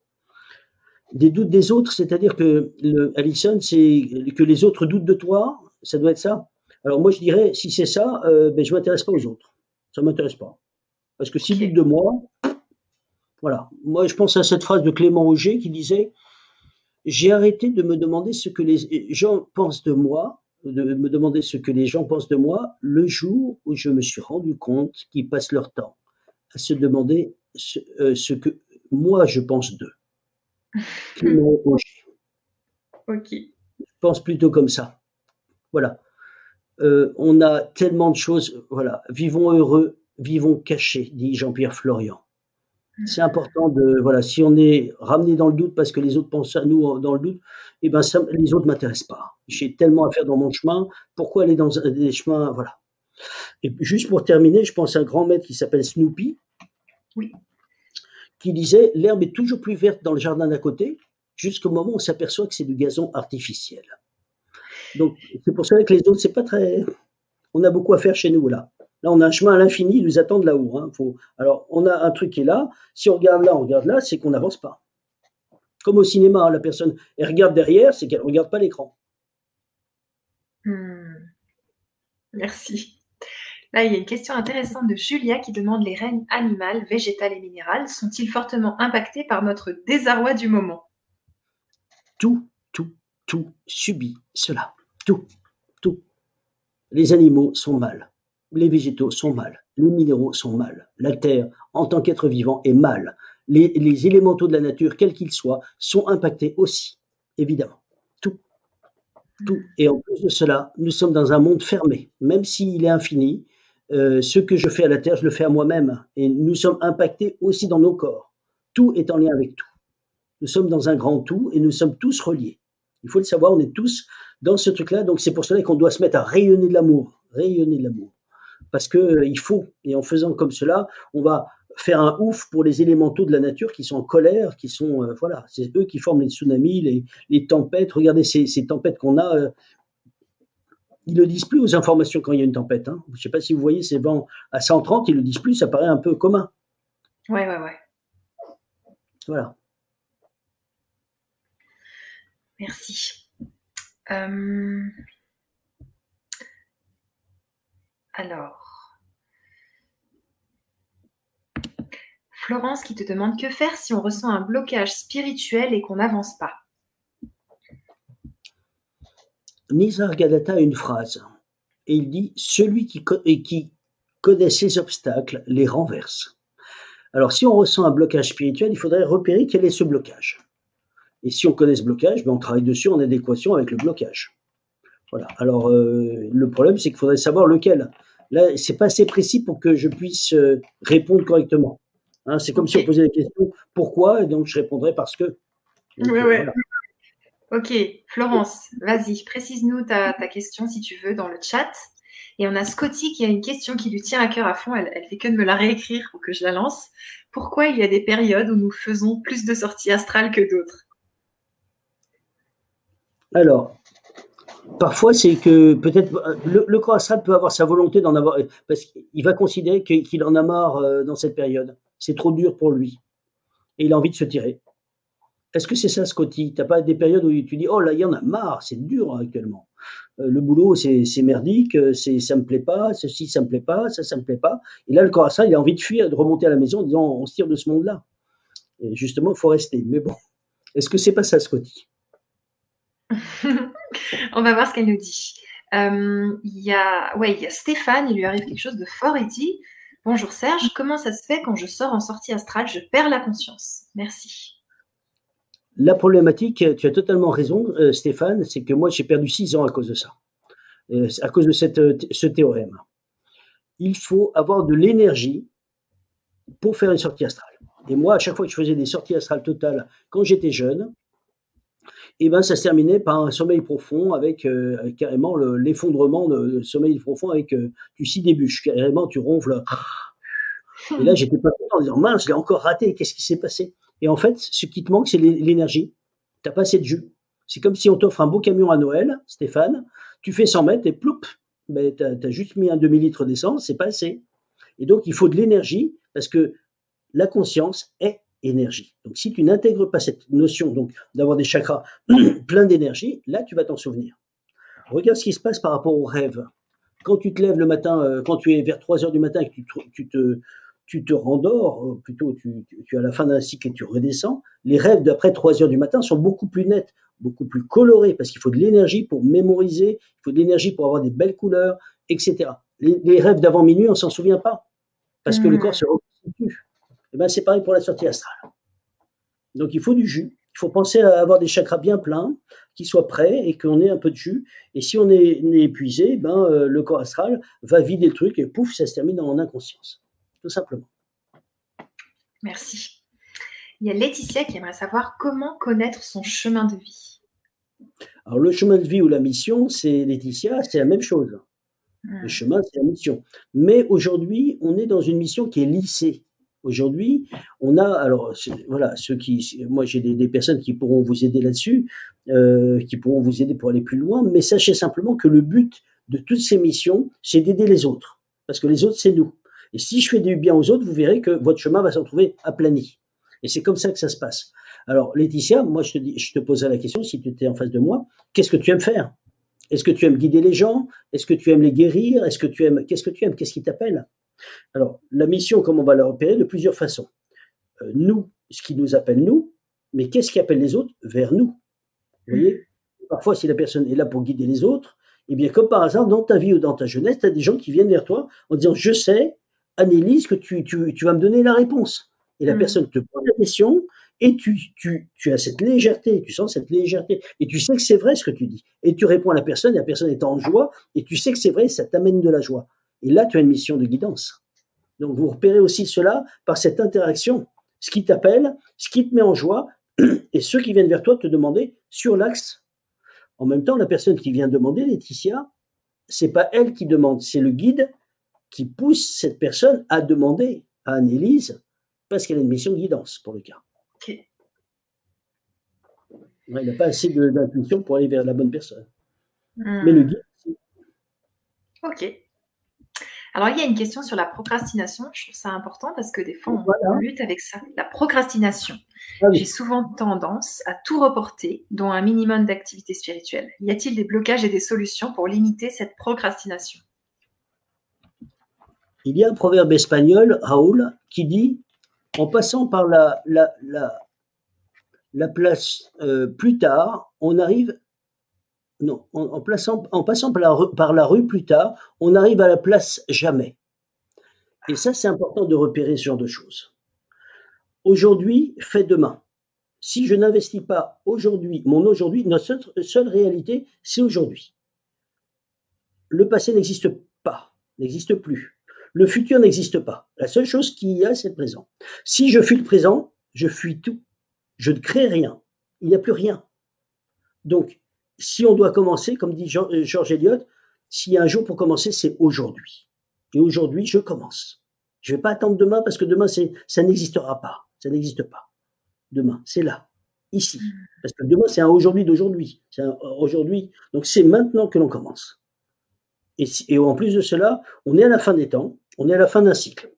Des doutes des autres, c'est-à-dire que, le, Alison, c'est que les autres doutent de toi, ça doit être ça. Alors moi, je dirais, si c'est ça, euh, ben, je ne m'intéresse pas aux autres. Ça ne m'intéresse pas. Parce que s'ils Ok. doutent de moi, voilà. Moi, je pense à cette phrase de Clément Auger qui disait « J'ai arrêté de me demander ce que les gens pensent de moi, de me demander ce que les gens pensent de moi, le jour où je me suis rendu compte qu'ils passent leur temps à se demander ce, euh, ce que moi je pense d'eux. » Clément Auger. Ok. Je pense plutôt comme ça. Voilà. Euh, on a tellement de choses. Voilà. Vivons heureux, vivons cachés, dit Jean-Pierre Florian. C'est important de, voilà, si on est ramené dans le doute parce que les autres pensent à nous dans le doute, eh ben ça, les autres ne m'intéressent pas. J'ai tellement à faire dans mon chemin, pourquoi aller dans des chemins, voilà. Et juste pour terminer, je pense à un grand maître qui s'appelle Snoopy, Oui. qui disait l'herbe est toujours plus verte dans le jardin d'à côté, jusqu'au moment où on s'aperçoit que c'est du gazon artificiel. Donc c'est pour ça que les autres, c'est pas très. On a beaucoup à faire chez nous là. Là, on a un chemin à l'infini, ils nous attendent là-haut. Hein. Faut... Alors, on a un truc qui est là. Si on regarde là, on regarde là, c'est qu'on n'avance pas. Comme au cinéma, hein, la personne, elle regarde derrière, c'est qu'elle ne regarde pas l'écran. Hmm. Merci. Là, il y a une question intéressante de Julia qui demande les règnes animales, végétales et minérales sont-ils fortement impactés par notre désarroi du moment? Tout, tout, tout subit cela. Tout, tout. Les animaux sont mal. Les végétaux sont mal. Les minéraux sont mal. La terre, en tant qu'être vivant, est mal. Les, les élémentaux de la nature, quels qu'ils soient, sont impactés aussi, évidemment. Tout. Tout. Et en plus de cela, nous sommes dans un monde fermé. Même s'il est infini, euh, ce que je fais à la Terre, je le fais à moi-même. Et nous sommes impactés aussi dans nos corps. Tout est en lien avec tout. Nous sommes dans un grand tout et nous sommes tous reliés. Il faut le savoir, on est tous dans ce truc-là. Donc c'est pour cela qu'on doit se mettre à rayonner de l'amour. Rayonner de l'amour. Parce qu'il euh, faut. Et en faisant comme cela, on va faire un ouf pour les élémentaux de la nature qui sont en colère, qui sont, euh, voilà, c'est eux qui forment les tsunamis, les, les tempêtes. Regardez ces, ces tempêtes qu'on a. Euh, ils ne le disent plus aux informations quand il y a une tempête. Hein. Je ne sais pas si vous voyez ces vents à cent trente, ils ne le disent plus, ça paraît un peu commun. Ouais, ouais, ouais. Voilà. Merci. Euh, alors, Florence qui te demande que faire si on ressent un blocage spirituel et qu'on n'avance pas. Nisargadatta a une phrase, et il dit « Celui qui, co- et qui connaît ses obstacles les renverse ». Alors, si on ressent un blocage spirituel, il faudrait repérer quel est ce blocage. Et si on connaît ce blocage, ben on travaille dessus en adéquation avec le blocage. Voilà. Alors, euh, le problème, c'est qu'il faudrait savoir lequel. Là, c'est pas assez précis pour que je puisse euh, répondre correctement. Hein, c'est comme Ok. si on posait la question « Pourquoi ?» et donc je répondrais « Parce que ». Donc, Ouais, euh, ouais. voilà. Ok, Florence, vas-y, précise-nous ta, ta question si tu veux dans le chat. Et on a Scotty qui a une question qui lui tient à cœur à fond. Elle, elle fait que de me la réécrire pour que je la lance. Pourquoi il y a des périodes où nous faisons plus de sorties astrales que d'autres? Alors, parfois, c'est que peut-être le, le corps astral peut avoir sa volonté d'en avoir, parce qu'il va considérer qu'il qu'il en a marre euh, dans cette période. C'est trop dur pour lui. Et il a envie de se tirer. Est-ce que c'est ça, Scotty? T'as pas des périodes où tu dis, oh là, il y en a marre, c'est dur hein, actuellement. Euh, le boulot, c'est c'est merdique, euh, c'est ça me plaît pas, ceci, ça me plaît pas, ça, ça me plaît pas. Et là, le corps astral, il a envie de fuir, de remonter à la maison en disant, on se tire de ce monde-là. Et justement, il faut rester. Mais bon, est-ce que c'est pas ça, Scotty? On va voir ce qu'elle nous dit. Euh, Il y a, ouais, il y a Stéphane, il lui arrive quelque chose de fort. Il dit, bonjour Serge, comment ça se fait quand je sors en sortie astrale, je perds la conscience? Merci. La problématique, tu as totalement raison, euh, Stéphane, c'est que moi, j'ai perdu six ans à cause de ça, euh, à cause de cette, euh, ce théorème. Il faut avoir de l'énergie pour faire une sortie astrale. Et moi, à chaque fois que je faisais des sorties astrales totales quand j'étais jeune, et ben, ça se terminait par un sommeil profond avec euh, carrément le- l'effondrement de, de sommeil profond avec euh, tu scie des bûches, carrément tu ronfles. Et là, j'étais pas content en disant mince, je l'ai encore raté, qu'est-ce qui s'est passé? Et en fait, ce qui te manque, c'est l'énergie. T'as pas assez de jus. C'est comme si on t'offre un beau camion à Noël, Stéphane, tu fais cent mètres et ploup, ben, tu as juste mis un demi-litre d'essence, c'est pas assez. Et donc, il faut de l'énergie parce que la conscience est énergie. Donc, si tu n'intègres pas cette notion donc d'avoir des chakras pleins d'énergie, là, tu vas t'en souvenir. Regarde ce qui se passe par rapport aux rêves. Quand tu te lèves le matin, euh, quand tu es vers trois heures du matin et que tu te, tu te, tu te rendors, euh, plutôt tu, tu, tu es à la fin d'un cycle et tu redescends, les rêves d'après trois heures du matin sont beaucoup plus nets, beaucoup plus colorés, parce qu'il faut de l'énergie pour mémoriser, il faut de l'énergie pour avoir des belles couleurs, et cetera. Les, les rêves d'avant minuit, on s'en souvient pas, parce que le corps Hmm. se reconstitue. Et ben, c'est pareil pour la sortie astrale. Donc il faut du jus. Il faut penser à avoir des chakras bien pleins, qui soient prêts et qu'on ait un peu de jus. Et si on est, est épuisé, ben, euh, le corps astral va vider le truc et pouf, ça se termine en inconscience. Tout simplement. Merci. Il y a Laetitia qui aimerait savoir comment connaître son chemin de vie. Alors le chemin de vie ou la mission, c'est Laetitia, c'est la même chose. Le Hmm. chemin, c'est la mission. Mais aujourd'hui, on est dans une mission qui est lissée. Aujourd'hui, on a, alors voilà, ceux qui, moi j'ai des, des personnes qui pourront vous aider là-dessus, euh, qui pourront vous aider pour aller plus loin, mais sachez simplement que le but de toutes ces missions, c'est d'aider les autres. Parce que les autres, c'est nous. Et si je fais du bien aux autres, vous verrez que votre chemin va se retrouver aplani. Et c'est comme ça que ça se passe. Alors, Laetitia, moi je te, dis, je te poserai la question, si tu étais en face de moi, qu'est-ce que tu aimes faire? Est-ce que tu aimes guider les gens? Est-ce que tu aimes les guérir? Est-ce que tu aimes, qu'est-ce que tu aimes? Qu'est-ce qui t'appelle? Alors, la mission, comme on va la repérer de plusieurs façons. Euh, nous, ce qui nous appelle nous, mais qu'est-ce qui appelle les autres vers nous? Vous voyez? Parfois, si la personne est là pour guider les autres, eh bien, comme par hasard, dans ta vie ou dans ta jeunesse, tu as des gens qui viennent vers toi en disant, je sais, Annelise, que tu, tu, tu vas me donner la réponse. Et la Hmm. personne te pose la question et tu, tu, tu as cette légèreté, tu sens cette légèreté et tu sais que c'est vrai ce que tu dis. Et tu réponds à la personne et la personne est en joie et tu sais que c'est vrai, ça t'amène de la joie. Et là, tu as une mission de guidance. Donc, vous repérez aussi cela par cette interaction. Ce qui t'appelle, ce qui te met en joie et ceux qui viennent vers toi te demander sur l'axe. En même temps, la personne qui vient demander, Laetitia, c'est pas elle qui demande, c'est le guide qui pousse cette personne à demander à Annelise parce qu'elle a une mission de guidance pour le cas. Ok. Il n'a pas assez d'intuition pour aller vers la bonne personne. Mais le Hmm. guide, Ok. Alors, il y a une question sur la procrastination. Je trouve ça important parce que des fois, on, Voilà. on lutte avec ça. La procrastination. Ah oui. J'ai souvent tendance à tout reporter, dont un minimum d'activité spirituelle. Y a-t-il des blocages et des solutions pour limiter cette procrastination? Il y a un proverbe espagnol, Raoul, qui dit « En passant par la, la, la, la place euh, plus tard, on arrive… » Non, en, en, plaçant, en passant par la, rue, par la rue plus tard, on arrive à la place jamais. Et ça, c'est important de repérer ce genre de choses. Aujourd'hui, fait demain. Si je n'investis pas aujourd'hui, mon aujourd'hui, notre seule, seule réalité, c'est aujourd'hui. Le passé n'existe pas, n'existe plus. Le futur n'existe pas. La seule chose qu'il y a, c'est le présent. Si je fuis le présent, je fuis tout. Je ne crée rien. Il n'y a plus rien. Donc, si on doit commencer, comme dit George Eliot, s'il y a un jour pour commencer, c'est aujourd'hui. Et aujourd'hui, je commence. Je ne vais pas attendre demain parce que demain, c'est, ça n'existera pas. Ça n'existe pas. Demain, c'est là, ici. Parce que demain, c'est un aujourd'hui d'aujourd'hui. C'est un aujourd'hui. Donc, c'est maintenant que l'on commence. Et, et en plus de cela, on est à la fin des temps, on est à la fin d'un cycle.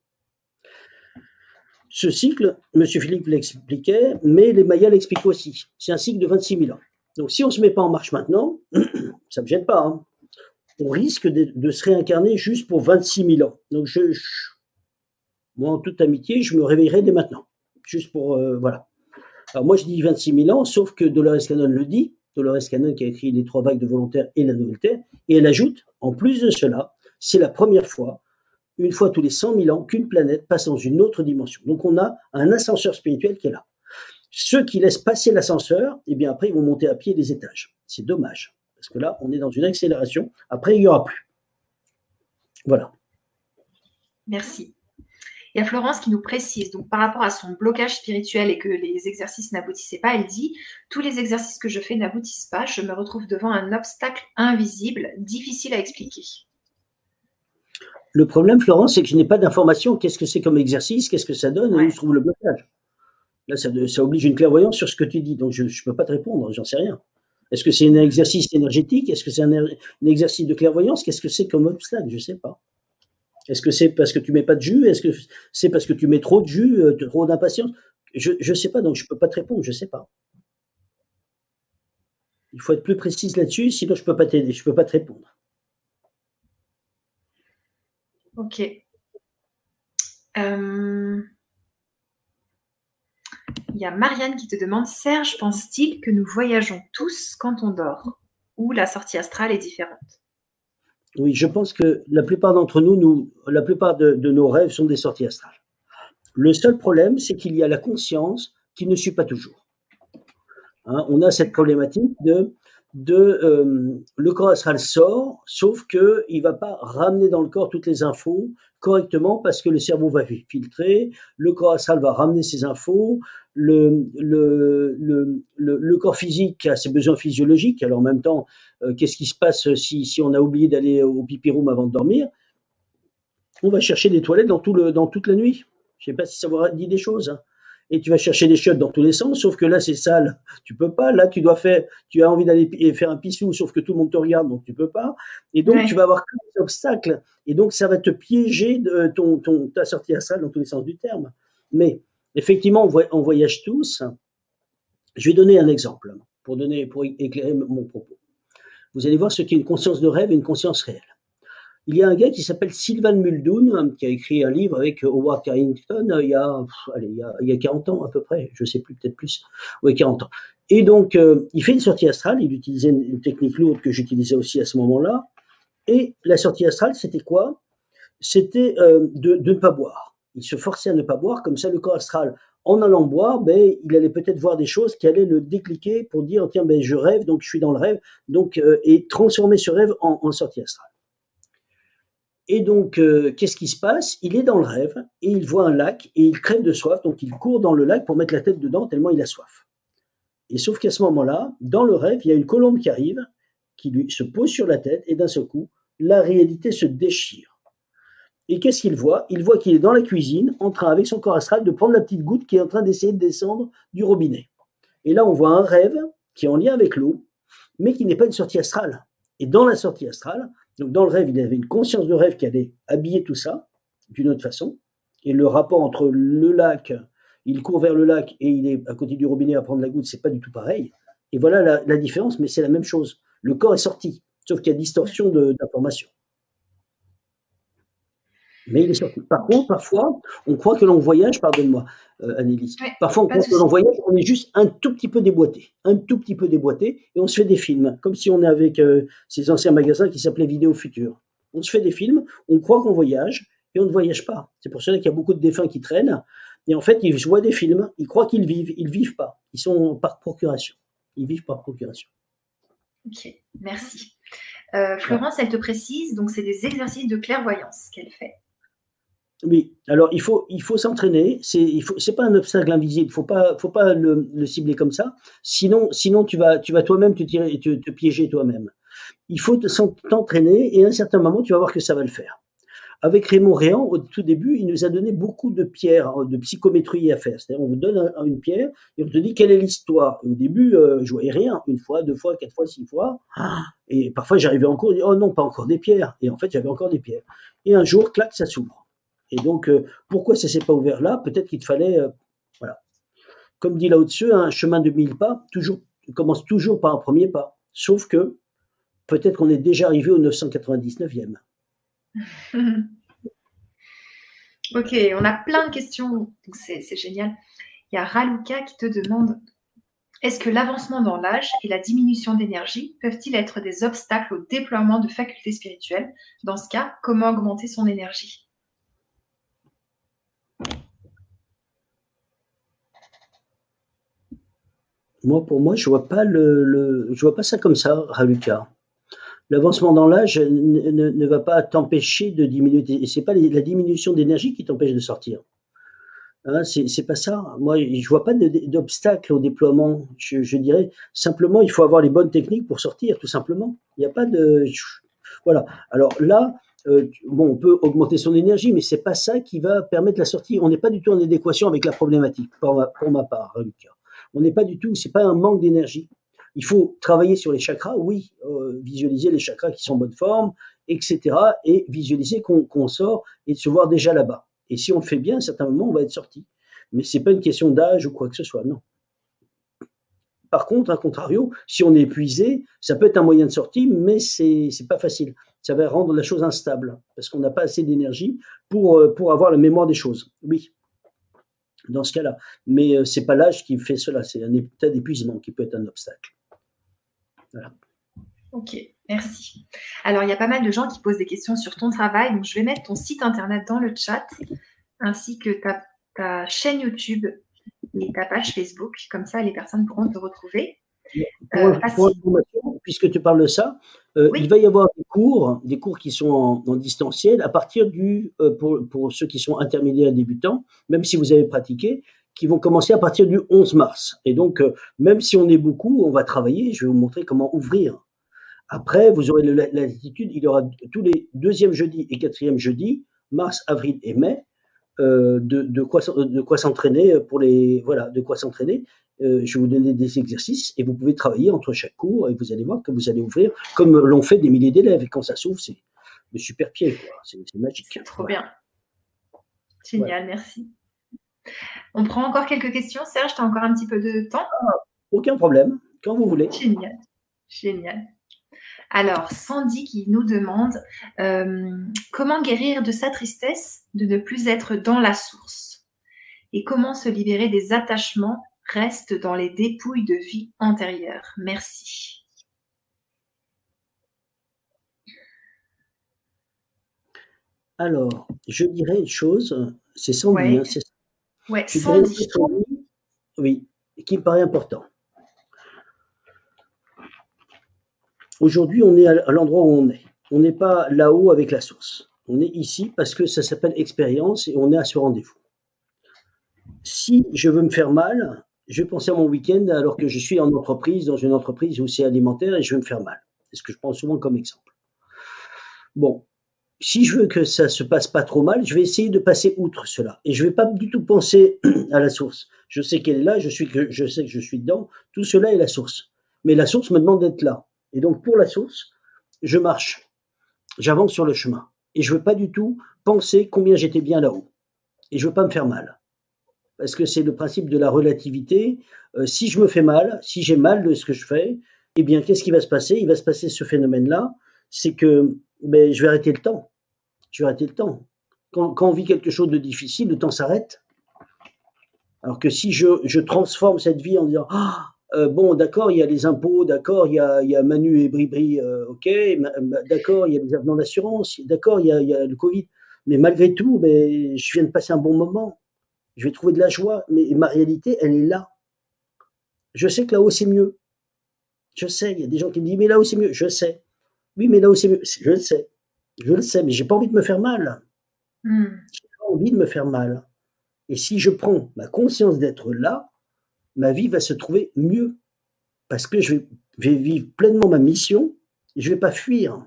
Ce cycle, M. Philippe l'expliquait, mais les Mayas l'expliquent aussi. C'est un cycle de vingt-six mille ans. Donc, si on ne se met pas en marche maintenant, ça ne me gêne pas. Hein. On risque de, de se réincarner juste pour vingt-six mille ans. Donc, je, je, moi, en toute amitié, je me réveillerai dès maintenant. Juste pour, euh, voilà. Alors, moi, je dis vingt-six mille ans, sauf que Dolores Cannon le dit, Dolores Cannon qui a écrit Les Trois Vagues de Volontaires et La Nouvelle Terre, et elle ajoute, en plus de cela, c'est la première fois, une fois tous les cent mille ans, qu'une planète passe dans une autre dimension. Donc, on a un ascenseur spirituel qui est là. Ceux qui laissent passer l'ascenseur, eh bien, après, ils vont monter à pied les étages. C'est dommage, parce que là, on est dans une accélération. Après, il n'y aura plus. Voilà. Merci. Il y a Florence qui nous précise, donc par rapport à son blocage spirituel et que les exercices n'aboutissaient pas, elle dit « Tous les exercices que je fais n'aboutissent pas, je me retrouve devant un obstacle invisible, difficile à expliquer. » Le problème, Florence, c'est que je n'ai pas d'information. Qu'est-ce que c'est comme exercice? Qu'est-ce que ça donne? Ouais. Et où se trouve le blocage? Là, ça, ça oblige une clairvoyance sur ce que tu dis. Donc, je ne peux pas te répondre, j'en sais rien. Est-ce que c'est un exercice énergétique? Est-ce que c'est un, un exercice de clairvoyance? Qu'est-ce que c'est comme obstacle? Je ne sais pas. Est-ce que c'est parce que tu mets pas de jus? Est-ce que c'est parce que tu mets trop de jus, trop d'impatience? Je ne sais pas, donc je ne peux pas te répondre, je ne sais pas. Il faut être plus précise là-dessus, sinon je ne peux pas t'aider, je ne peux pas te répondre. Ok. Euh... Il y a Marianne qui te demande, Serge pense-t-il que nous voyageons tous quand on dort? Ou la sortie astrale est différente? Oui, je pense que la plupart d'entre nous, nous la plupart de, de nos rêves sont des sorties astrales. Le seul problème, c'est qu'il y a la conscience qui ne suit pas toujours. Hein, on a cette problématique de, de euh, le corps astral sort, sauf qu'il ne va pas ramener dans le corps toutes les infos correctement parce que le cerveau va filtrer, le corps astral va ramener ses infos, le, le, le, le, le corps physique a ses besoins physiologiques. Alors en même temps, euh, qu'est-ce qui se passe si, si on a oublié d'aller au pipi room avant de dormir? On va chercher des toilettes dans, tout le, dans toute la nuit. Je ne sais pas si ça vous dit des choses. Hein. Et tu vas chercher des chiottes dans tous les sens, sauf que là, c'est sale. Tu peux pas. Là, tu dois faire, tu as envie d'aller faire un pissou, sauf que tout le monde te regarde, donc tu peux pas. Et donc, ouais. tu vas avoir que des obstacles. Et donc, ça va te piéger de ton, ton, ta sortie astrale dans tous les sens du terme. Mais, effectivement, on voyage tous. Je vais donner un exemple pour donner, pour éclairer mon propos. Vous allez voir ce qu'est une conscience de rêve et une conscience réelle. Il y a un gars qui s'appelle Sylvan Muldoon, qui a écrit un livre avec Howard Carrington il y a, allez, il y a, il y a quarante ans à peu près, je ne sais plus, peut-être plus, oui, quarante ans. Et donc, euh, il fait une sortie astrale, il utilisait une, une technique lourde que j'utilisais aussi à ce moment-là, et la sortie astrale, c'était quoi? C'était euh, de, de ne pas boire. Il se forçait à ne pas boire, comme ça le corps astral, en allant boire, ben, il allait peut-être voir des choses qui allaient le décliquer pour dire, tiens, ben, je rêve, donc je suis dans le rêve, donc, euh, et transformer ce rêve en, en sortie astrale. Et donc, euh, qu'est-ce qui se passe? Il est dans le rêve et il voit un lac et il crève de soif, donc il court dans le lac pour mettre la tête dedans tellement il a soif. Et sauf qu'à ce moment-là, dans le rêve, il y a une colombe qui arrive, qui lui se pose sur la tête et d'un seul coup, la réalité se déchire. Et qu'est-ce qu'il voit? Il voit qu'il est dans la cuisine, en train, avec son corps astral, de prendre la petite goutte qui est en train d'essayer de descendre du robinet. Et là, on voit un rêve qui est en lien avec l'eau, mais qui n'est pas une sortie astrale. Et dans la sortie astrale, Donc dans le rêve, il avait une conscience de rêve qui allait habiller tout ça d'une autre façon. Et le rapport entre le lac, il court vers le lac et il est à côté du robinet à prendre la goutte, c'est pas du tout pareil. Et voilà la, la différence, mais c'est la même chose. Le corps est sorti, sauf qu'il y a distorsion de- d'information. Mais il est sorti. Par contre, parfois, on croit que l'on voyage, pardonne-moi, euh, Annelise, Ouais, parfois on pas de croit que l'on souci. voyage, on est juste un tout petit peu déboîté, un tout petit peu déboîté, et on se fait des films, comme si on est avec euh, ces anciens magasins qui s'appelaient Vidéo Futur. On se fait des films, on croit qu'on voyage, et on ne voyage pas. C'est pour cela qu'il y a beaucoup de défunts qui traînent, et en fait, ils voient des films, ils croient qu'ils vivent, ils ne vivent pas. Ils sont par procuration. Ils vivent par procuration. Ok, merci. Euh, Florence, elle te précise, donc c'est des exercices de clairvoyance qu'elle fait. Oui, alors il faut, il faut s'entraîner. C'est, il faut, c'est pas un obstacle invisible. Faut pas, faut pas le, le cibler comme ça. Sinon, sinon tu vas, tu vas toi-même te tirer, te, te piéger toi-même. Il faut te, s'en- t'entraîner et à un certain moment, tu vas voir que ça va le faire. Avec Raymond Réan, au tout début, il nous a donné beaucoup de pierres, hein, de psychométrie à faire. C'est-à-dire, on vous donne un- une pierre et on te dit quelle est l'histoire. Et au début, euh, je voyais rien. Une fois, deux fois, quatre fois, six fois. Et parfois, j'arrivais encore, oh non, pas encore des pierres. Et en fait, j'avais encore des pierres. Et un jour, clac, ça s'ouvre. Et donc, euh, pourquoi ça s'est pas ouvert là? Peut-être qu'il te fallait, euh, voilà. Comme dit Lao Tzu, un chemin de mille pas toujours, commence toujours par un premier pas. Sauf que peut-être qu'on est déjà arrivé au neuf cent quatre-vingt-dix-neuvième. Ok, on a plein de questions, donc c'est c'est génial. Il y a Raluca qui te demande, est-ce que l'avancement dans l'âge et la diminution d'énergie peuvent-ils être des obstacles au déploiement de facultés spirituelles? Dans ce cas, comment augmenter son énergie? Moi, pour moi, je vois pas le, le- je vois pas ça comme ça, Raluca. L'avancement dans l'âge ne, ne- ne va pas t'empêcher de diminuer. Et c'est pas les- la diminution d'énergie qui t'empêche de sortir. Hein, c'est c'est pas ça. Moi, je vois pas de- de- d'obstacle au déploiement. Je, je dirais simplement, il faut avoir les bonnes techniques pour sortir, tout simplement. Il n'y a pas de, voilà. Alors là, euh, bon, on peut augmenter son énergie, mais c'est pas ça qui va permettre la sortie. On n'est pas du tout en adéquation avec la problématique, pour ma, pour ma part, hein, Lucas. On n'est pas du tout. C'est pas un manque d'énergie. Il faut travailler sur les chakras, oui, euh, visualiser les chakras qui sont en bonne forme, et cetera. Et visualiser qu'on qu'on sort et de se voir déjà là-bas. Et si on le fait bien, à un certain moment, on va être sorti. Mais c'est pas une question d'âge ou quoi que ce soit, non. Par contre, à contrario, si on est épuisé, ça peut être un moyen de sortie, mais c'est c'est pas facile. Ça va rendre la chose instable parce qu'on n'a pas assez d'énergie pour euh, pour avoir la mémoire des choses. Oui, dans ce cas-là. Mais euh, c'est pas l'âge qui fait cela, c'est un état d'épuisement qui peut être un obstacle. Voilà. Ok, merci. Alors, il y a pas mal de gens qui posent des questions sur ton travail, donc je vais mettre ton site internet dans le chat, ainsi que ta, ta chaîne YouTube et ta page Facebook. Comme ça, les personnes pourront te retrouver Pour, euh, pour facilement. information, puisque tu parles de ça, euh, il Oui, va y avoir des cours, des cours qui sont en, en distanciel à partir du, euh, pour, pour ceux qui sont intermédiaires et débutants, même si vous avez pratiqué, qui vont commencer à partir du onze mars. Et donc, euh, même si on est beaucoup, on va travailler. Je vais vous montrer comment ouvrir. Après, vous aurez le- la latitude. Il y aura tous les deuxième jeudi et quatrième jeudi, mars, avril et mai, euh, de, de quoi, s'en- de quoi s'entraîner pour les, voilà, de quoi s'entraîner. Euh, je vais vous donner des exercices et vous pouvez travailler entre chaque cours et vous allez voir que vous allez ouvrir comme l'ont fait des milliers d'élèves. Et quand ça s'ouvre, c'est le super pied, quoi. C'est c'est magique. c'est trop Voilà. bien. Voilà. Génial, merci. On prend encore quelques questions. Serge, tu as encore un petit peu de temps? Aucun problème, quand vous voulez. Génial, génial. Alors, Sandy qui nous demande euh, comment guérir de sa tristesse de ne plus être dans la source et comment se libérer des attachements restent dans les dépouilles de vie antérieure. Merci. Alors, je dirais une chose, c'est Sandy, hein, Ouais, c'est- ouais, je dirais une Sandy. chose, Sandy, oui, qui me paraît important. Aujourd'hui, on est à à l'endroit où on est. On n'est pas là-haut avec la source. On est ici parce que ça s'appelle expérience et on est à ce rendez-vous. Si je veux me faire mal, je vais penser à mon week-end alors que je suis en entreprise, dans une entreprise où c'est alimentaire et je vais me faire mal. C'est ce que je prends souvent comme exemple. Bon, si je veux que ça se passe pas trop mal, je vais essayer de passer outre cela. Et je vais pas du tout penser à la source. Je sais qu'elle est là, je, suis que, je sais que je suis dedans. Tout cela est la source. Mais la source me demande d'être là. Et donc, pour la source, je marche. j'avance sur le chemin. Et je veux pas du tout penser combien j'étais bien là-haut. Et je veux pas me faire mal. Parce que c'est le principe de la relativité. Euh, si je me fais mal, si j'ai mal de ce que je fais, eh bien, qu'est-ce qui va se passer? Il va se passer ce phénomène-là, c'est que ben, je vais arrêter le temps. Je vais arrêter le temps. Quand, quand on vit quelque chose de difficile, le temps s'arrête. Alors que si je, je transforme cette vie en disant ah, euh, bon, d'accord, il y a les impôts, d'accord, il y a, il y a Manu et Bribri, euh, ok, ma, ma, d'accord, il y a les avenants d'assurance, d'accord, il y, a, il y a le Covid, mais malgré tout, ben, je viens de passer un bon moment, je vais trouver de la joie, mais ma réalité, elle est là. Je sais que là-haut, c'est mieux. Je sais, il y a des gens qui me disent, mais là-haut, c'est mieux. Je sais. Oui, mais là-haut, c'est mieux. Je le sais. Je le sais, mais j'ai pas envie de me faire mal. Mm. J'ai pas envie de me faire mal. Et si je prends ma conscience d'être là, ma vie va se trouver mieux. Parce que je vais, je vais vivre pleinement ma mission et je vais pas fuir.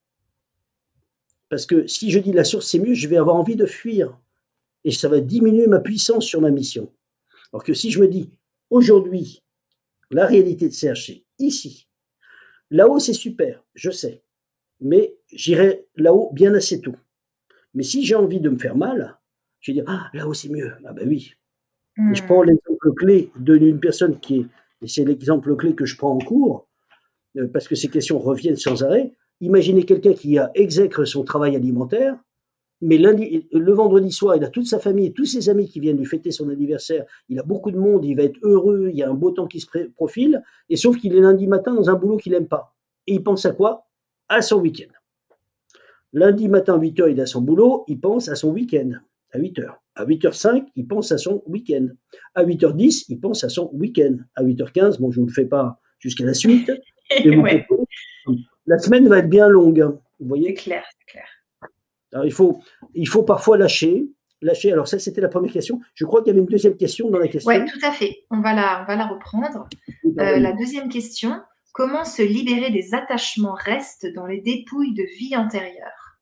Parce que si je dis la source, c'est mieux, je vais avoir envie de fuir. Et ça va diminuer ma puissance sur ma mission. Alors que si je me dis, aujourd'hui, la réalité de Serge, c'est ici. Là-haut, c'est super, je sais. Mais j'irai là-haut bien assez tôt. Mais si j'ai envie de me faire mal, je vais dire, ah, là-haut, c'est mieux. Ah ben oui. Mm. Et je prends l'exemple clé d'une personne qui est, et c'est l'exemple clé que je prends en cours, euh, parce que ces questions reviennent sans arrêt. Imaginez quelqu'un qui a exècre son travail alimentaire, mais lundi, le vendredi soir, il a toute sa famille et tous ses amis qui viennent lui fêter son anniversaire. Il a beaucoup de monde, il va être heureux, il y a un beau temps qui se profile, et sauf qu'il est lundi matin dans un boulot qu'il n'aime pas. Et il pense à quoi? À son week-end. Lundi matin, à huit heures, il a son boulot, il pense à son week-end, à huit heures. À huit heures cinq, il pense à son week-end. À huit heures dix, il pense à son week-end. À huit heures quinze, bon, je ne vous le fais pas jusqu'à la suite, mais vous Ouais. la semaine va être bien longue, vous voyez. C'est clair, c'est clair. Alors, il faut, il faut parfois lâcher. Lâcher. Alors ça, c'était la première question. Je crois qu'il y avait une deuxième question dans la question. Oui, tout à fait. On va la, on va la reprendre. Euh, la deuxième question, comment se libérer des attachements restes dans les dépouilles de vie antérieure?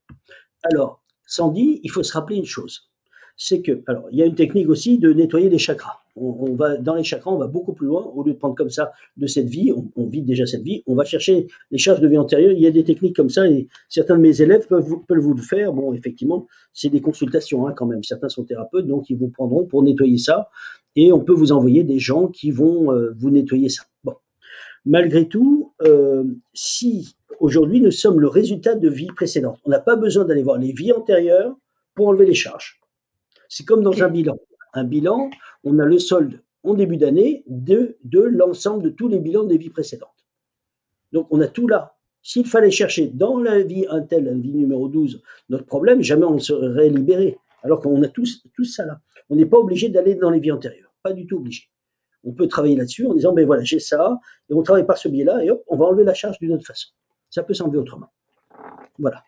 Alors, Sandy, il faut se rappeler une chose. C'est que, alors, il y a une technique aussi de nettoyer les chakras. On, on va, dans les chakras, on va beaucoup plus loin. Au lieu de prendre comme ça de cette vie, on, on vide déjà cette vie, on va chercher les charges de vie antérieure. Il y a des techniques comme ça et certains de mes élèves peuvent, peuvent vous le faire. Bon, effectivement, c'est des consultations hein, quand même. Certains sont thérapeutes, donc ils vous prendront pour nettoyer ça. Et on peut vous envoyer des gens qui vont euh, vous nettoyer ça. Bon. Malgré tout, euh, si aujourd'hui nous sommes le résultat de vies précédentes, on n'a pas besoin d'aller voir les vies antérieures pour enlever les charges. C'est comme dans un bilan. Un bilan, on a le solde en début d'année de, de l'ensemble de tous les bilans des vies précédentes. Donc on a tout là. S'il fallait chercher dans la vie un tel, la vie numéro douze, notre problème, jamais on serait libéré. Alors qu'on a tous, tout ça là. On n'est pas obligé d'aller dans les vies antérieures. Pas du tout obligé. On peut travailler là-dessus en disant, ben voilà, j'ai ça, et on travaille par ce biais-là, et hop, on va enlever la charge d'une autre façon. Ça peut s'enlever autrement. Voilà.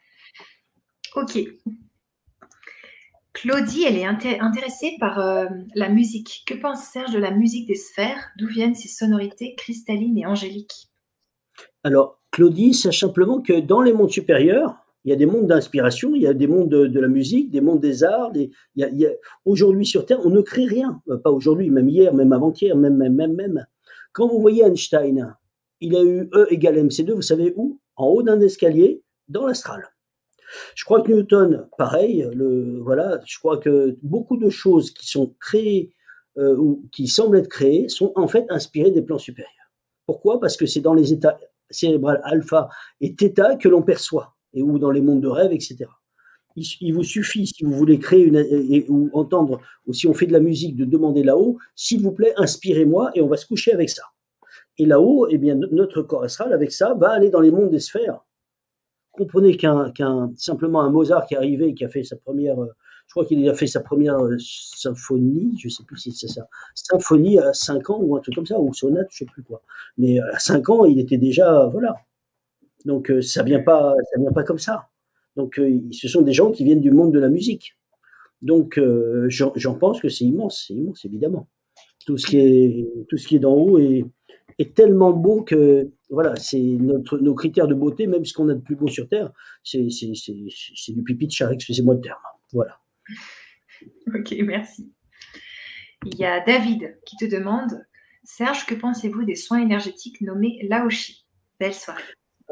Ok. Claudie, elle est inté- intéressée par euh, la musique. Que pense Serge de la musique des sphères? D'où viennent ces sonorités cristallines et angéliques? Alors, Claudie, sache simplement que dans les mondes supérieurs, il y a des mondes d'inspiration, il y a des mondes de, de la musique, des mondes des arts. Des, il y a, il y a, aujourd'hui sur Terre, on ne crée rien. Pas aujourd'hui, même hier, même avant-hier, même, même, même, même. Quand vous voyez Einstein, il a eu E égale M C deux, vous savez où? En haut d'un escalier, dans l'astral. Je crois que Newton, pareil, le, voilà, je crois que beaucoup de choses qui sont créées euh, ou qui semblent être créées sont en fait inspirées des plans supérieurs. Pourquoi? Parce que c'est dans les états cérébrales alpha et theta que l'on perçoit, et ou dans les mondes de rêve, et cetera. Il, il vous suffit, si vous voulez créer une, et, ou entendre, ou si on fait de la musique, de demander là-haut, s'il vous plaît, inspirez-moi, et on va se coucher avec ça. Et là-haut, eh bien, notre corps astral, avec ça, va aller dans les mondes des sphères. Comprenez qu'un, qu'un simplement un Mozart qui est arrivé et qui a fait sa première, je crois qu'il a fait sa première symphonie, je ne sais plus si c'est ça, symphonie à cinq ans ou un truc comme ça, ou sonate, je ne sais plus quoi. Mais à cinq ans, il était déjà, voilà. Donc ça vient pas, ça vient pas comme ça. Donc ce sont des gens qui viennent du monde de la musique. Donc euh, j'en, j'en pense que c'est immense, c'est immense évidemment. Tout ce qui est, tout ce qui est d'en haut est, est tellement beau que voilà, c'est notre, nos critères de beauté, même ce qu'on a de plus beau sur Terre, c'est, c'est, c'est, c'est du pipi de chat, excusez-moi le terme. Voilà. Ok, merci. Il y a David qui te demande, Serge, que pensez-vous des soins énergétiques nommés Laoshi? Belle soirée.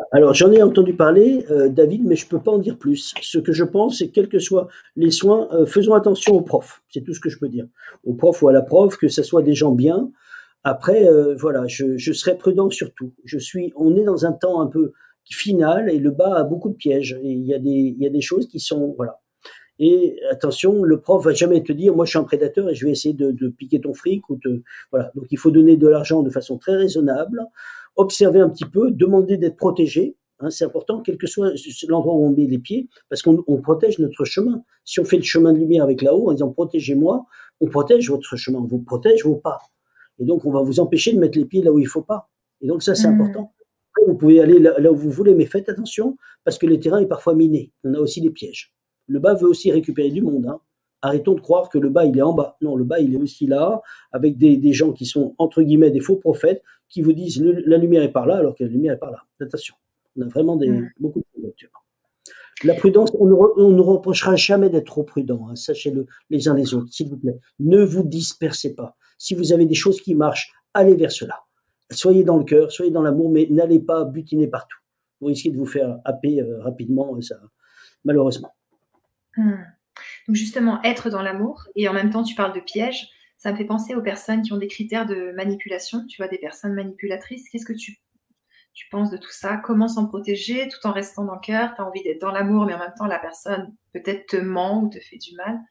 Alors, j'en ai entendu parler, euh, David, mais je ne peux pas en dire plus. Ce que je pense, c'est que quels que soient les soins, euh, faisons attention aux profs. C'est tout ce que je peux dire. Aux profs ou à la prof, que ce soit des gens bien. Après, euh, voilà, je, je serai prudent surtout. Je suis, on est dans un temps un peu final et le bas a beaucoup de pièges. Et il y a des, il y a des choses qui sont, voilà. Et attention, le prof va jamais te dire, moi je suis un prédateur et je vais essayer de, de piquer ton fric ou te, voilà. Donc il faut donner de l'argent de façon très raisonnable, observer un petit peu, demander d'être protégé. Hein, c'est important, quel que soit l'endroit où on met les pieds, parce qu'on on protège notre chemin. Si on fait le chemin de lumière avec là-haut en disant protégez-moi, on protège votre chemin, on vous protège vos pas. Et donc on va vous empêcher de mettre les pieds là où il faut pas. Et donc ça c'est Mmh. important. Après, vous pouvez aller là, là où vous voulez, mais faites attention parce que le terrain est parfois miné. On a aussi des pièges. Le bas veut aussi récupérer du monde. Hein. Arrêtons de croire que le bas, il est en bas. Non, le bas, il est aussi là, avec des, des gens qui sont, entre guillemets, des faux prophètes, qui vous disent le, la lumière est par là, alors que la lumière est par là. Attention, on a vraiment des, Mmh. beaucoup de conjectures. La prudence, on ne, on ne reprochera jamais d'être trop prudent. Hein. Sachez-le les uns les autres, s'il vous plaît. Ne vous dispersez pas. Si vous avez des choses qui marchent, allez vers cela. Soyez dans le cœur, soyez dans l'amour, mais n'allez pas butiner partout. Vous risquez de vous faire happer euh, rapidement, ça, malheureusement. Mmh. Donc justement, être dans l'amour, et en même temps, tu parles de pièges, ça me fait penser aux personnes qui ont des critères de manipulation, tu vois, des personnes manipulatrices. Qu'est-ce que tu, tu penses de tout ça? Comment s'en protéger tout en restant dans le cœur? Tu as envie d'être dans l'amour, mais en même temps, la personne peut-être te ment ou te fait du mal.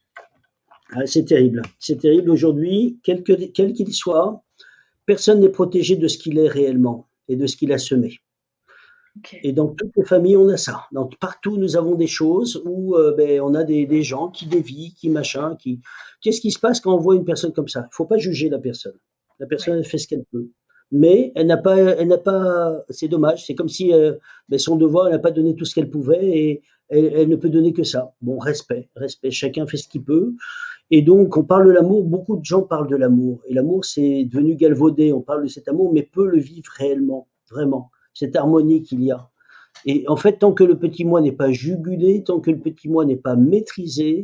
Ah, c'est terrible. C'est terrible aujourd'hui, quel que- quel qu'il soit, personne n'est protégé de ce qu'il est réellement et de ce qu'il a semé. Ok. Et dans toutes les familles, on a ça. Donc partout, nous avons des choses où euh, ben, on a des, des gens qui dévient, qui machin, qui. Qu'est-ce qui se passe quand on voit une personne comme ça? Il faut pas juger la personne. La personne, Ouais. elle fait ce qu'elle peut. Mais elle n'a pas, elle n'a pas. C'est dommage. C'est comme si euh, ben, son devoir, elle n'a pas donné tout ce qu'elle pouvait et elle, elle ne peut donner que ça. Bon, respect, respect. Chacun fait ce qu'il peut. Et donc, on parle de l'amour. Beaucoup de gens parlent de l'amour. Et l'amour, c'est devenu galvaudé. On parle de cet amour, mais peu le vivent réellement, vraiment. Cette harmonie qu'il y a. Et en fait, tant que le petit moi n'est pas jugulé, tant que le petit moi n'est pas maîtrisé,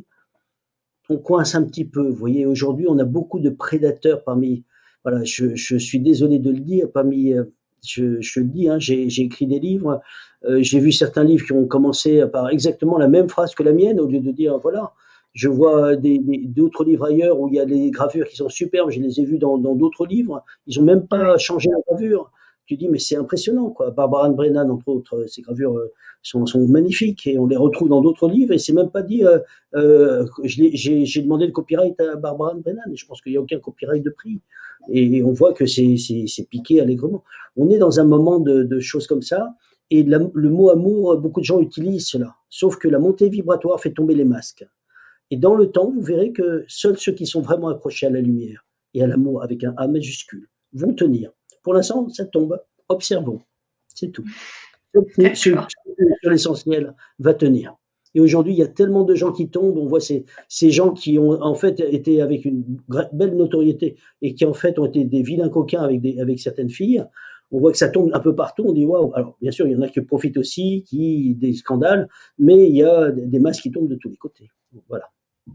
on coince un petit peu. Vous voyez, aujourd'hui, on a beaucoup de prédateurs parmi. Voilà, je, je suis désolé de le dire, parmi. euh, Je, je le dis, hein, j'ai j'ai écrit des livres. euh, j'ai vu certains livres qui ont commencé par exactement la même phrase que la mienne, au lieu de dire voilà. Je vois des- des- d'autres livres ailleurs où il y a des gravures qui sont superbes. Je les ai vues dans dans d'autres livres. Ils ont même Ouais. pas changé la gravure. Tu dis mais c'est impressionnant quoi. Barbara Ann Brennan entre autres, ces gravures euh, sont, sont magnifiques et on les retrouve dans d'autres livres et c'est même pas dit. euh, euh, je l'ai- J'ai j'ai demandé le copyright à Barbara Ann Brennan et je pense qu'il n'y a aucun copyright de prix. Et on voit que c'est c'est- c'est piqué allègrement. On est dans un moment de, de choses comme ça. Et la- le mot amour, beaucoup de gens utilisent cela. Sauf que la montée vibratoire fait tomber les masques. Et dans le temps, vous verrez que seuls ceux qui sont vraiment accrochés à la lumière et à l'amour avec un A majuscule vont tenir. Pour l'instant, ça tombe. Observons. C'est tout. Sur, sur- D'accord. sur l'essentiel, va tenir. Et aujourd'hui, il y a tellement de gens qui tombent. On voit ces, ces gens qui ont en fait été avec une gra- belle notoriété et qui en fait ont été des vilains coquins avec, des, avec certaines filles. On voit que ça tombe un peu partout. On dit waouh. Alors, bien sûr, il y en a qui profitent aussi, qui des scandales, mais il y a des, des masses qui tombent de tous les côtés. Voilà.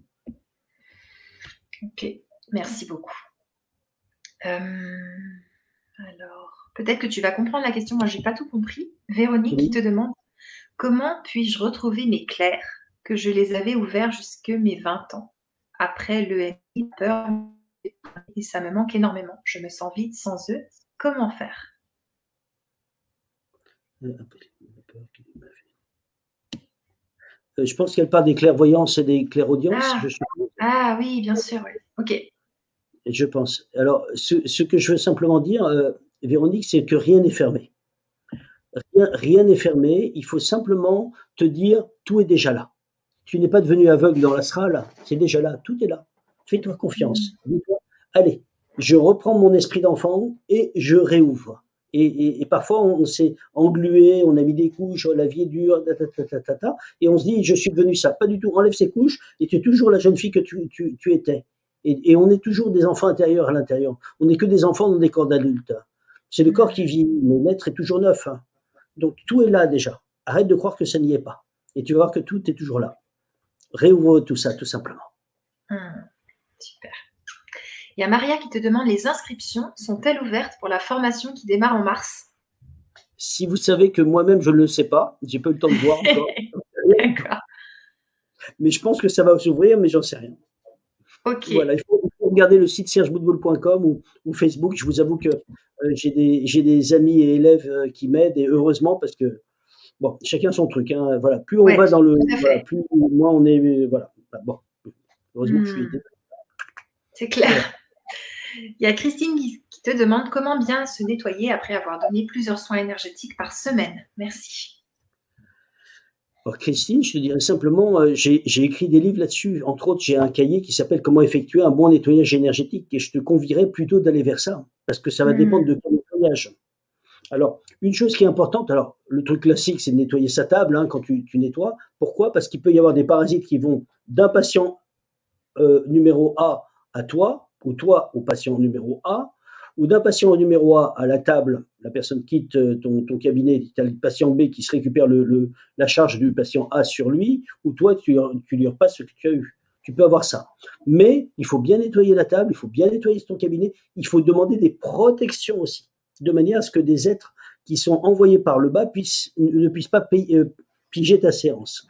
Ok. Merci beaucoup. Euh, alors, peut-être que tu vas comprendre la question. Moi, j'ai pas tout compris. Véronique qui Oui. te demande comment puis-je retrouver mes clairs que je les avais ouverts jusque mes vingt ans? Après l'E M I, peur et ça me manque énormément. Je me sens vide sans eux. Comment faire? Euh, Je pense qu'elle parle des clairvoyances et des clairaudiences. Ah, Je suppose. ah oui, bien sûr. Ouais. Ok. Je pense. Alors, ce, ce que je veux simplement dire, euh, Véronique, c'est que rien n'est fermé. Rien rien n'est fermé. Il faut simplement te dire, tout est déjà là. Tu n'es pas devenu aveugle dans l'astral. C'est déjà là. Tout est là. Fais-toi confiance. Dis-toi, allez, je reprends mon esprit d'enfant et je réouvre. Et, et- et parfois, on, s'est englué, on a mis des couches, oh, la vie est dure, ta, ta, ta, ta, ta, ta, et on se dit, je suis devenu ça. Pas du tout. Enlève ces couches et tu es toujours la jeune fille que tu, tu- tu étais. Et, et on est toujours des enfants intérieurs à l'intérieur. On n'est que des enfants dans des corps d'adultes. C'est le corps qui vit, mais l'être est toujours neuf. Hein. Donc tout est là déjà. Arrête de croire que ça n'y est pas. Et tu vas voir que tout est toujours là. Réouvre tout ça, tout simplement. Hmm, super. Il y a Maria qui te demande les inscriptions sont-elles ouvertes pour la formation qui démarre en mars? Si vous savez que moi-même, je ne le sais pas, j'ai pas eu le temps de voir encore. D'accord. Mais je pense que ça va s'ouvrir, mais j'en sais rien. OK. Voilà, il faut, il faut regarder le site serge boudboul point com ou, ou Facebook. Je vous avoue que euh, j'ai des, j'ai des amis et élèves euh, qui m'aident, et heureusement, parce que bon, chacun son truc, hein. Voilà, plus on Ouais, va tout dans le, tout à voilà, fait. plus moi on est, voilà. Bah, bon, heureusement que je suis Mmh. aidé. C'est Voilà. clair. Il y a Christine qui qui te demande comment bien se nettoyer après avoir donné plusieurs soins énergétiques par semaine. Merci. Alors Christine, je te dirais simplement, euh, j'ai j'ai écrit des livres là-dessus. Entre autres, j'ai un cahier qui s'appelle Comment effectuer un bon nettoyage énergétique, et je te convierais plutôt d'aller vers ça, parce que ça va dépendre Mmh. de ton nettoyage. Alors, une chose qui est importante, alors le truc classique, c'est de nettoyer sa table hein, quand tu, tu nettoies. Pourquoi? Parce qu'il peut y avoir des parasites qui vont d'un patient euh, numéro A à toi, ou toi au patient numéro A, ou d'un patient numéro A à la table, la personne quitte euh, ton, ton cabinet, tu as le patient B qui se récupère le, le, la charge du patient A sur lui, ou toi, tu, tu lui repasses ce que tu as eu. Tu peux avoir ça. Mais il faut bien nettoyer la table, il faut bien nettoyer ton cabinet, il faut demander des protections aussi, de manière à ce que des êtres qui sont envoyés par le bas puissent, ne puissent pas payer, euh, piger ta séance.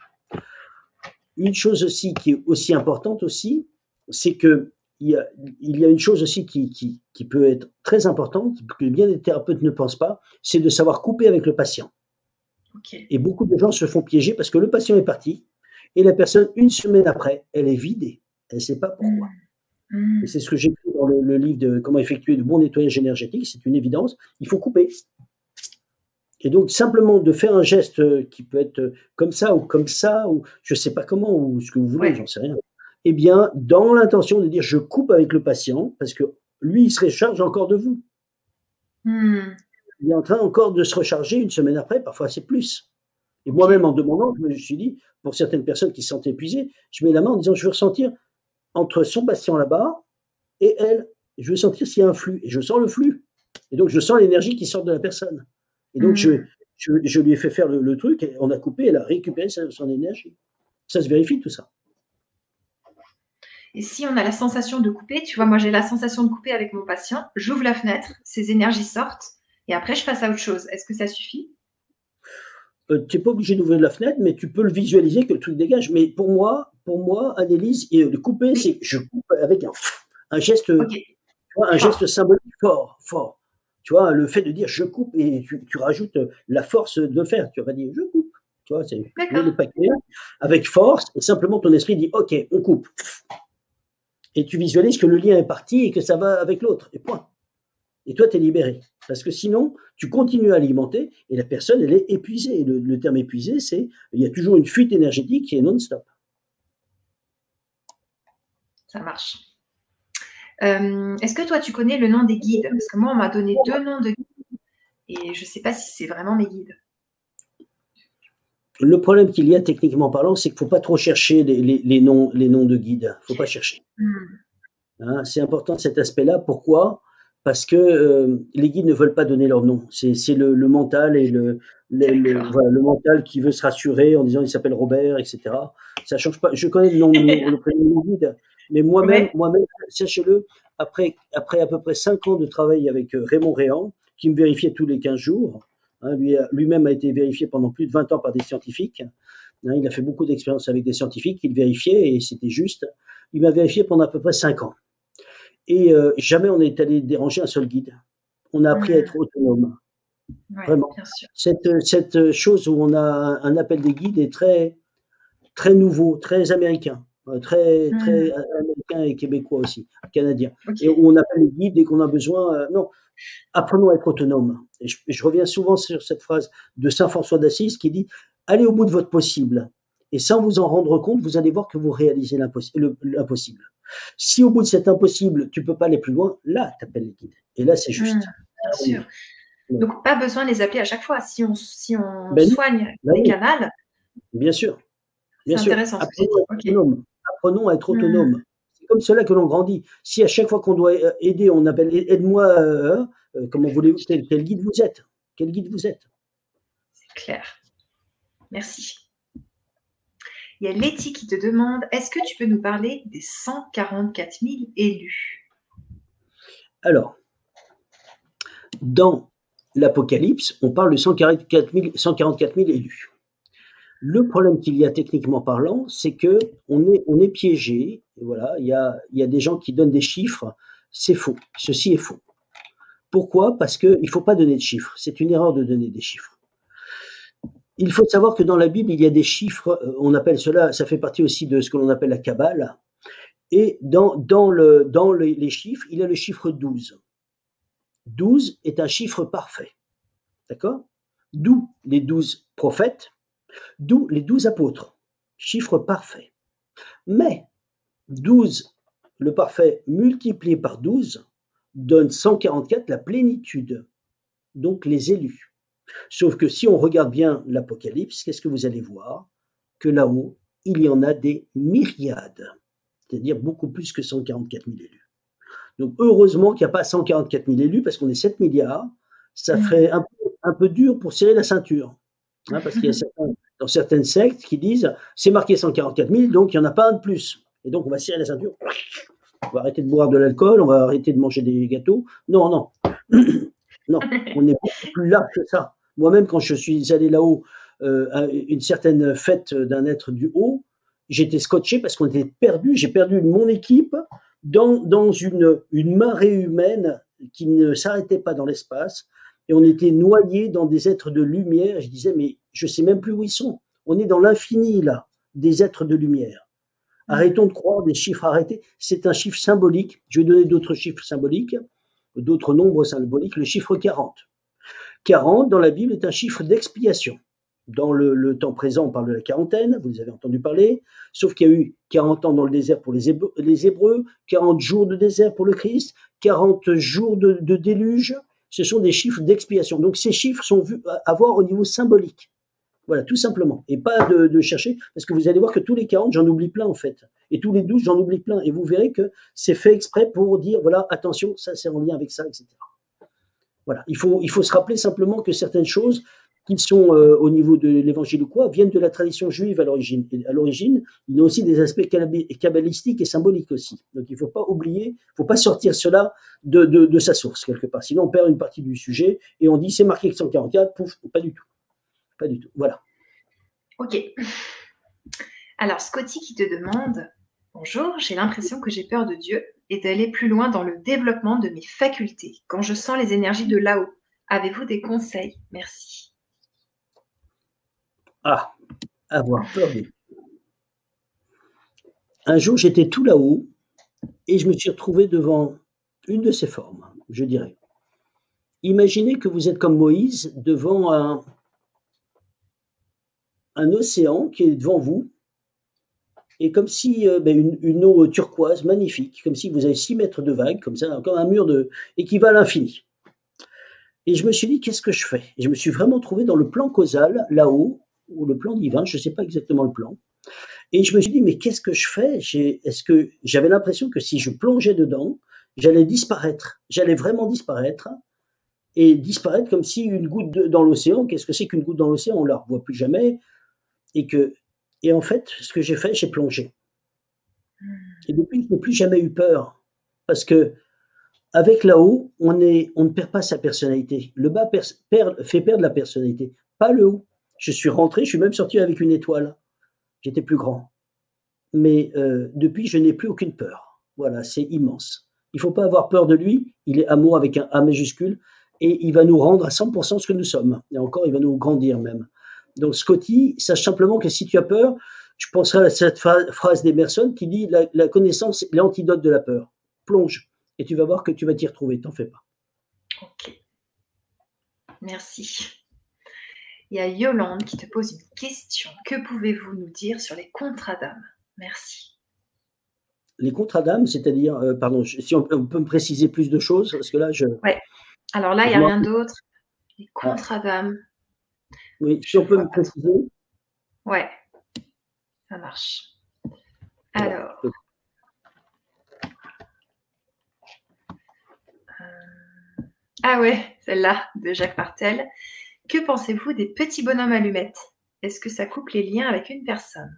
Une chose aussi qui est aussi importante aussi, c'est que il y a, il y a une chose aussi qui, qui, qui peut être très importante, que bien des thérapeutes ne pensent pas, c'est de savoir couper avec le patient. OK. Et beaucoup de gens se font piéger parce que le patient est parti et la personne, une semaine après, elle est vidée. Elle ne sait pas Mmh. pourquoi. Et Mmh. c'est ce que j'écris dans le, le livre de Comment effectuer de bons nettoyages énergétiques. C'est une évidence. Il faut couper. Et donc, simplement de faire un geste qui peut être comme ça ou comme ça, ou je ne sais pas comment, ou ce que vous voulez, Ouais. j'en sais rien. Eh bien, dans l'intention de dire je coupe avec le patient, parce que lui, il se recharge encore de vous. Mmh. Il est en train encore de se recharger une semaine après, parfois c'est plus. Et moi-même, OK. en demandant, je me suis dit, pour certaines personnes qui se sentent épuisées, je mets la main en disant je veux ressentir entre son patient là-bas et elle, je veux sentir s'il y a un flux. Et je sens le flux. Et donc, je sens l'énergie qui sort de la personne. Et donc, je, Mmh. je, je lui ai fait faire le, le truc, et on a coupé, elle a récupéré sa- son énergie. Ça se vérifie, tout ça. Et si on a la sensation de couper, tu vois, moi j'ai la sensation de couper avec mon patient, j'ouvre la fenêtre, ces énergies sortent et après je passe à autre chose. Est-ce que ça suffit? Euh, tu n'es pas obligé d'ouvrir la fenêtre, mais tu peux le visualiser que le truc dégage. Mais pour moi, pour moi, Annelise, et, euh, le couper, c'est Oui. je coupe avec un, un geste, tu OK. vois, un geste Fort. symbolique fort, fort. Tu vois, le fait de dire je coupe, et tu, tu rajoutes la force de le faire. Tu vas pas dire je coupe. Tu vois, c'est tu mets D'accord. le paquet avec force, et simplement ton esprit dit ok, on coupe. Et tu visualises que le lien est parti et que ça va avec l'autre. Et point. Et toi, tu es libéré. Parce que sinon, tu continues à alimenter et la personne, elle est épuisée. Et le, le terme épuisé, c'est il y a toujours une fuite énergétique qui est non-stop. Ça marche. Euh, est-ce que toi tu connais le nom des guides? Parce que moi on m'a donné deux noms de guides et je ne sais pas si c'est vraiment mes guides. Le problème qu'il y a techniquement parlant, c'est qu'il ne faut pas trop chercher les, les, les, noms, les noms de guides. Il ne faut OK. pas chercher. Mmh. Hein, c'est important cet aspect-là. Pourquoi? Parce que euh, les guides ne veulent pas donner leur nom. C'est, c'est le, le mental et le, le, le, D'accord. voilà, le mental qui veut se rassurer en disant il s'appelle Robert, et cetera. Ça change pas. Je connais le nom, le, le prénom du guide, mais moi-même, Ouais. moi-même, sachez-le, après, après à peu près cinq ans de travail avec euh, Raymond Réan, qui me vérifiait tous les quinze jours, hein, lui, lui-même a été vérifié pendant plus de vingt ans par des scientifiques. Hein, il a fait beaucoup d'expériences avec des scientifiques qui le vérifiaient et c'était juste. Il m'a vérifié pendant à peu près cinq ans. Et euh, jamais on est allé déranger un seul guide. On a appris à Mmh. être autonome, Ouais, vraiment. bien sûr. Cette, cette chose où on a un, un appel des guides est très, très nouveau, très américain, euh, très, très Mmh. américain et québécois aussi, canadien. Et OK. où on appelle les guides dès qu'on a besoin. Euh, non, apprenons à être autonome. Et je, je reviens souvent sur cette phrase de Saint François d'Assise qui dit allez au bout de votre possible. Et sans vous en rendre compte, vous allez voir que vous réalisez l'impossible. Si au bout de cet impossible, tu ne peux pas aller plus loin, là, tu appelles les guides. Et là, c'est Mmh. juste. Bien On y va. sûr. Voilà. Donc pas besoin de les appeler à chaque fois. Si on, si on Ben, soigne ben les oui, canals, bien sûr, c'est bien sûr. intéressant ce que tu Apprenons à dis. être OK. autonome. Apprenons à être Mmh. autonome. C'est comme cela que l'on grandit. Si à chaque fois qu'on doit aider, on appelle aide-moi, euh, euh, comment voulez-vous, quel, quel guide vous êtes? Quel guide vous êtes? C'est clair. Merci. Il y a Letty qui te demande, est-ce que tu peux nous parler des cent quarante-quatre mille élus? Alors, dans l'Apocalypse, on parle de cent quarante-quatre mille élus. Le problème qu'il y a techniquement parlant, c'est que on est, on est piégé. Voilà, il y a, il y a des gens qui donnent des chiffres. C'est faux. Ceci est faux. Pourquoi? Parce qu'il ne faut pas donner de chiffres. C'est une erreur de donner des chiffres. Il faut savoir que dans la Bible, il y a des chiffres. On appelle cela, ça fait partie aussi de ce que l'on appelle la Kabbale. Et dans, dans, le, dans les, les chiffres, il y a le chiffre douze. douze est un chiffre parfait. D'accord? D'où les douze prophètes. D'où les douze apôtres, chiffre parfait. Mais douze, le parfait multiplié par douze, donne cent quarante-quatre, la plénitude, donc les élus. Sauf que si on regarde bien l'Apocalypse, qu'est-ce que vous allez voir? Que là-haut, il y en a des myriades, c'est-à-dire beaucoup plus que cent quarante-quatre mille élus. Donc heureusement qu'il n'y a pas cent quarante-quatre mille élus, parce qu'on est sept milliards, ça ferait un peu, un peu dur pour serrer la ceinture. Hein, parce qu'il y a certains, dans certaines sectes qui disent c'est marqué cent quarante-quatre mille, donc il n'y en a pas un de plus. Et donc on va serrer la ceinture, on va arrêter de boire de l'alcool, on va arrêter de manger des gâteaux. Non, non, non, on est beaucoup plus large que ça. Moi-même, quand je suis allé là-haut, euh, à une certaine fête d'un être du haut, j'étais scotché parce qu'on était perdu. J'ai perdu mon équipe dans, dans une, une marée humaine qui ne s'arrêtait pas dans l'espace. Et on était noyés dans des êtres de lumière. Je disais, mais je ne sais même plus où ils sont. On est dans l'infini, là, des êtres de lumière. Arrêtons de croire des chiffres arrêtés. C'est un chiffre symbolique. Je vais donner d'autres chiffres symboliques, d'autres nombres symboliques. Le chiffre quarante. quarante, dans la Bible, est un chiffre d'expiation. Dans le, le temps présent, on parle de la quarantaine, vous avez entendu parler, sauf qu'il y a eu quarante ans dans le désert pour les Hébreux, les Hébreux, quarante jours de désert pour le Christ, quarante jours de, de déluge. Ce sont des chiffres d'expiation. Donc ces chiffres sont vus à voir au niveau symbolique. Voilà, tout simplement. Et pas de, de chercher, parce que vous allez voir que tous les quarante, j'en oublie plein en fait. Et tous les douze, j'en oublie plein. Et vous verrez que c'est fait exprès pour dire, voilà, attention, ça c'est en lien avec ça, et cetera. Voilà, il faut, il faut se rappeler simplement que certaines choses qui sont euh, au niveau de l'évangile ou quoi, viennent de la tradition juive à l'origine. Et à l'origine, il y a aussi des aspects kabbalistiques et symboliques aussi. Donc il ne faut pas oublier, il ne faut pas sortir cela de, de, de sa source quelque part. Sinon on perd une partie du sujet et on dit c'est marqué cent quarante-quatre, pouf, pas du tout. Pas du tout. Voilà. Ok. Alors Scotty qui te demande, bonjour, j'ai l'impression que j'ai peur de Dieu et d'aller plus loin dans le développement de mes facultés quand je sens les énergies de là-haut. Avez-vous des conseils? Merci. Ah, avoir peur de Dieu. Un jour, j'étais tout là-haut et je me suis retrouvé devant une de ces formes, je dirais. Imaginez que vous êtes comme Moïse devant un, un océan qui est devant vous et comme si euh, ben une, une eau turquoise magnifique, comme si vous avez six mètres de vagues, comme ça, comme un mur de, et qui va à l'infini. Et je me suis dit, qu'est-ce que je fais? Et je me suis vraiment trouvé dans le plan causal, là-haut, ou le plan divin, je ne sais pas exactement le plan. Et je me suis dit, mais qu'est-ce que je fais? Est-ce que j'avais l'impression que si je plongeais dedans, j'allais disparaître, j'allais vraiment disparaître, et disparaître comme si une goutte de, dans l'océan, qu'est-ce que c'est qu'une goutte dans l'océan? On ne la revoit plus jamais. Et, que, et en fait, ce que j'ai fait, j'ai plongé. Et depuis, je n'ai plus jamais eu peur. Parce que avec là-haut, on, est, on ne perd pas sa personnalité. Le bas per, perd, fait perdre la personnalité, pas le haut. Je suis rentré, je suis même sorti avec une étoile. J'étais plus grand. Mais euh, depuis, je n'ai plus aucune peur. Voilà, c'est immense. Il ne faut pas avoir peur de lui. Il est amour avec un A majuscule et il va nous rendre à cent pour cent ce que nous sommes. Et encore, il va nous grandir même. Donc, Scotty, sache simplement que si tu as peur, je penserai à cette phrase d'Emerson qui dit la, la connaissance est l'antidote de la peur. Plonge et tu vas voir que tu vas t'y retrouver. T'en fais pas. Ok. Merci. Il y a Yolande qui te pose une question. Que pouvez-vous nous dire sur les contrats d'âme? Merci. Les contrats d'âme, c'est-à-dire, euh, pardon, si on peut, on peut me préciser plus de choses, parce que là, je... Ouais. Alors là, il n'y a rien d'autre. Les contrats ah. d'âme. Oui, si on peut me préciser. Ouais, ça marche. Alors... Euh... Ah ouais, celle-là, de Jacques Martel. Que pensez-vous des petits bonhommes allumettes? Est-ce que ça coupe les liens avec une personne?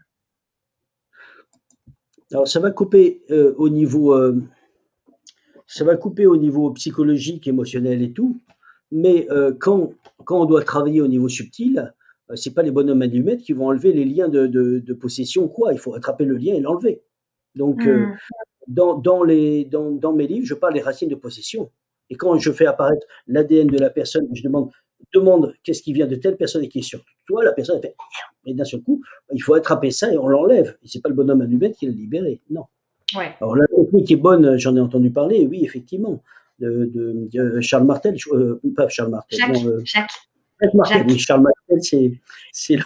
Alors, ça va couper euh, au niveau, euh, ça va couper au niveau psychologique, émotionnel et tout, Mais euh, quand, quand on doit travailler au niveau subtil, euh, c'est pas les bonhommes allumettes qui vont enlever les liens de, de, de possession, quoi. Il faut attraper le lien et l'enlever. Donc, euh, Hmm. dans, dans, les, dans, dans mes livres, je parle des racines de possession. Et quand je fais apparaître l'A D N de la personne, je demande, demande qu'est-ce qui vient de telle personne et qui est sur toi, la personne elle fait, et d'un seul coup, il faut attraper ça et on l'enlève. Et c'est pas le bonhomme allumette qui l'a libéré, non. Ouais. Alors la technique est bonne, j'en ai entendu parler, oui, effectivement, de, de, de Charles Martel, euh, pas Charles Martel, Jacques, non, euh, Jacques, Jacques Martel, Jacques. oui, Charles Martel, c'est, c'est le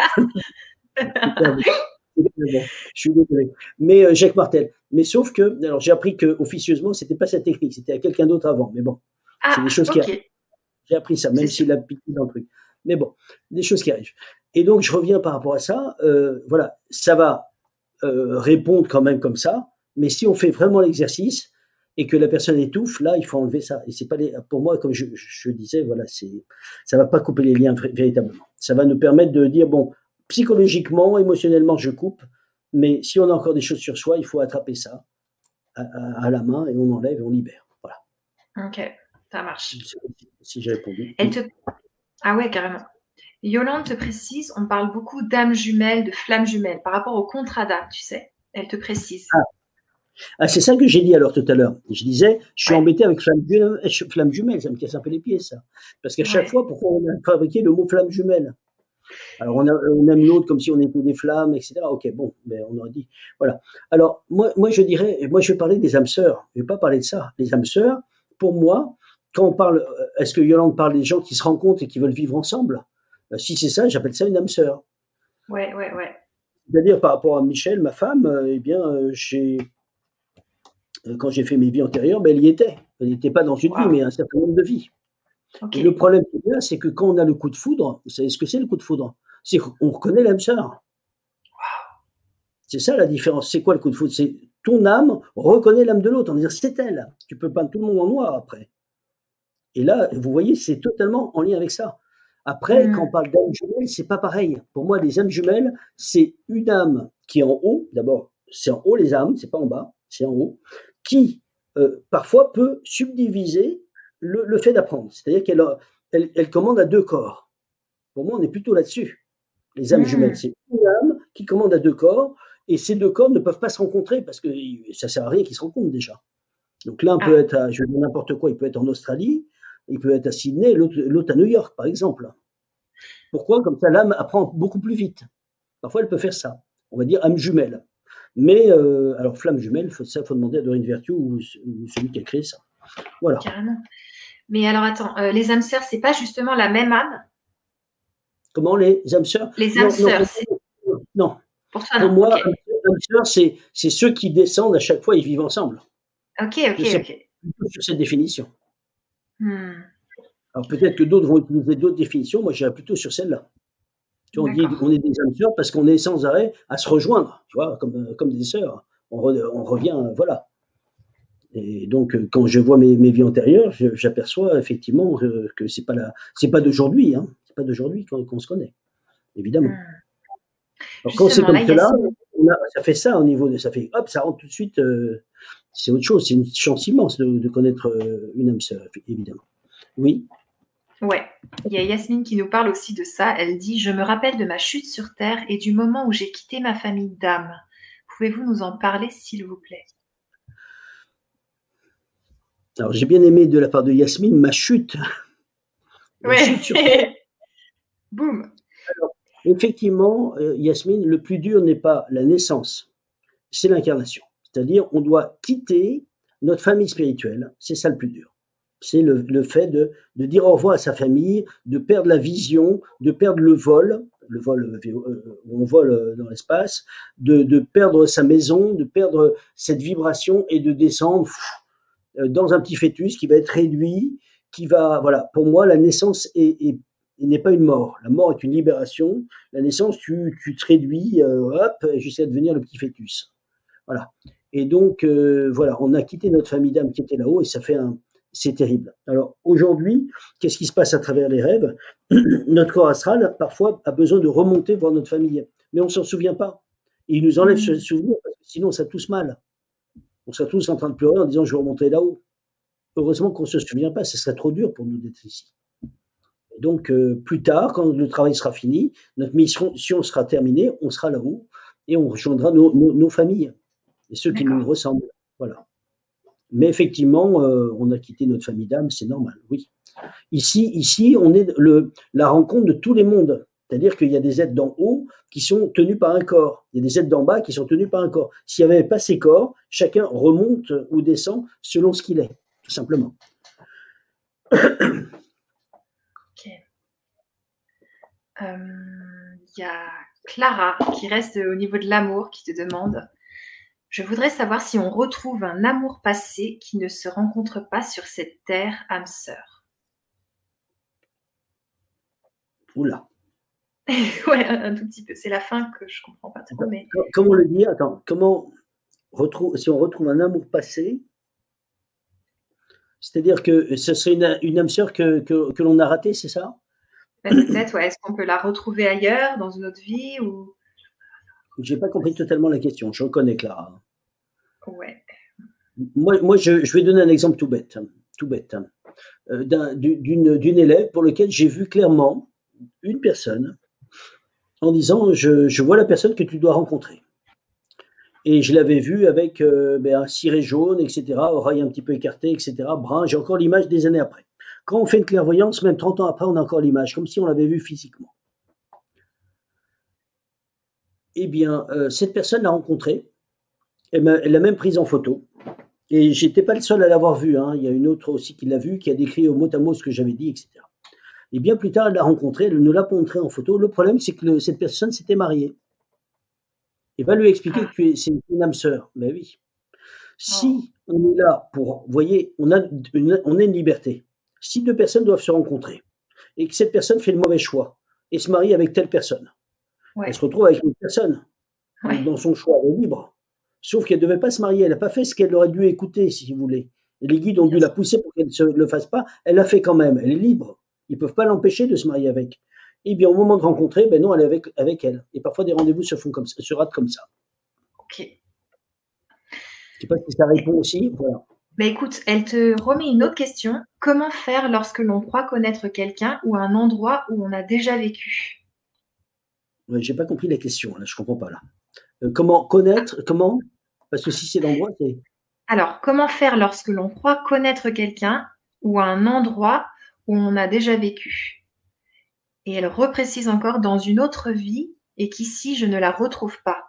super bon. Bon, je suis désolé. Mais euh, Jacques Martel. Mais sauf que, alors j'ai appris que officieusement, c'était pas sa technique, c'était à quelqu'un d'autre avant. Mais bon, c'est des Ah, choses qui ok, arrivent. J'ai appris ça, c'est même sûr. s'il a piqué dans le truc. Mais bon, des choses qui arrivent. Et donc, je reviens par rapport à ça. Euh, voilà, ça va euh, répondre quand même comme ça. Mais si on fait vraiment l'exercice et que la personne étouffe, là, il faut enlever ça. Et c'est pas les, pour moi, comme je, je disais, voilà, c'est, ça va pas couper les liens véritablement. Ça va nous permettre de dire, bon, psychologiquement, émotionnellement, je coupe. Mais si on a encore des choses sur soi, il faut attraper ça à, à, à la main et on enlève et on libère. Voilà. Ok, ça marche. Si, si j'ai répondu. Elle te... Ah ouais, carrément. Yolande te précise, on parle beaucoup d'âmes jumelles, de flammes jumelles, par rapport au contrat d'âme, tu sais. Elle te précise. Ah, ah c'est ça que j'ai dit alors tout à l'heure. Je disais, je suis Ouais. embêté avec flamme jumelle, flamme jumelle, ça me casse un peu les pieds, ça. Parce qu'à chaque Ouais. fois, pourquoi on a fabriqué le mot flamme jumelle? Alors, on, a, on aime l'autre comme si on était des flammes, et cetera. Ok, bon, ben on aurait dit. Voilà. Alors, moi, moi, je dirais, moi, je vais parler des âmes sœurs. Je ne vais pas parler de ça. Les âmes sœurs, pour moi, quand on parle, est-ce que Yolande parle des gens qui se rencontrent et qui veulent vivre ensemble? Si c'est ça, j'appelle ça une âme sœur. Ouais, ouais, ouais. C'est-à-dire, par rapport à Michel, ma femme, euh, eh bien, euh, j'ai, euh, quand j'ai fait mes vies antérieures, ben, elle y était. Elle n'était pas dans une vie, Waouh. mais un certain nombre de vies. Ok. Et le problème qu'il y a, c'est que quand on a le coup de foudre, vous savez ce que c'est le coup de foudre? C'est qu'on reconnaît l'âme sœur. C'est ça la différence. C'est quoi le coup de foudre? C'est ton âme reconnaît l'âme de l'autre, en disant c'est elle. Tu peux peindre tout le monde en noir après. Et là, vous voyez, c'est totalement en lien avec ça. Après, quand on Hmm. parle d'âme jumelle, c'est pas pareil. Pour moi, les âmes jumelles, c'est une âme qui est en haut. D'abord, c'est en haut les âmes, c'est pas en bas, c'est en haut, qui euh, parfois peut subdiviser le, le fait d'apprendre. C'est-à-dire qu'elle elle, elle commande à deux corps. Pour moi, on est plutôt là-dessus. Les âmes jumelles, Hmm. c'est une âme qui commande à deux corps, et ces deux corps ne peuvent pas se rencontrer parce que ça sert à rien qu'ils se rencontrent déjà. Donc l'un peut Ah, être, à, je vais dire n'importe quoi, il peut être en Australie, il peut être à Sydney, l'autre, l'autre à New York, par exemple. Pourquoi? Comme ça, l'âme apprend beaucoup plus vite. Parfois, elle peut faire ça. On va dire âme jumelle. Mais, euh, alors, flamme jumelle, faut, ça, il faut demander à Doreen Virtue ou, ou celui qui a créé ça. Voilà. carrément. Mais alors, attends, euh, les âmes sœurs, c'est pas justement la même âme? Comment les âmes sœurs? Les âmes Non, non, sœurs, pour, c'est... non. Pour toi, Pour non. moi, Ok. âme sœur, c'est, c'est ceux qui descendent à chaque fois et vivent ensemble. Ok, ok, Je sais ok. plutôt sur cette définition. Hmm. Alors peut-être que d'autres vont utiliser d'autres définitions, moi j'irais plutôt sur celle-là. Tu vois, on dit D'accord. on est des âmes sœurs parce qu'on est sans arrêt à se rejoindre, tu vois, comme, comme des sœurs. On, re, on revient, voilà. Et donc quand je vois mes, mes vies antérieures, je, j'aperçois effectivement que, que c'est pas la, c'est pas d'aujourd'hui, hein, c'est pas d'aujourd'hui qu'on, qu'on se connaît, évidemment. Hmm. Alors quand c'est Justement, là, comme cela, Yasmine, on a, ça fait ça au niveau de, ça fait hop, ça rentre tout de suite. Euh, c'est autre chose, c'est une chance immense de, de connaître euh, une âme sœur, évidemment. Oui. ouais, il y a Yasmine qui nous parle aussi de ça. Elle dit: Je me rappelle de ma chute sur Terre et du moment où j'ai quitté ma famille d'âmes. Pouvez-vous nous en parler, s'il vous plaît? Alors j'ai bien aimé de la part de Yasmine ma chute, ma Ouais, chute sur Terre. boum. Alors, effectivement, euh, Yasmine, le plus dur n'est pas la naissance, c'est l'incarnation. C'est-à-dire, on doit quitter notre famille spirituelle, c'est ça le plus dur. C'est le, le fait de, de dire au revoir à sa famille, de perdre la vision, de perdre le vol, le vol euh, où on vole dans l'espace, de, de perdre sa maison, de perdre cette vibration et de descendre pff, dans un petit fœtus qui va être réduit, qui va, voilà, pour moi, la naissance est, est n'est pas une mort. La mort est une libération. La naissance, tu, tu te réduis, euh, hop, jusqu'à devenir le petit fœtus. Voilà. Et donc, euh, voilà, on a quitté notre famille d'âme qui était là-haut et ça fait un. C'est terrible. Alors, aujourd'hui, qu'est-ce qui se passe à travers les rêves? Notre corps astral, parfois, a besoin de remonter voir notre famille. Mais on ne s'en souvient pas. Et il nous enlève ce Hmm. souvenir parce que sinon, ça tousse mal. On sera tous en train de pleurer en disant je vais remonter là-haut. heureusement qu'on ne se souvient pas, ce serait trop dur pour nous d'être ici. Donc, euh, plus tard, quand le travail sera fini, notre mission sera terminée, on sera là-haut et on rejoindra nos, nos, nos familles et ceux qui nous ressemblent. Voilà. Mais effectivement, euh, on a quitté notre famille d'âme, c'est normal, oui. Ici, ici, on est le, la rencontre de tous les mondes. C'est-à-dire qu'il y a des êtres d'en haut qui sont tenus par un corps. Il y a des êtres d'en bas qui sont tenus par un corps. S'il n'y avait pas ces corps, chacun remonte ou descend selon ce qu'il est, tout simplement. Ok. Il euh, y a Clara qui reste au niveau de l'amour, qui te demande: je voudrais savoir si on retrouve un amour passé qui ne se rencontre pas sur cette terre, âme sœur. Oula. Ouais, un tout petit peu. C'est la fin que je comprends pas trop. Mais... Comment le dire? Attends, comment retrouve, si on retrouve un amour passé, c'est-à-dire que ce serait une, une âme sœur que, que, que l'on a ratée, c'est ça? Peut-être, ouais. Est-ce qu'on peut la retrouver ailleurs, dans une autre vie ou... J'ai pas compris totalement la question. Je reconnais, Clara. Ouais. Moi, moi je, je vais donner un exemple tout bête, tout bête, euh, d'un, d'une, d'une élève pour lequel j'ai vu clairement une personne en disant je, je vois la personne que tu dois rencontrer. Et je l'avais vue avec euh, ben, un ciré jaune, et cetera, oreille un petit peu écartée, et cetera, brun. J'ai encore l'image des années après. Quand on fait une clairvoyance, même trente ans après, on a encore l'image, comme si on l'avait vue physiquement. Eh bien, euh, cette personne l'a rencontrée. Elle, elle l'a même prise en photo. Et j'étais pas le seul à l'avoir vue. Hein. Il y a une autre aussi qui l'a vue, qui a décrit au mot à mot ce que j'avais dit, et cetera. Et bien plus tard, elle l'a rencontrée, elle nous l'a montré en photo. Le problème, c'est que le, cette personne s'était mariée. Et va lui expliquer que tu es, c'est une âme sœur. Ben oui. Si on est là pour, vous voyez, on a une, on a une liberté. Si deux personnes doivent se rencontrer et que cette personne fait le mauvais choix et se marie avec telle personne, ouais. Elle se retrouve avec une personne. Ouais. Dans son choix, elle est libre. Sauf qu'elle ne devait pas se marier. Elle n'a pas fait ce qu'elle aurait dû écouter, si vous voulez. Et les guides ont dû la pousser pour qu'elle ne le fasse pas. Elle l'a fait quand même. Elle est libre. Ils ne peuvent pas l'empêcher de se marier avec. Et bien, au moment de rencontrer, ben non, elle est avec, avec elle. Et parfois, des rendez-vous se font comme ça, se ratent comme ça. Ok. Je ne sais pas si ça répond aussi. Voilà. Mais écoute, elle te remet une autre question. Comment faire lorsque l'on croit connaître quelqu'un ou un endroit où on a déjà vécu? Ouais, j'ai pas compris la question. Là, je comprends pas là. Euh, comment connaître? Comment? Parce que si c'est l'endroit, c'est. Alors, comment faire lorsque l'on croit connaître quelqu'un ou un endroit où on a déjà vécu? Et elle reprécise encore dans une autre vie et qu'ici je ne la retrouve pas.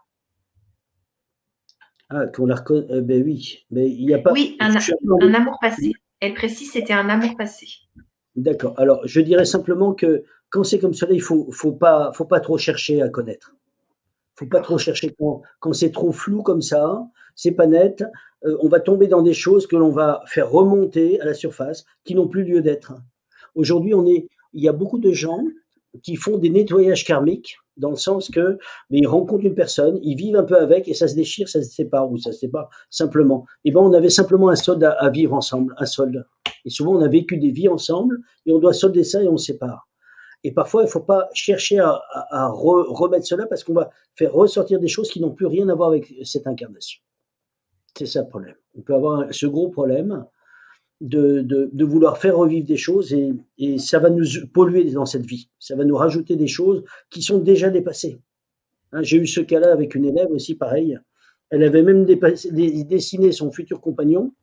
Ah, qu'on la reconnaît. Euh, ben oui, mais il n'y a pas. Oui, un, un amour passé. Elle précise c'était un amour passé. D'accord. Alors, je dirais simplement que quand c'est comme cela, il faut, faut pas, faut pas trop chercher à connaître. Faut pas trop chercher quand, quand c'est trop flou comme ça, c'est pas net. Euh, on va tomber dans des choses que l'on va faire remonter à la surface, qui n'ont plus lieu d'être. Aujourd'hui, on est, il y a beaucoup de gens qui font des nettoyages karmiques, dans le sens que, mais ils rencontrent une personne, ils vivent un peu avec, et ça se déchire, ça se sépare, ou ça se sépare simplement. Et ben, on avait simplement un solde à, à vivre ensemble, un solde. Et souvent, on a vécu des vies ensemble, et on doit solder ça et on se sépare. Et parfois, il ne faut pas chercher à, à, à re, remettre cela parce qu'on va faire ressortir des choses qui n'ont plus rien à voir avec cette incarnation. C'est ça le problème. On peut avoir ce gros problème de, de, de vouloir faire revivre des choses et, et ça va nous polluer dans cette vie. Ça va nous rajouter des choses qui sont déjà dépassées. Hein, j'ai eu ce cas-là avec une élève aussi, pareil. Elle avait même dépassé, dessiné son futur compagnon.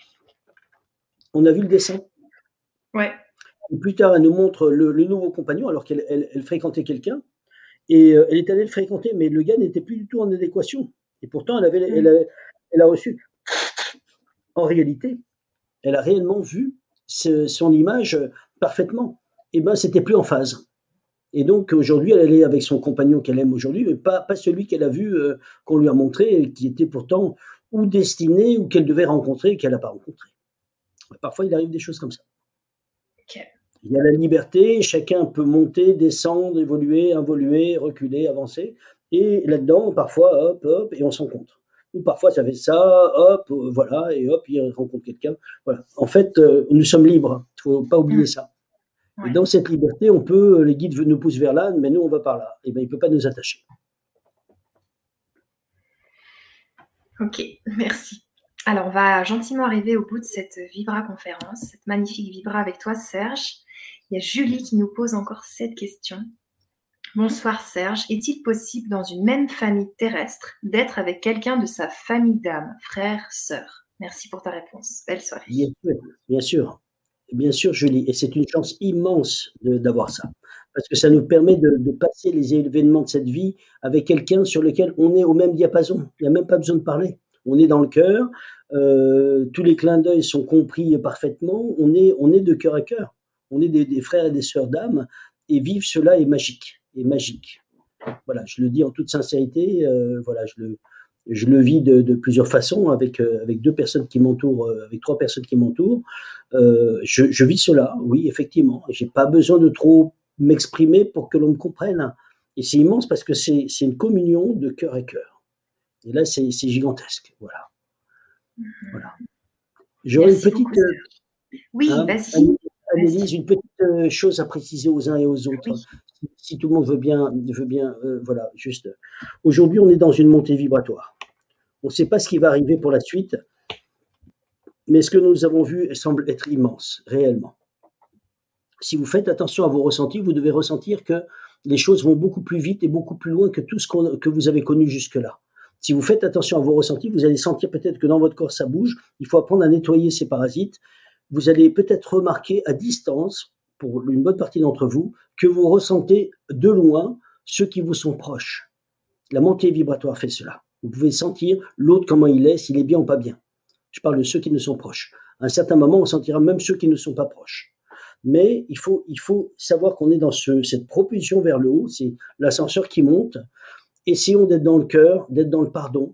On a vu le dessin. Ouais. Et plus tard, elle nous montre le, le nouveau compagnon alors qu'elle elle, elle fréquentait quelqu'un. Et euh, elle est allée le fréquenter, mais le gars n'était plus du tout en adéquation. Et pourtant, elle, avait, mmh. elle, a, elle a reçu. En réalité, elle a réellement vu ce, son image parfaitement. Et bien, c'était plus en phase. Et donc, aujourd'hui, elle est avec son compagnon qu'elle aime aujourd'hui, mais pas, pas celui qu'elle a vu, euh, qu'on lui a montré, qui était pourtant ou destiné, ou qu'elle devait rencontrer, et qu'elle n'a pas rencontré. Parfois, il arrive des choses comme ça. Okay. Il y a la liberté, chacun peut monter, descendre, évoluer, involuer, reculer, avancer. Et là-dedans, parfois, hop, hop, et on se rencontre. Ou parfois, ça fait ça, hop, voilà, et hop, il rencontre quelqu'un. Voilà. En fait, euh, nous sommes libres. Il ne faut pas oublier mmh. ça. Ouais. Et dans cette liberté, on peut, les guides nous poussent vers là, mais nous, on va par là. Et bien, il ne peut pas nous attacher. Ok, merci. Alors, on va gentiment arriver au bout de cette Vibra conférence, cette magnifique Vibra avec toi, Serge. Il y a Julie qui nous pose encore cette question. Bonsoir Serge, est-il possible dans une même famille terrestre d'être avec quelqu'un de sa famille d'âme, frère, sœur? Merci pour ta réponse. Belle soirée. Bien sûr, bien sûr, bien sûr, Julie, et c'est une chance immense d'avoir ça, parce que ça nous permet de, de passer les événements de cette vie avec quelqu'un sur lequel on est au même diapason. Il n'y a même pas besoin de parler. On est dans le cœur, euh, tous les clins d'œil sont compris parfaitement. On est, on est de cœur à cœur. On est des, des frères et des sœurs d'âme, et vivre cela est magique, est magique. Voilà, je le dis en toute sincérité. Euh, voilà, je le Je le vis de, de plusieurs façons avec, euh, avec deux personnes qui m'entourent, euh, avec trois personnes qui m'entourent. Euh, je, je vis cela, oui, effectivement. J'ai pas besoin de trop m'exprimer pour que l'on me comprenne. Et c'est immense parce que c'est c'est une communion de cœur à cœur. Et là, c'est c'est gigantesque. Voilà. Voilà. J'aurais une Merci beaucoup, petite, euh, Serge. Oui, hein, vas-y. Annelise, Vas-y. une petite euh, chose à préciser aux uns et aux autres. Oui. Si, si tout le monde veut bien, veut bien, euh, voilà, juste. Aujourd'hui, on est dans une montée vibratoire. On ne sait pas ce qui va arriver pour la suite, mais ce que nous avons vu semble être immense, réellement. Si vous faites attention à vos ressentis, vous devez ressentir que les choses vont beaucoup plus vite et beaucoup plus loin que tout ce qu'on, que vous avez connu jusque-là. Si vous faites attention à vos ressentis, vous allez sentir peut-être que dans votre corps ça bouge. Il faut apprendre à nettoyer ces parasites. Vous allez peut-être remarquer à distance, pour une bonne partie d'entre vous, que vous ressentez de loin ceux qui vous sont proches. La montée vibratoire fait cela. Vous pouvez sentir l'autre comment il est, s'il est bien ou pas bien. Je parle de ceux qui nous sont proches. À un certain moment, on sentira même ceux qui ne sont pas proches. Mais il faut, il faut savoir qu'on est dans ce, cette propulsion vers le haut, c'est l'ascenseur qui monte. Essayons d'être dans le cœur, d'être dans le pardon.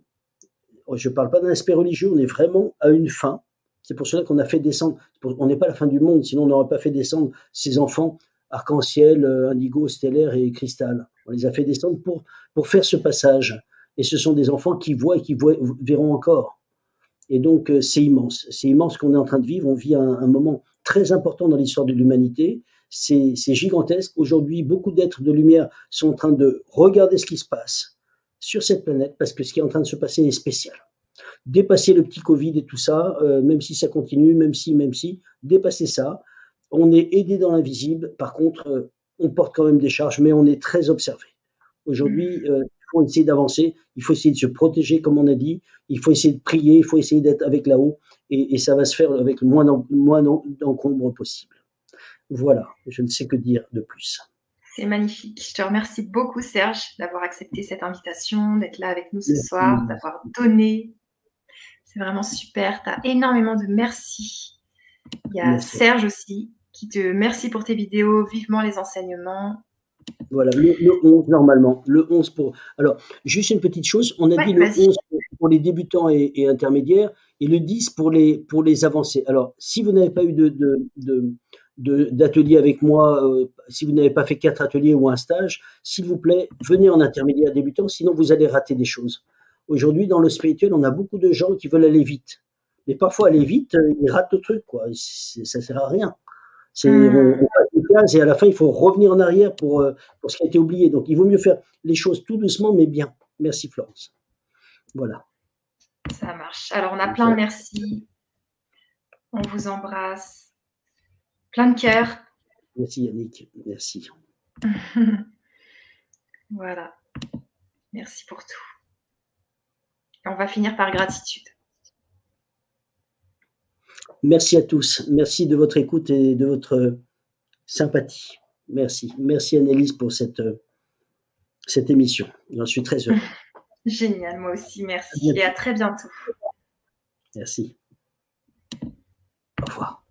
Je ne parle pas d'un aspect religieux, on est vraiment à une fin. C'est pour cela qu'on a fait descendre, on n'est pas à la fin du monde, sinon on n'aurait pas fait descendre ces enfants arc-en-ciel, indigo, stellaire et cristal. On les a fait descendre pour, pour faire ce passage. Et ce sont des enfants qui voient et qui voient, verront encore. Et donc, c'est immense. C'est immense ce qu'on est en train de vivre. On vit un, un moment très important dans l'histoire de l'humanité. C'est gigantesque. Aujourd'hui, beaucoup d'êtres de lumière sont en train de regarder ce qui se passe sur cette planète parce que ce qui est en train de se passer est spécial. Dépasser le petit Covid et tout ça, euh, même si ça continue, même si, même si, dépasser ça. On est aidé dans l'invisible. Par contre, euh, on porte quand même des charges, mais on est très observé. Aujourd'hui, euh, il faut essayer d'avancer, il faut essayer de se protéger, comme on a dit, il faut essayer de prier, il faut essayer d'être avec là-haut, et, et ça va se faire avec le moins d'encombre possible. Voilà, je ne sais que dire de plus. C'est magnifique. Je te remercie beaucoup, Serge, d'avoir accepté cette invitation, d'être là avec nous ce merci. soir, d'avoir donné. C'est vraiment super. Tu as énormément de merci. Il y a merci. Serge aussi, qui te remercie pour tes vidéos, vivement les enseignements. Voilà, le, le onze normalement, le onze pour... Alors, juste une petite chose, on a ouais, dit le onze pour, pour les débutants et, et intermédiaires, et le dix pour les, pour les avancés. Alors, si vous n'avez pas eu de, de, de, d'atelier avec moi, euh, si vous n'avez pas fait quatre ateliers ou un stage, s'il vous plaît, venez en intermédiaire débutant, sinon vous allez rater des choses. Aujourd'hui, dans le spirituel, on a beaucoup de gens qui veulent aller vite. Mais parfois, aller vite, ils ratent le truc, quoi. Ça ne sert à rien. C'est, mmh. on, on passe une case et à la fin, il faut revenir en arrière pour, euh, pour ce qui a été oublié. Donc, il vaut mieux faire les choses tout doucement, mais bien. Merci, Florence. Voilà. Ça marche. Alors, on a plein de merci. On vous embrasse. Plein de cœur. Merci, Yannick. Merci. Voilà. Merci pour tout. Et on va finir par gratitude. Merci à tous. Merci de votre écoute et de votre sympathie. Merci. Merci Annelise pour cette, cette émission. J'en suis très heureux. Génial, moi aussi. Merci. Et à très bientôt. Merci. Au revoir.